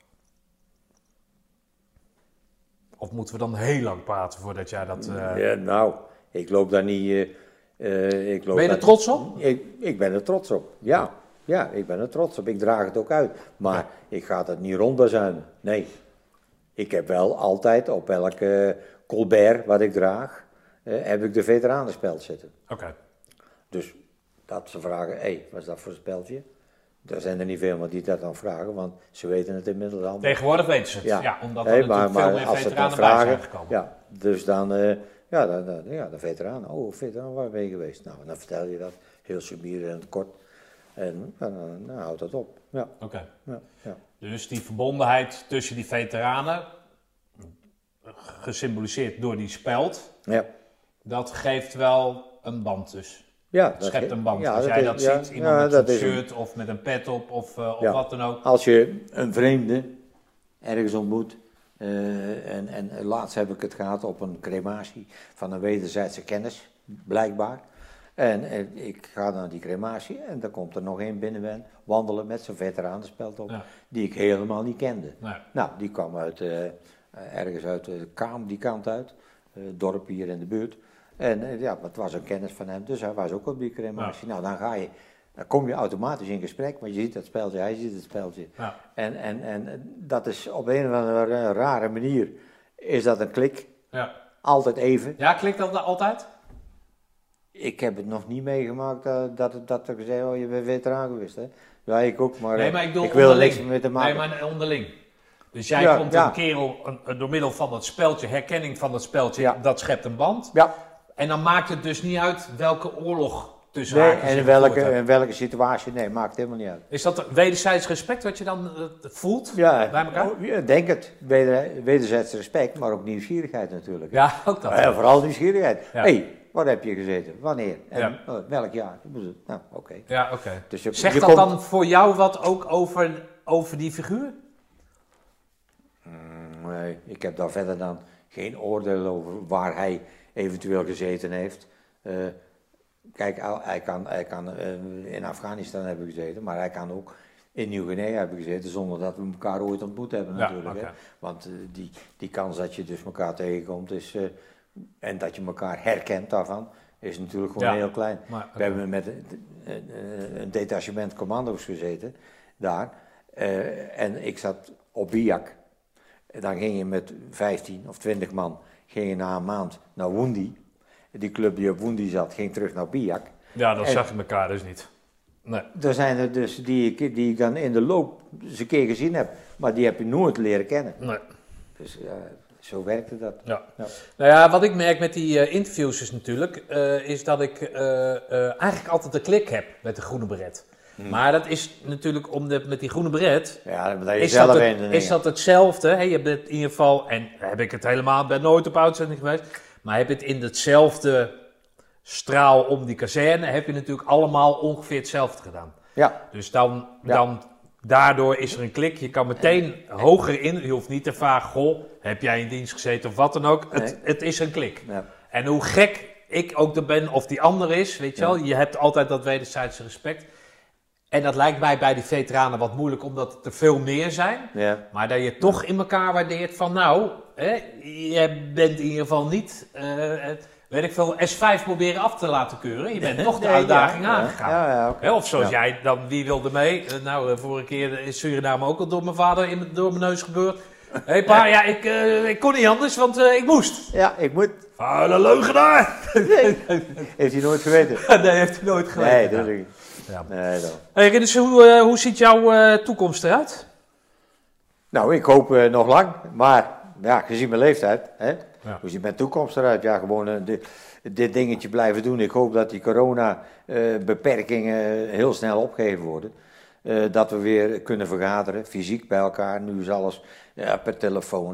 Of moeten we dan heel lang praten voordat jij dat... Ik loop daar niet... ben je er trots op? Ik ben er trots op, ja. Ja, ik ben er trots op. Ik draag het ook uit. Maar ik ga het niet rondbazuinen. Nee. Ik heb wel altijd op elke colbert wat ik draag, heb ik de veteranenspeld zitten. Oké. Dus dat ze vragen, wat is dat voor een speldje? Er zijn er niet veel die dat dan vragen, want ze weten het inmiddels allemaal. Tegenwoordig weten ze het, ja omdat er natuurlijk veel meer veteranen bij zijn gekomen. Ja, dus dan, de veteranen, veteraan, waar ben je geweest? Nou, dan vertel je dat, heel sumier en kort. En dan houdt dat op. Ja. Oké. Ja. Dus die verbondenheid tussen die veteranen, gesymboliseerd door die speld, dat geeft wel een band dus. Ja, het schept een band. Als jij dat ziet, iemand met een shirt of met een pet op of wat dan ook. Als je een vreemde ergens ontmoet, en laatst heb ik het gehad op een crematie van een wederzijdse kennis, blijkbaar. En ik ga naar die crematie en dan komt er nog een binnen wandelen met zijn veteranenspeld op, die ik helemaal niet kende. Nee. Nou, die kwam ergens uit Kaam, die kant uit, dorp hier in de buurt. En het was een kennis van hem, dus hij was ook op die crematie. Ja. Nou, dan kom je automatisch in gesprek, want je ziet dat speldje, hij ziet het speldje. Ja. En dat is op een of andere rare manier, is dat een klik. Ja. Altijd even. Ja, klikt dat altijd? Ik heb het nog niet meegemaakt dat er gezegd, je bent veteraan geweest, hè. Ja, ik ook, maar, ik wil er niks mee te maken. Nee, maar onderling. Dus jij komt een kerel door middel van dat speltje, herkenning van dat speltje, dat schept een band. Ja. En dan maakt het dus niet uit welke oorlog tussen Nee, haakjes en in welke situatie, nee, maakt helemaal niet uit. Is dat wederzijds respect wat je dan voelt Ja, bij elkaar? ja, denk het. Wederzijds respect, maar ook nieuwsgierigheid natuurlijk. Ja, ook dat. Ja, vooral nieuwsgierigheid. Ja. Hé, waar heb je gezeten? Wanneer? En Ja. welk jaar? Nou, oké. Ja, oké. Dus Zegt je dat komt- dan voor jou wat ook over die figuur? Nee, ik heb daar verder dan geen oordeel over waar hij eventueel gezeten heeft. Kijk, hij kan in Afghanistan hebben gezeten, maar hij kan ook in Nieuw-Guinea hebben gezeten zonder dat we elkaar ooit ontmoet hebben Ja, natuurlijk. oké. Hè? Want die kans dat je dus elkaar tegenkomt is, en dat je elkaar herkent daarvan, is natuurlijk gewoon Ja, heel klein. maar, We hebben met een detachement commando's gezeten daar en ik zat op Biak. Dan ging je met 15 of 20 man ging je na een maand naar Woendi. Die club die op Woendi zat, ging terug naar Biak. Ja, dan En- zag je elkaar dus niet. Nee. Er zijn er dus die ik dan in de loop eens een keer gezien heb, maar die heb je nooit leren kennen. Nee. Dus zo werkte dat. Ja. Ja. Nou ja, wat ik merk met die interviews is natuurlijk, is dat ik eigenlijk altijd een klik heb met de groene beret. Maar dat is natuurlijk met die groene beret, Ja, maar daar je is zelf dat, in de is dat hetzelfde. Hè? Je bent in ieder geval, en heb ik het helemaal, ben nooit op uitzending geweest, maar heb je het in hetzelfde straal om die kazerne, heb je natuurlijk allemaal ongeveer hetzelfde gedaan. Ja, Dus dan daardoor is er een klik. Je kan meteen hoger in. Je hoeft niet te vragen, goh, heb jij in dienst gezeten of wat dan ook. Nee. Het is een klik. ja. En hoe gek ik ook er ben of die ander is, weet je wel. Je hebt altijd dat wederzijdse respect. En dat lijkt mij bij die veteranen wat moeilijk, omdat het er veel meer zijn. Ja. Maar dat je toch in elkaar waardeert van, nou, hè, je bent in ieder geval niet, weet ik veel, S5 proberen af te laten keuren. Je bent toch de Nee, uitdaging ja, aangegaan. Ja, oké. Hè, of zoals Ja. jij dan, wie wilde mee? Vorige keer is Suriname ook al door mijn vader door mijn neus gebeurd. Hé pa, ja, ik kon niet anders, want ik moest. Ja, ik moet. Vuile leugenaar! Heeft hij nooit geweten? Nee, heeft hij nooit geweten. Nee, dat Ja. is niet. Ja. Nee, dan. Hey, Rinus, hoe ziet jouw toekomst eruit? Nou, ik hoop nog lang, maar ja, gezien mijn leeftijd, hè, Ja. hoe ziet mijn toekomst eruit? Ja, gewoon dit dingetje blijven doen. Ik hoop dat die corona-beperkingen heel snel opgeheven worden. Dat we weer kunnen vergaderen, fysiek bij elkaar. Nu is alles per telefoon,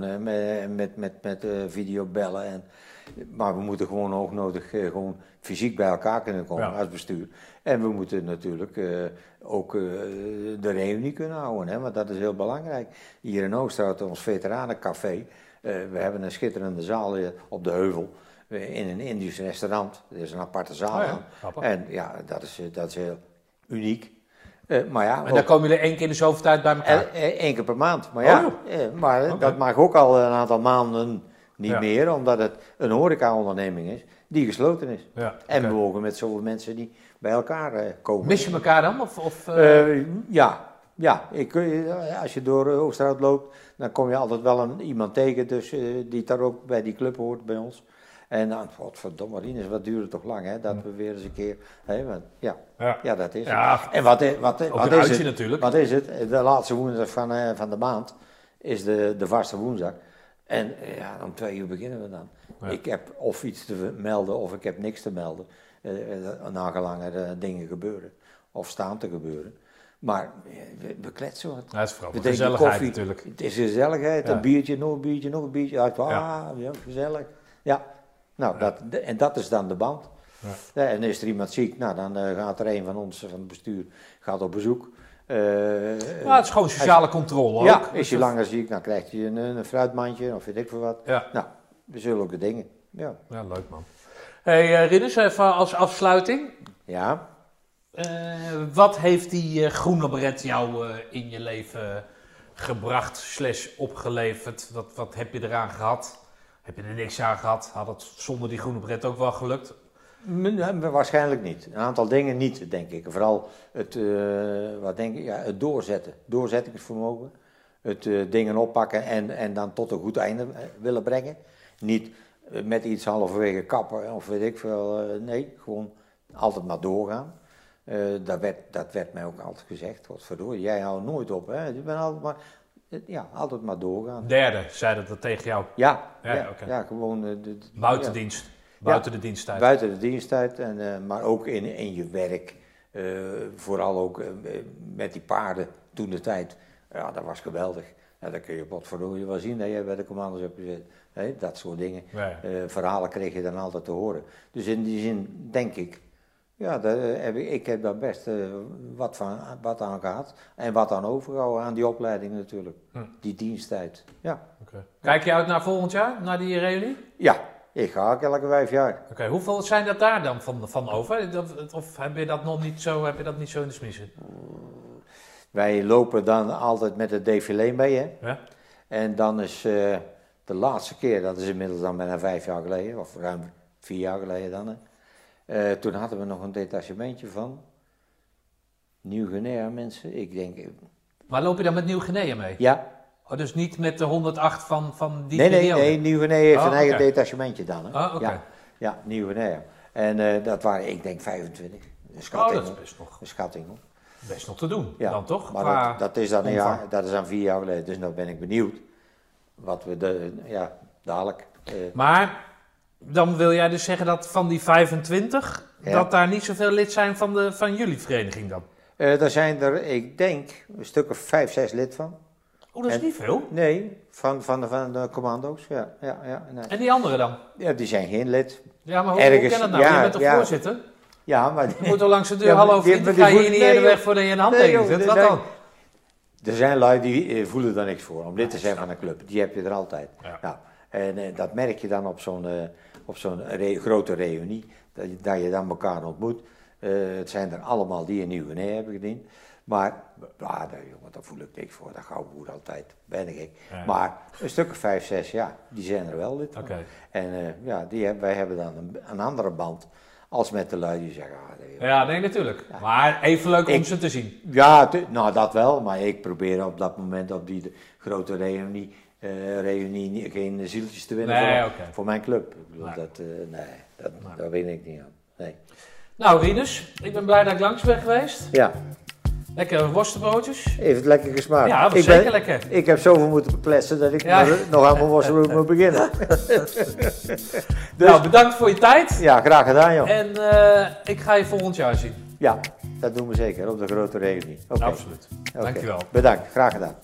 met videobellen. Maar we moeten gewoon hoognodig gewoon fysiek bij elkaar kunnen komen Ja. als bestuur. En we moeten natuurlijk ook de reunie kunnen houden, hè, want dat is heel belangrijk. Hier in Oosterhout, ons veteranencafé, we hebben een schitterende zaal op de heuvel in een Indisch restaurant. Er is een aparte zaal Oh ja, aan. grappig. En ja, dat is heel uniek. Maar ja, En dan komen jullie 1 keer in de zoveel tijd bij elkaar. 1 keer per maand. Maar ja, Oké. dat mag ook al een aantal maanden niet Ja. meer, omdat het een horecaonderneming is die gesloten is. Ja, En oké. we mogen met zoveel mensen die bij elkaar komen. Mis je elkaar dan? Ja. Als je door Oosterhout loopt, dan kom je altijd wel iemand tegen dus, die daar ook bij die club hoort bij ons. En dan, godverdomme Rinus, wat duurt het toch lang, hè? Dat we weer eens een keer... Hè, want, Ja. ja, dat is Ja, het. En wat ook is een uitje het? natuurlijk. Wat is het? De laatste woensdag van de maand is de vaste woensdag. En ja, om 2 uur beginnen we dan. Ja. Ik heb of iets te melden of ik heb niks te melden. Nagelang er dingen gebeuren. Of staan te gebeuren. Maar we kletsen wat. Ja, dat is vooral We voor drinken gezelligheid koffie. natuurlijk. Het is gezelligheid, Ja. een biertje, nog een biertje, nog een biertje. Ja, gezellig. Ja, nou, dat is dan de band. Ja. Ja, en is er iemand ziek, nou, dan gaat er een van ons, van het bestuur, gaat op bezoek. Ja, het is gewoon sociale controle ook. Ja, is je langer ziek, dan krijgt hij een fruitmandje of weet ik veel wat. Ja. Nou, zulke dingen. Ja. Ja, leuk man. Hey, Rinus, even als afsluiting. Ja. Wat heeft die groene beret jou in je leven gebracht / opgeleverd? Wat heb je eraan gehad? Heb je er niks aan gehad? Had het zonder die groene beret ook wel gelukt? Waarschijnlijk niet. Een aantal dingen niet, denk ik. Vooral het, het doorzetten. Doorzettingsvermogen. Het dingen oppakken en dan tot een goed einde willen brengen. Niet met iets halverwege kappen of weet ik veel. Nee, gewoon altijd maar doorgaan. Dat werd mij ook altijd gezegd. Godverdorie, jij houdt nooit op. Hè? Je bent altijd maar doorgaan. Derde, zei dat tegen jou. Ja, Ja, oké. ja, gewoon... Buitendienst. Buiten de diensttijd. Buiten de diensttijd, maar ook in je werk. Vooral ook met die paarden toen de tijd. Ja, dat was geweldig. Ja, dan kun je potverdorie wel zien dat je bij de commando's hebt gezeten. Dat soort dingen. Ja. Verhalen kreeg je dan altijd te horen. Dus in die zin denk ik, ja, ik heb daar best wat aan gehad. En wat aan overgehouden aan die opleiding natuurlijk. Die diensttijd. Ja. Okay. Kijk je uit naar volgend jaar, naar die reunie? Ja, ik ga ook elke 5 jaar. Oké, hoeveel zijn dat daar dan van over? Of heb je dat nog niet zo, in de smiezen? Wij lopen dan altijd met het défilé mee, hè. Ja? En dan is de laatste keer, dat is inmiddels dan bijna 5 jaar geleden, of ruim 4 jaar geleden dan. Toen hadden we nog een detachementje van Nieuw-Guinea mensen, ik denk... Maar loop je dan met Nieuw-Guinea mee? Ja. Oh, dus niet met de 108 van die Nee, periode? Nieuw-Guinea heeft een eigen oké. detachementje dan. Hè. Ah, oké. Ja, Nieuw-Guinea. En dat waren, ik denk, 25. Een schatting. dat is best nog. Een schatting, hoor. Best nog te doen, Ja, dan toch? maar dat is dan een omvang. jaar, dat is dan 4 jaar geleden, dus nou ben ik benieuwd wat we dadelijk... Maar dan wil jij dus zeggen dat van die 25, Ja. dat daar niet zoveel lid zijn van jullie vereniging dan? Daar zijn er, ik denk, een stuk of 5, 6 lid van. Oh, dat is En- niet veel. Nee, van de commando's, ja. Nee. En die anderen dan? Ja, die zijn geen lid. Ja, maar hoe Ergens, kan dat nou? ja, Je bent toch ja. voorzitter? Ja, maar... Je moet toch langs de deur, Ja, maar hallo die- vriend, maar dan die ga je hier voelen- niet nee, eerder weg joh. voordat je een Nee, handtekening joh, zet. er Wat zijn- dan? Er zijn lui die voelen daar niks voor, om lid te zijn van een club. Die heb je er altijd. Ja. Ja. En dat merk je dan op zo'n grote reunie, dat je dan elkaar ontmoet. Het zijn er allemaal die een nieuwe nee hebben gediend. Maar jongen, daar voel ik niks voor, dat gauw boer altijd, ben ik. Ja. Maar een stuk of 5, 6, ja, die zijn er wel lid van. Oké. En wij hebben dan een andere band als met de lui die zeggen... Ja, nee, natuurlijk. Maar even leuk om ze te zien. Ja, nou dat wel, maar ik probeer op dat moment op die grote reunie geen zieltjes te winnen Nee, voor, oké. voor mijn club. Ik bedoel, Nee. daar win ik niet aan. Nee. Nou, Rinus, ik ben blij dat ik langs ben geweest. Ja, Lekkere worstenbroodjes. heeft het lekker gesmaakt. Ja, dat was Ik ben- zeker lekker. Ik heb zoveel moeten kletsen dat ik Ja. nog aan mijn worstenbrood moet beginnen. Nou, bedankt voor je tijd. Ja, graag gedaan joh. En ik ga je volgend jaar zien. Ja, dat doen we zeker op de grote reunie. Oké. Absoluut. Oké. Dankjewel. Bedankt, graag gedaan.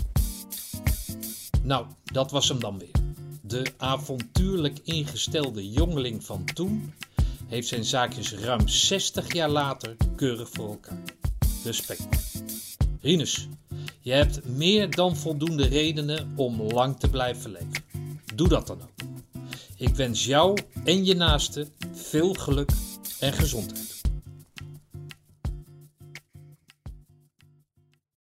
Nou, dat was hem dan weer. De avontuurlijk ingestelde jongeling van toen heeft zijn zaakjes ruim 60 jaar later keurig voor elkaar. Respect. Rinus, je hebt meer dan voldoende redenen om lang te blijven leven. Doe dat dan ook. Ik wens jou en je naasten veel geluk en gezondheid.